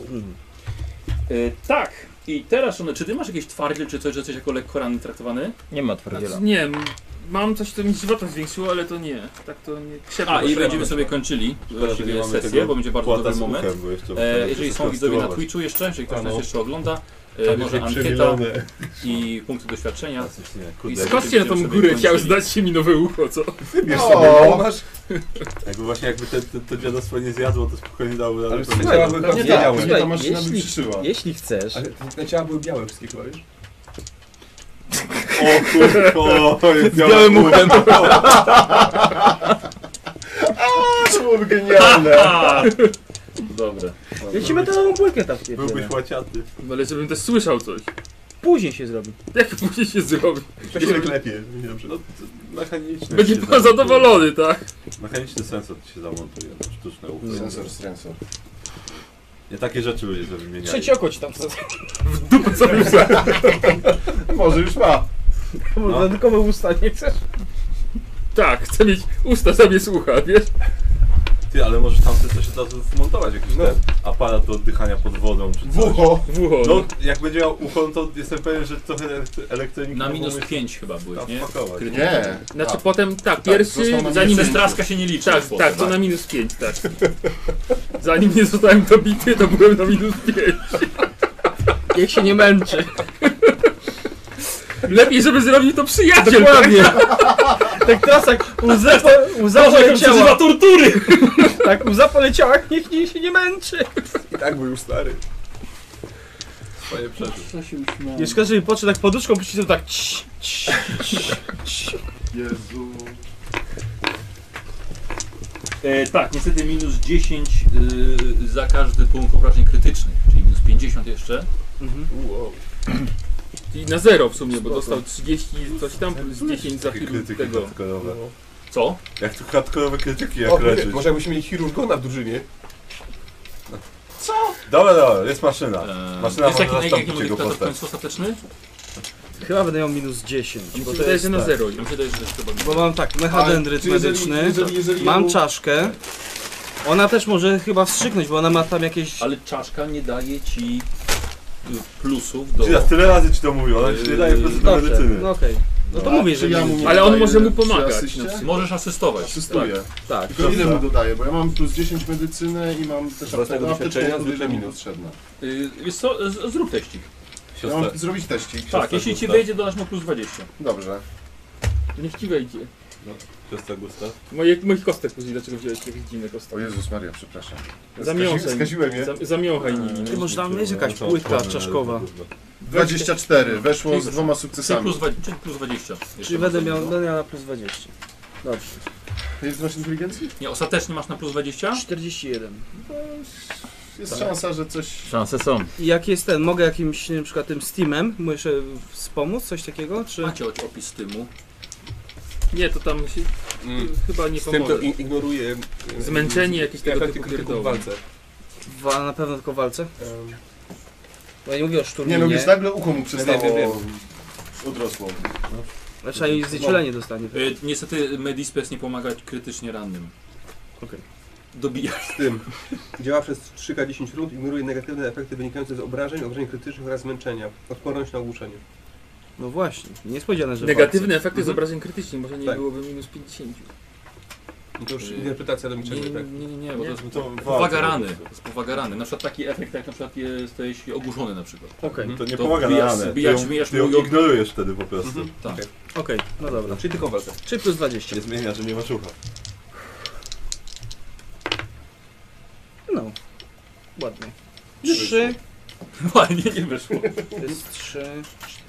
Tak. I teraz, czy ty masz jakieś twardziel, czy coś, że jesteś jako lekko ranny traktowany? Nie ma twardziela. Nie, mam coś, co mi żywota zwiększyło, ale to nie. Tak to nie. A, i będziemy sobie kończyli właściwie sesję, bo będzie bardzo dobry moment. Jeżeli są widzowie na Twitchu jeszcze, jeżeli ktoś nas jeszcze ogląda, może ankieta i punkty doświadczenia. I skoczcie na tą górę, chciał zdać się mi nowe ucho, co? Wybierz O! sobie, masz. Jakby to dziadostwo nie zjadło, to spokojnie dałoby Ale radę. wszystkie ciała były nie białe. tak, Nie, ta maszyna by przyszyła. Jeśli chcesz, Ale te ciała były białe wszystkie chyba, wiesz? O kurwa, jest białym uchem. To byłoby genialne! Dobre. ja ci metalową płykę tam Byłbyś wpierdzielę. łaciaty. Ale żebym też słyszał coś. Później się zrobi. Jak później się zrobi? To się klepie. No, to mechaniczne Będzie się pan zadowolony, tak? Mechaniczny sensor się zamontuje na sztuczne ucho. Sensor. Nie takie rzeczy ludzie sobie wymieniają. Trzeci oko ci tam Co mi za... Może już ma. No. Dodatkowe usta nie chcesz? Tak, chcę mieć usta sobie słucha, wiesz? Ty, ale możesz tam sobie coś od razu wmontować, jakiś ten aparat do oddychania pod wodą, czy coś. W ucho. W ucho. No, jak będzie miał ucho, no to jestem pewien, że trochę elektroniki... Na mogą minus mieć 5 chyba byłeś, tam nie? wpakować. Nie. Znaczy A, potem, tak, został pierwszy, na zanim... minus Straska się nie liczy. Tak, potem, tak, to na minus 5, tak. Zanim nie zostałem dobity, to byłem na minus 5. Niech się nie męczy. Lepiej, żeby zrobił to przyjaciel, Dokładnie. Tak teraz jak łza poleciała. tortury! Tak, łza poleciała, niech się nie męczy. I tak był już stary. Swoje przeżyć. Co się uśmiałem? Jeszcze jeżeli podszedł tak poduszką, przycisnął tak Jezu. Tak, niestety minus 10 za każdy punkt obrażeń krytycznych, czyli minus 50 jeszcze. Wow. I na 0 w sumie, bo dostał 30 coś tam plus 10 za Takie chwilę krytyki tego. hardkorowe. Co? Jak tu hardkorowe krytyki, O, jak leczyć. może jakbyśmy mieli chirurgona w drużynie. Dobra, jest maszyna. Maszyna Jest może jaki zastąpić jego modyfikator w postać. końcu ostateczny? Chyba będę miał minus 10. Mi Bo się to wydaje, jest że na tak. 0. Ja mi się wydaje, że to jest chyba Bo mam tak, mechadendryt Ale czy medyczny, jeżeli mam jemu- czaszkę. Ona też może chyba wstrzyknąć, bo ona ma tam jakieś... Ale czaszka nie daje ci plusów do... Czyli ja tyle razy ci to mówię, ona ci nie daje plusy do Dobrze, medycyny. no okej. No to mówię, że Czy ja mu minus nie Ale on dodaję może mu przy pomagać, asyście? na przykład. Możesz asystować. Asystuję. tak. Tylko ile mu dodaję? Bo ja mam plus 10 medycynę i mam też Własnego doświadczenia, apteczkę, ile zwyczajnie. minus żadna. Wiesz co, zrób teścik. Ja Siostra, mam zrobić teścik. Tak, jeśli ci wejdzie, dodasz mu plus 20. Dobrze. Niech ci wejdzie. siostra Gustaw. Moich kostek później, dlaczego wziąłeś jakieś dziwne kostek? O Jezus Maria, przepraszam. Zamiąsaj. Skaziłem je. Zamiąchaj nimi. Ty może tam jest jakaś płytka czaszkowa. 24, weszło z 2 Czyli sukcesami. plus 20. Czyli będę miał na plus 20. Dobrze. Jest masz inteligencji? Nie, ostatecznie masz na plus 20? 41. Jest szansa, że coś... Szanse są. I jak jest ten, mogę jakimś na przykład tym Steamem muszę wspomóc, coś takiego, czy... Macie opis Steamu. Nie, to tam się chyba nie Z tym to pomoże. ignoruje Zmęczenie jakieś tego typu krytyków w pierdoły. walce. Na pewno tylko w walce? Bo ja nie mówię o szturmie. Nie no, wiesz, nagle ucho mu przestało... Wiem. Odrosło. Znaczy, a i znieczulenie dostanie. Niestety Medispes nie pomaga krytycznie rannym. Okej. Dobija. Z tym. Działa przez 3K10 rund, ignoruje negatywne efekty wynikające z obrażeń krytycznych oraz zmęczenia. Odporność na ogłuszenie. No właśnie, nie spodziewane, że Negatywne efekty z Mhm. obrażeń krytycznych, może nie Tak. byłoby minus 50. I to już interpretacja do Nie, niczego, tak? nie, bo to jest To powaga rany. To jest powaga rany. Na przykład taki efekt, jak na przykład jesteś ogłuszony na przykład. Okej, To nie To pomaga na wbijasz- ranę. wbijasz Ty ją mój- ignorujesz wtedy po prostu. Tak. okej, no dobra. Czyli tylko walkę. 3 plus 20. Nie zmienia, że nie masz ucha. No. Ładnie. 3. Ładnie nie wyszło. To jest 3, 4,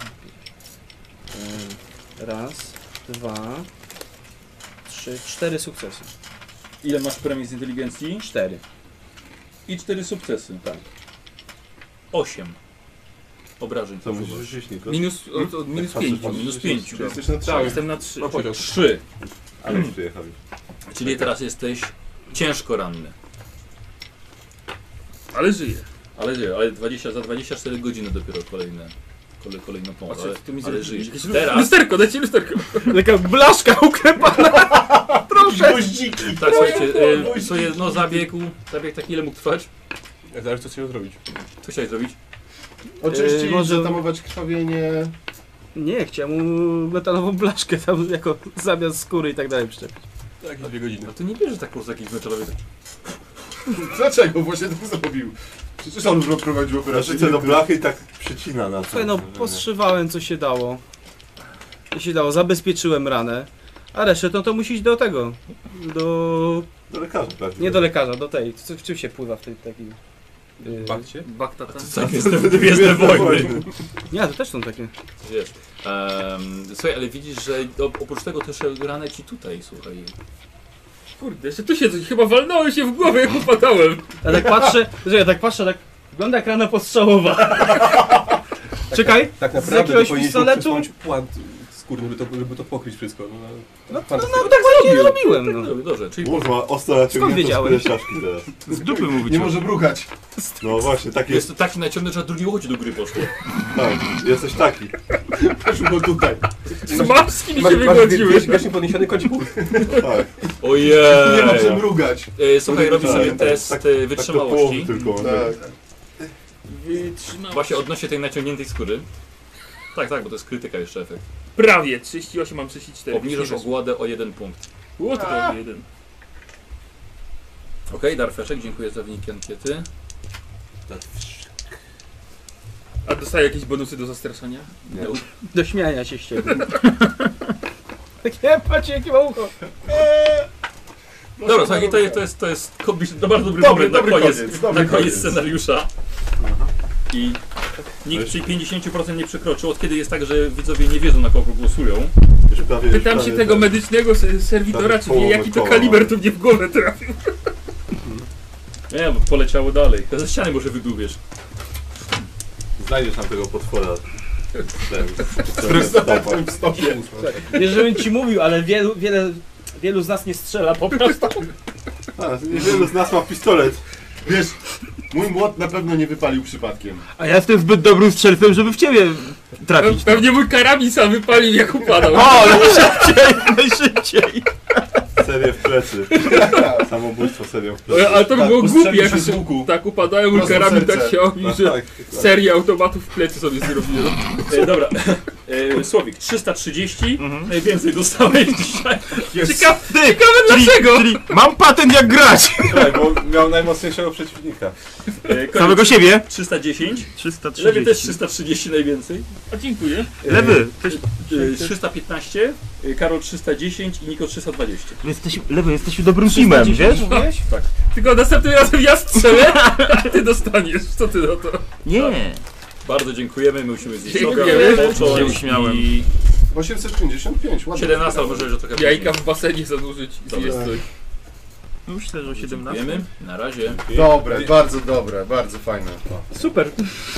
5. Raz, 2, 3, 4 sukcesy. Ile masz premii z inteligencji? 4. I 4 sukcesy. Tak. 8 obrażeń. Co musisz rzucić, Nikos? Minus 5. Minus 5. Czy jesteś na 3? Tak, jestem na 3. No poziom. 3. Ale przyjechali. Czyli teraz jesteś ciężko ranny. Ale żyję. Ale 24 godziny dopiero kolejna pomoc. A co ty mi Ale zrobiłeś? żyjesz. Jakieś Teraz, Lusterko, dajcie lusterko. Taka blaszka uklepana. Proszę. Goździki! tak słuchajcie, no zabieg taki ile mógł trwać? Zależy co chciałem zrobić. Co chciałeś zrobić? Oczywiście może- zatamować krwawienie. Nie, chciałem mu metalową blaszkę tam jako zamiast skóry i tak dalej przyczepić. Tak, na 2 godziny. No to nie bierze tak po prostu jakiś metalowy. Dlaczego właśnie tak zrobił? Przecież on już prowadził operację. Rzucę do blachy i tak przycina na to. Słuchaj, no postrzywałem co się dało. Co się dało, zabezpieczyłem ranę. A resztę to musi iść do tego. Do lekarza, tak? Nie do lekarza, do tej. W czym się pływa w tej takiej. Bakcie? Baktata. Tak, Gwiezdne wojny. Nie, to też są takie. Wiesz. Słuchaj, ale widzisz, że oprócz tego też ranę ci tutaj, słuchaj. Kurde, jeszcze tu się coś, chyba walnąłem się w głowę jak upadałem. Ja tak patrzę, tak wygląda jak rana postrzałowa. Czekaj, Tak z naprawdę jakiegoś to powinniśmy pistoletu? przesunąć płat skórny, żeby to pokryć wszystko. No tak właśnie zrobiłem. No. Dobrze, czyli Kurwa, ostro naciągnięto wiedziałeś? z czaszki teraz. Z dupy mu Nie wyciął. może brukać. No właśnie, taki jest jest. to taki naciągnięty, że drugi łokieć do góry poszło. Tak, jesteś taki. Poszło go tutaj. Smaczki mi się wygładziły. Gaśnie podniesiony kącik. Tak. Ojej! Nie może mrugać. Słuchaj, robisz sobie test Tak do wytrzymałości. połowy tylko. Tak. Właśnie odnośnie tej naciągniętej skóry. Tak, bo to jest krytyka jeszcze efekt. Prawie, 38 mam 34. Obniżasz ogładę o 1 punkt. Było to prawie 1. Okej, Darfeszek, dziękuję za wyniki ankiety. A dostaję jakieś bonusy do zastraszania? Nie. Do śmiania się z ciebie. Takie, patrzcie jakie ma ucho. Dobra, słuchaj, to jest bardzo dobry Dobry, moment dobry na koniec, koniec, dobry na koniec koniec. scenariusza. I nikt przy 50% nie przekroczył, od kiedy jest tak, że widzowie nie wiedzą na kogo głosują. Już prawie, Pytam się tego medycznego serwitora, czy wie jaki to kaliber tu mnie w głowę trafił. Nie, bo poleciało dalej. Ze ściany może wydubiesz. Znajdziesz tam tego potwora. W stopie. Nie żebym ci mówił, ale wielu z nas nie strzela po prostu. Niewielu z nas ma pistolet. Wiesz, mój młot na pewno nie wypalił przypadkiem. A ja jestem zbyt dobrym strzelcem, żeby w ciebie trafić. Pewnie mój karabin sam wypalił jak upadał. O, najszybciej! Serię w plecy. Samobójstwo serią w plecy. Ale to by Tak, było postrzelił głupie, jak się z łuku. tak upadają, mój Prosto w karabin serce. tak się obił, że Tak. serię automatów w plecy sobie zrobiłem. Dobra, Słowik, 330, najwięcej dostałeś dzisiaj. Ciekawe Dlaczego? Czyli mam patent jak grać! Tak, bo miał najmocniejszego przeciwnika. Samego siebie? 310, 330. lewy też 330 najwięcej. A dziękuję. Lewy, też, 315, Karol 310 i Niko 320. Lewy, jesteśmy dobrym teamem, wiesz? Mówiłeś? Tak. Tylko następnym razem ja strzelę, a ty dostaniesz. Co ty na to? Nie. Bardzo dziękujemy, my musimy zjeść Dziękujemy. począć Się uśmiałem. i 855, ładnie. 17, ale może, że trochę Jajka w basenie zanurzyć i Dobra. zjeść coś. Myślę, że o 17. Dziękujemy, na razie. Dobre, bardzo dobre, bardzo fajne. Super.